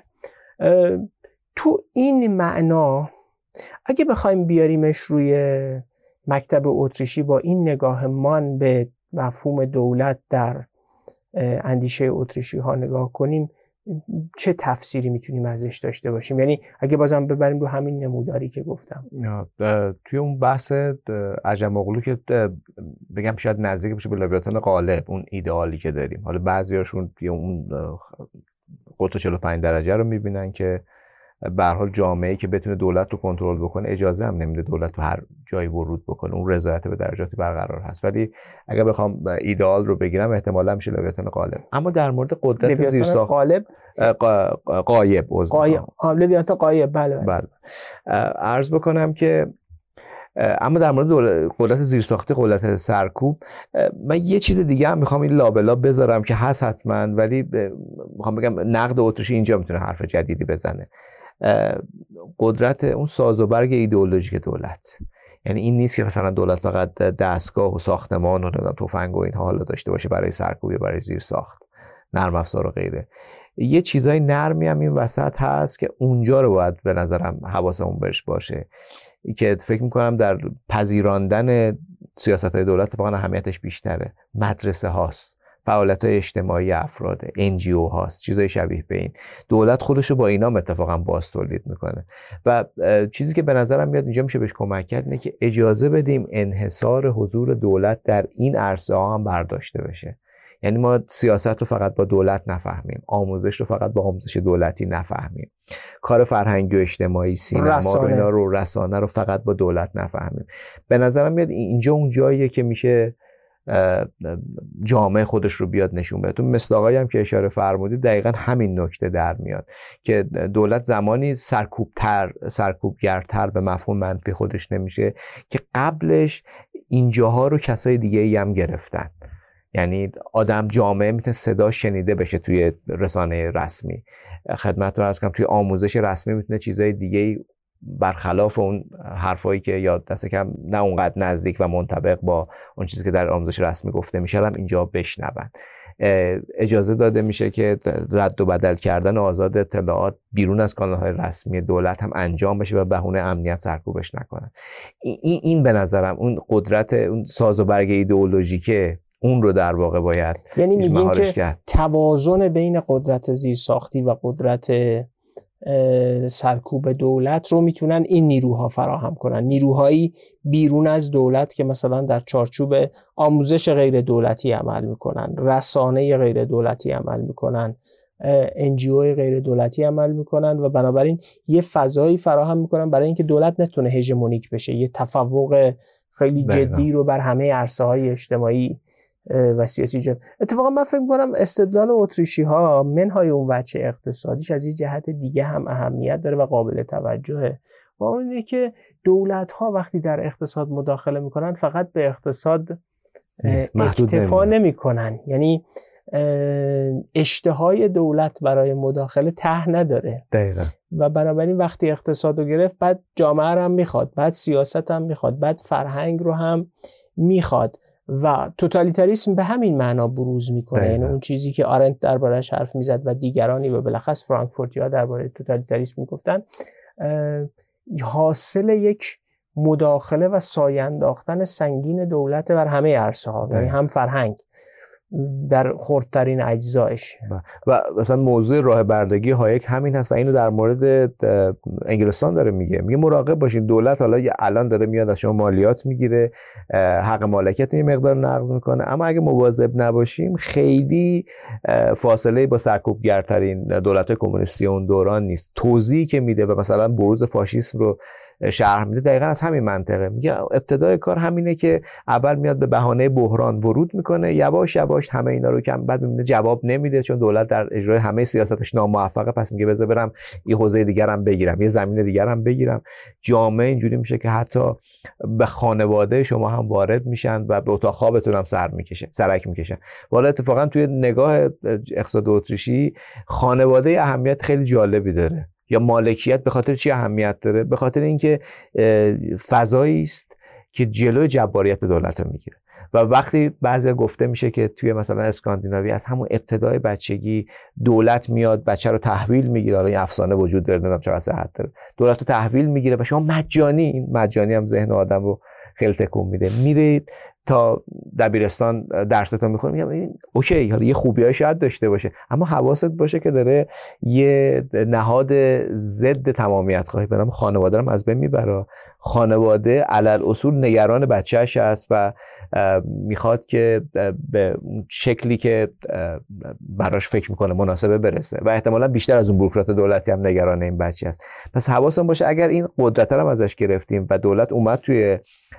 تو این معنا اگه بخوایم بیاریمش روی مکتب اتریشی، با این نگاه مان به مفهوم دولت در اندیشه اتریشی ها نگاه کنیم، چه تفسیری میتونیم ازش داشته باشیم؟ یعنی اگه بازم ببریم رو همین نموداری که گفتم. توی اون بحث عجم‌اوغلو که بگم شاید نزدیک بشه به لویاتان غالب، اون ایدئالی که داریم، حالا بعضیاشون اون قطر چهل و پنج درجه رو میبینن که به هر حال جامعه‌ای که بتونه دولت رو کنترل بکنه اجازه هم نمیده دولت تو هر جایی ورود بکنه، اون رضایت به درجاتی برقرار هست. ولی اگر بخوام ایدئال رو بگیرم احتمالاً میشه لویاتان غالب. اما در مورد قدرت زیرساخت غالب غایب غایب لویاتان غایب بله بله عرض بکنم که اما در مورد قدرت زیرساختی، قدرت سرکوب، من یه چیز دیگه هم میخوام این لابلا بذارم که هست حتما، ولی میخوام بگم نقد اتریشی اینجا میتونه حرف جدیدی بزنه. قدرت اون ساز و برگ ایدئولوژیک دولت، یعنی این نیست که مثلا دولت فقط دستگاه و ساختمان و تفنگ و اینها حالا داشته باشه برای سرکوب، برای زیرساخت، نرم افزار و غیره. یه چیزای نرمی هم این وسط هست که اونجا رو باید به نظرم حواسمون بهش باشه، که فکر میکنم در پذیراندن سیاست‌های دولت اتفاقا اهمیتش بیشتره. مدرسه هاست، فعالیت‌های اجتماعی افراد، ان جی او هاست، چیزای شبیه به این. دولت خودش رو با اینا اتفاقا باز تولید میکنه و چیزی که به نظرم میاد اینجا میشه بهش کمک کرد اینه که اجازه بدیم انحصار حضور دولت در این عرصه ها هم برداشته بشه. یعنی ما سیاست رو فقط با دولت نفهمیم، آموزش رو فقط با آموزش دولتی نفهمیم، کار فرهنگی و اجتماعی، سینما رو، اینا رو، رسانه رو فقط با دولت نفهمیم. به نظرم میاد اینجا اون جاییه که میشه جامعه خودش رو بیاد نشون بده. تو مصداقایی هم که اشاره فرمودید دقیقاً همین نکته در میاد که دولت زمانی سرکوبتر سرکوبگرتر به مفهوم منفی خودش نمیشه که قبلش اینجاها رو کسای دیگه ای هم گرفتن. یعنی آدم، جامعه میتونه صدا شنیده بشه توی رسانه رسمی، خدمت رو عرض کنم توی آموزش رسمی میتونه چیزای دیگه برخلاف اون حرفایی که یا دست کم نه اونقدر نزدیک و منطبق با اون چیزی که در آموزش رسمی گفته میشه هم اینجا بشنون. اجازه داده میشه که رد و بدل کردن آزاد اطلاعات بیرون از کانال‌های رسمی دولت هم انجام بشه و بهونه امنیت سرکوبش نکنن. این این به نظرم اون قدرت، اون ساز و برگ ایدئولوژیکه، اون رو در واقع باید، یعنی میگیم که کرد. توازن بین قدرت زیرساختی و قدرت سرکوب دولت رو میتونن این نیروها فراهم کنن. نیروهایی بیرون از دولت که مثلا در چارچوب آموزش غیر دولتی عمل میکنن، رسانه غیر دولتی عمل میکنن، ان جی او غیر دولتی عمل میکنن و بنابراین یه فضایی فراهم میکنن برای اینکه دولت نتونه هژمونیک بشه، یه تفوق خیلی جدی رو بر همه عرصه‌های اجتماعی و سیاسی جد. اتفاقا من فکر می‌کنم استدلال اتریشی ها منهای اون وجه اقتصادیش از یه جهت دیگه هم اهمیت داره و قابل توجهه، و اون اینه که دولت ها وقتی در اقتصاد مداخله میکنن فقط به اقتصاد اکتفا نمیکنن. یعنی اشتهای دولت برای مداخله ته نداره. دقیقاً. و بنابراین وقتی اقتصاد رو گرفت بعد جامعه رو هم میخواد، بعد سیاست هم میخواد، بعد فرهنگ رو هم میخواد و توتالیتاریسم به همین معنا بروز میکنه. یعنی اون چیزی که آرنت درباره‌اش حرف میزد و دیگرانی و بالاخص فرانکفورتی‌ها درباره توتالیتاریسم میگفتن، حاصل یک مداخله و سایه انداختن سنگین دولت بر همه عرصه‌ها، یعنی هم فرهنگ در خردترین اجزایش. و مثلا موضوع راه بردگی هایک همین هست و اینو در مورد انگلستان داره میگه، میگه مراقب باشین دولت حالا الان داره میاد از شما مالیات میگیره، حق مالکیت یه مقدار نقض میکنه، اما اگه مواظب نباشیم خیلی فاصله با سرکوبگرترین دولت‌های کمونیستی اون دوران نیست. توضیحی که میده و مثلا بروز فاشیسم رو شرح میده دقیقاً از همین منطقه. میگه ابتدای کار همینه که اول میاد به بهانه بحران ورود میکنه، یواش یواش همه اینا رو که بعد میبینه جواب نمیده چون دولت در اجرای همه سیاستش ناموفقه، پس میگه بذار برم یه حوزه دیگرم بگیرم، یه زمین دیگرم بگیرم. جامعه اینجوری میشه که حتی به خانواده شما هم وارد میشن و به اتاق خوابتون هم سر میکشه سرک میکشن. والا اتفاقا توی نگاه اقتصاد اتریشی خانواده اهمیت خیلی جالبی داره، یا مالکیت به خاطر چی اهمیت داره؟ به خاطر اینکه فضایی است که جلوی جباریت دولت رو میگیره. و وقتی بعضی گفته میشه که توی مثلا اسکاندیناوی از همون ابتدای بچگی دولت میاد بچه رو تحویل میگیره، حالا این افسانه وجود داره نمیدونم چقدر صحت داره، دولت رو تحویل میگیره و شما مجانی، این مجانی هم ذهن آدم رو خیلی تکون میده، میرید تا دبیرستان درستون میخونه، میگم این اوکی حالا یه خوبیای شاید داشته باشه اما حواست باشه که داره یه نهاد ضد تمامیت خواهی به نام خانواده رو از بین میبره. خانواده علل اصول نگران بچه‌اش است و میخواد که به شکلی که براش فکر میکنه مناسبه برسه و احتمالاً بیشتر از اون بوروکرات دولتی هم نگران این بچه است. پس حواسمون باشه اگر این قدرت رو ازش گرفتیم و دولت اومد توی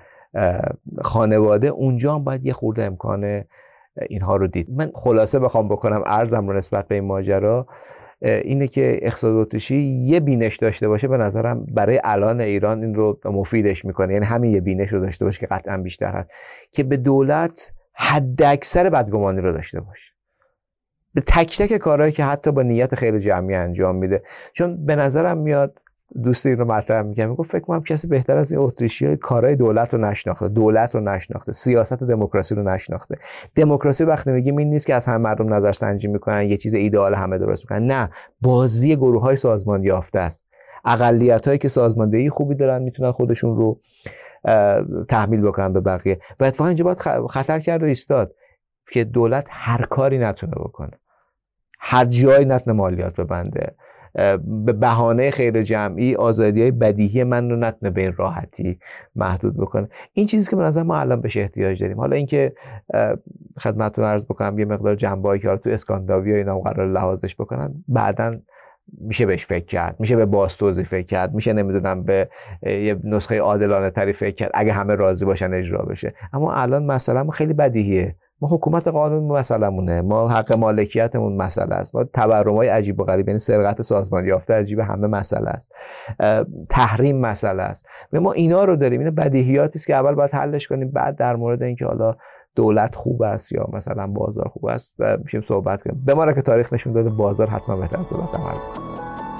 خانواده، اونجا هم باید یه خورده امکان اینها رو دید. من خلاصه بخوام بکنم عرضم رو نسبت به این ماجرا اینه که اقتصاد اتریشی یه بینش داشته باشه به نظرم برای الان ایران این رو مفیدش میکنه، یعنی همین یه بینش رو داشته باشه که قطعا بیشتر هست که به دولت حد اکثر بدگمانی رو داشته باشه به تک تک کارهایی که حتی با نیت خیلی جمعی انجام میده. چون به نظرم میاد دوست این رو مطرح می‌کنم، میگفت فکر کنم کسی بهتر از این اتریشی‌ها کارهای دولت رو نشناخته، دولت رو نشناخته، سیاست دموکراسی رو نشناخته. دموکراسی وقتی میگیم این نیست که از همه مردم نظرسنجی میکنن، یه چیز ایدئال همه درست میکنن. نه، بازی گروه‌های سازمان یافته است. اقلیت‌هایی که سازماندهی خوبی دارن میتونن خودشون رو تحمیل بکنن به بقیه. و اتفاقا اینجا باید خطر کرد و ایستاد که دولت هر کاری نتونه بکنه، هر جایی نتونه مالیات ببنده، به بهانه خیر جمعی آزادی‌های بدیهی من رو نتونه به این راحتی محدود بکنه. این چیزی که به نظر ما الان بهش احتیاج داریم. حالا اینکه خدمتتون عرض بکنم یه مقدار جنبه‌ای که تو اسکاندیناوی اینا قرار لحاظش بکنن، بعداً میشه بهش فکر کرد، میشه به بازتوزیع فکر کرد، میشه نمیدونم به یه نسخه عادلانه تری فکر کرد اگه همه راضی باشن اجرا بشه. اما الان مسئله خیلی بدیهیه. ما حکومت قانون مسئله‌مونه، ما حق مالکیتمون مسئله است، ما تورم‌های عجیب و غریب، یعنی سرقت سازمان یافته عجیب همه مسئله است، تحریم مسئله است. ما اینا رو داریم، اینا بدیهیاتی است که اول باید حلش کنیم، بعد در مورد اینکه حالا دولت خوب است یا مثلا بازار خوب است میشیم صحبت کنیم. به ما را که تاریخ نشون داده بازار حتما بهتر از دولت عمل کنه.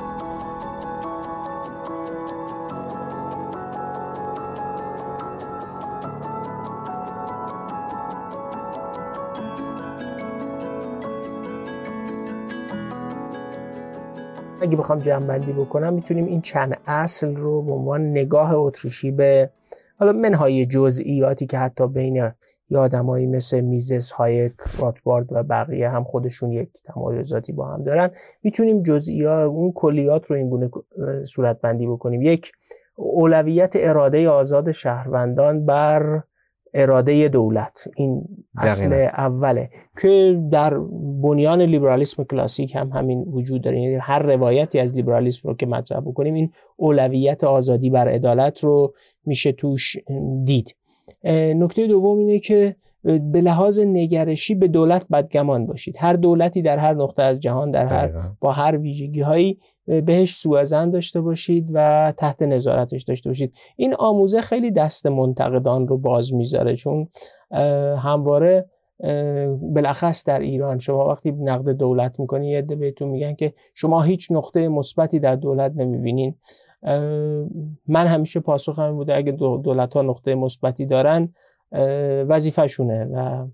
اگه بخوام جمع‌بندی بکنم میتونیم این چند اصل رو به عنوان نگاه اتریشی به حالا منهای جزئیاتی که حتی بین یه آدمایی مثل میزس، هایک، راتبارد و بقیه هم خودشون یک تمایزاتی با هم دارن، میتونیم جزئیات اون کلیات رو این گونه صورت بندی بکنیم. یک، اولویت اراده آزاد شهروندان بر اراده دولت، این اصل دقیقا اوله که در بنیان لیبرالیسم کلاسیک هم همین وجود داره. یعنی هر روایتی از لیبرالیسم رو که مطرح بکنیم این اولویت آزادی بر عدالت رو میشه توش دید. نکته دوم اینه که به لحاظ نگرشی به دولت بدگمان باشید. هر دولتی در هر نقطه از جهان در هر با هر ویژگی‌هایی بهش سوءظن داشته باشید و تحت نظارتش داشته باشید. این آموزه خیلی دست منتقدان رو باز میذاره، چون همواره بالاخص در ایران شما وقتی نقد دولت میکنی یه عده بهتون میگن که شما هیچ نقطه مثبتی در دولت نمیبینین. من همیشه پاسخم این بوده اگه دولت‌ها نقطه مثبتی دارن وظیفه‌شونه و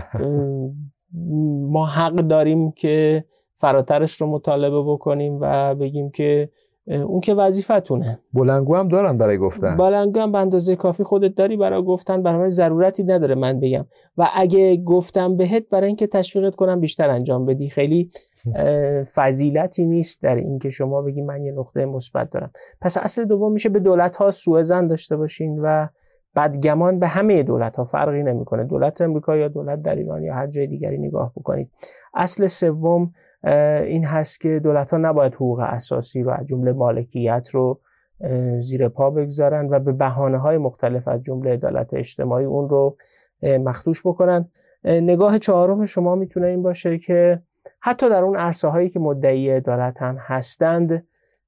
ما حق داریم که فراترش رو مطالبه بکنیم و بگیم که اون که وظیفتونه. بلندگو هم دارن برای گفتن، بلندگو هم به اندازه کافی خودت داری برای گفتن، برای من ضرورتی نداره من بگم و اگه گفتم بهت برای اینکه تشویقت کنم بیشتر انجام بدی. خیلی فضیلتی نیست در این که شما بگی من یه نقطه مثبت دارم. پس اصل دوم میشه به دولت‌ها سوءظن داشته باشین و بدگمان به همه دولت‌ها، فرقی نمی‌کنه دولت امریکا یا دولت در ایران یا هر جای دیگری نگاه بکنید. اصل سوم این هست که دولت‌ها نباید حقوق اساسی رو از جمله مالکیت رو زیر پا بگذارن و به بهانه‌های مختلف از جمله عدالت اجتماعی اون رو مخدوش بکنن. نگاه چهارم شما میتونه این باشه که حتی در اون عرصه‌هایی که مدعی عدالت هم هستند،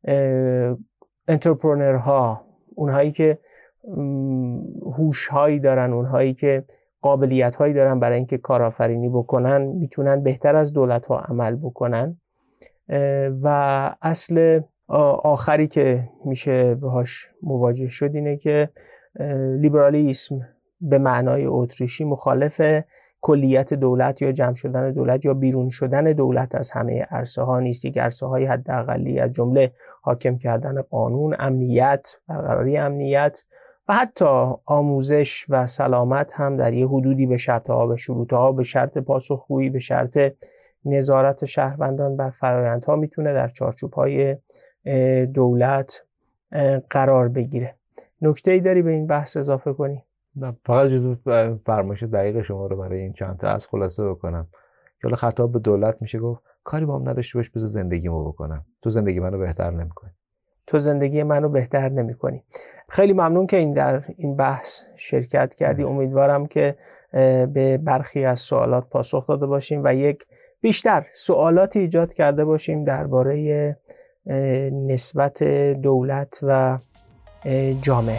انترپرنورها، اونهایی که هوش‌هایی دارن، اونهایی که قابلیت‌هایی دارن برای اینکه کارآفرینی بکنن، میتونن بهتر از دولت‌ها عمل بکنن. و اصل آخری که میشه باهاش مواجه شد اینه که لیبرالیسم به معنای اتریشی مخالف کلیت دولت یا جمع شدن دولت یا بیرون شدن دولت از همه عرصه ها نیست. یک عرصه های حداقلی از جمله حاکم کردن قانون، امنیت، برقراری امنیت و حتی آموزش و سلامت هم در یه حدودی به شرطها، به شروطها، به شرط پاسخگویی، به شرط نظارت شهروندان بر فرآیندها میتونه در چارچوب‌های دولت قرار بگیره. نکته‌ای داری به این بحث اضافه کنی؟ نه، فقط جزو فرمایش دقیق شما رو برای این چند تا از خلاصه بکنم که حالا خطاب به دولت میشه گفت کاری با هم نداشته باش، بذار زندگیمو بکنم، تو زندگی منو بهتر نمی‌کنی. تو زندگی منو بهتر نمی‌کنی. خیلی ممنون که این در این بحث شرکت کردی. امیدوارم که به برخی از سوالات پاسخ داده باشیم و یک بیشتر سوالاتی ایجاد کرده باشیم درباره نسبت دولت و جامعه.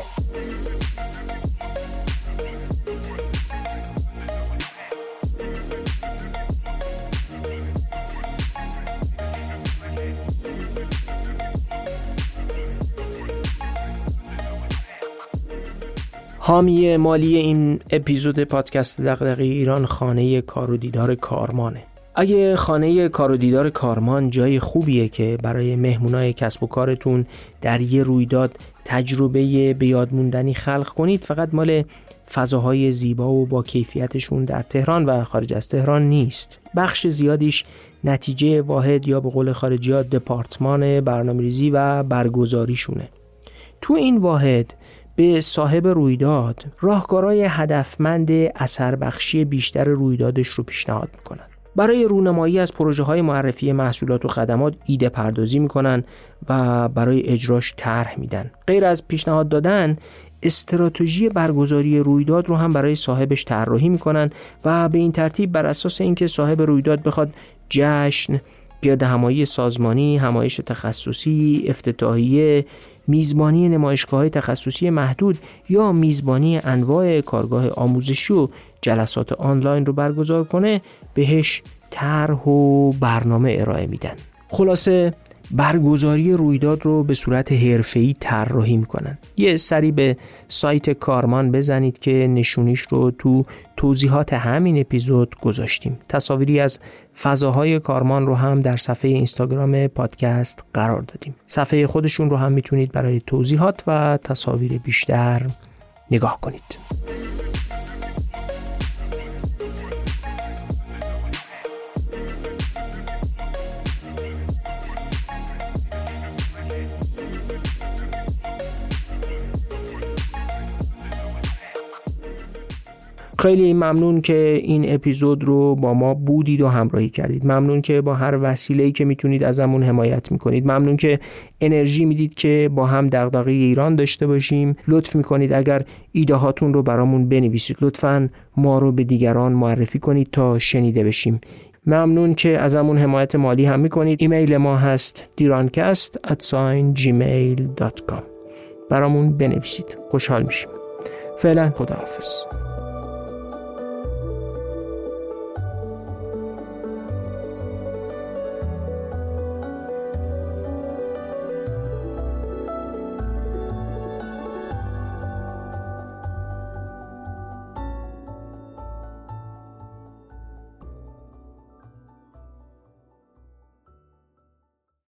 حامی مالی این اپیزود پادکست دغدغه ایران خانه کار و دیدار کارمانه. اگه خانه کار و دیدار کارمان جای خوبیه که برای مهمونای کسب و کارتون در یه رویداد تجربه به یاد موندنی خلق کنید، فقط مال فضاهای زیبا و با کیفیتشون در تهران و خارج از تهران نیست. بخش زیادیش نتیجه واحد یا به قول خارجی‌ها دپارتمان برنامه‌ریزی و برگزاریشونه. تو این واحد به صاحب رویداد راهکارهای هدفمند اثر بخشی بیشتر رویدادش رو پیشنهاد میکنن. برای رونمایی از پروژه‌های معرفی محصولات و خدمات ایده پردازی میکنن و برای اجراش طرح میدن. غیر از پیشنهاد دادن، استراتژی برگزاری رویداد رو هم برای صاحبش طراحی میکنن و به این ترتیب بر اساس اینکه صاحب رویداد بخواد جشن، گردهمایی سازمانی، همایش تخصصی، افتتاحیه، میزبانی نمایشگاه‌های تخصصی محدود یا میزبانی انواع کارگاه آموزشی و جلسات آنلاین رو برگزار کنه، بهش طرح و برنامه ارائه میدن. خلاصه برگزاری رویداد رو به صورت حرفه‌ای طراحی میکنن. یه سری به سایت کارمان بزنید که نشونیش رو تو توضیحات همین اپیزود گذاشتیم. تصاویری از فضاهای کارمان رو هم در صفحه اینستاگرام پادکست قرار دادیم. صفحه خودشون رو هم میتونید برای توضیحات و تصاویر بیشتر نگاه کنید. خیلی ممنون که این اپیزود رو با ما بودید و همراهی کردید. ممنون که با هر وسیله‌ای که میتونید ازمون حمایت میکنید. ممنون که انرژی میدید که با هم دغدغه ایران داشته باشیم. لطف میکنید اگر ایده هاتون رو برامون بنویسید. لطفاً ما رو به دیگران معرفی کنید تا شنیده بشیم. ممنون که ازمون حمایت مالی هم میکنید. ایمیل ما هست دیرانکست ات جیمیل دات کام. برامون بنویسید. خوشحال میشیم. فعلا خداحافظ.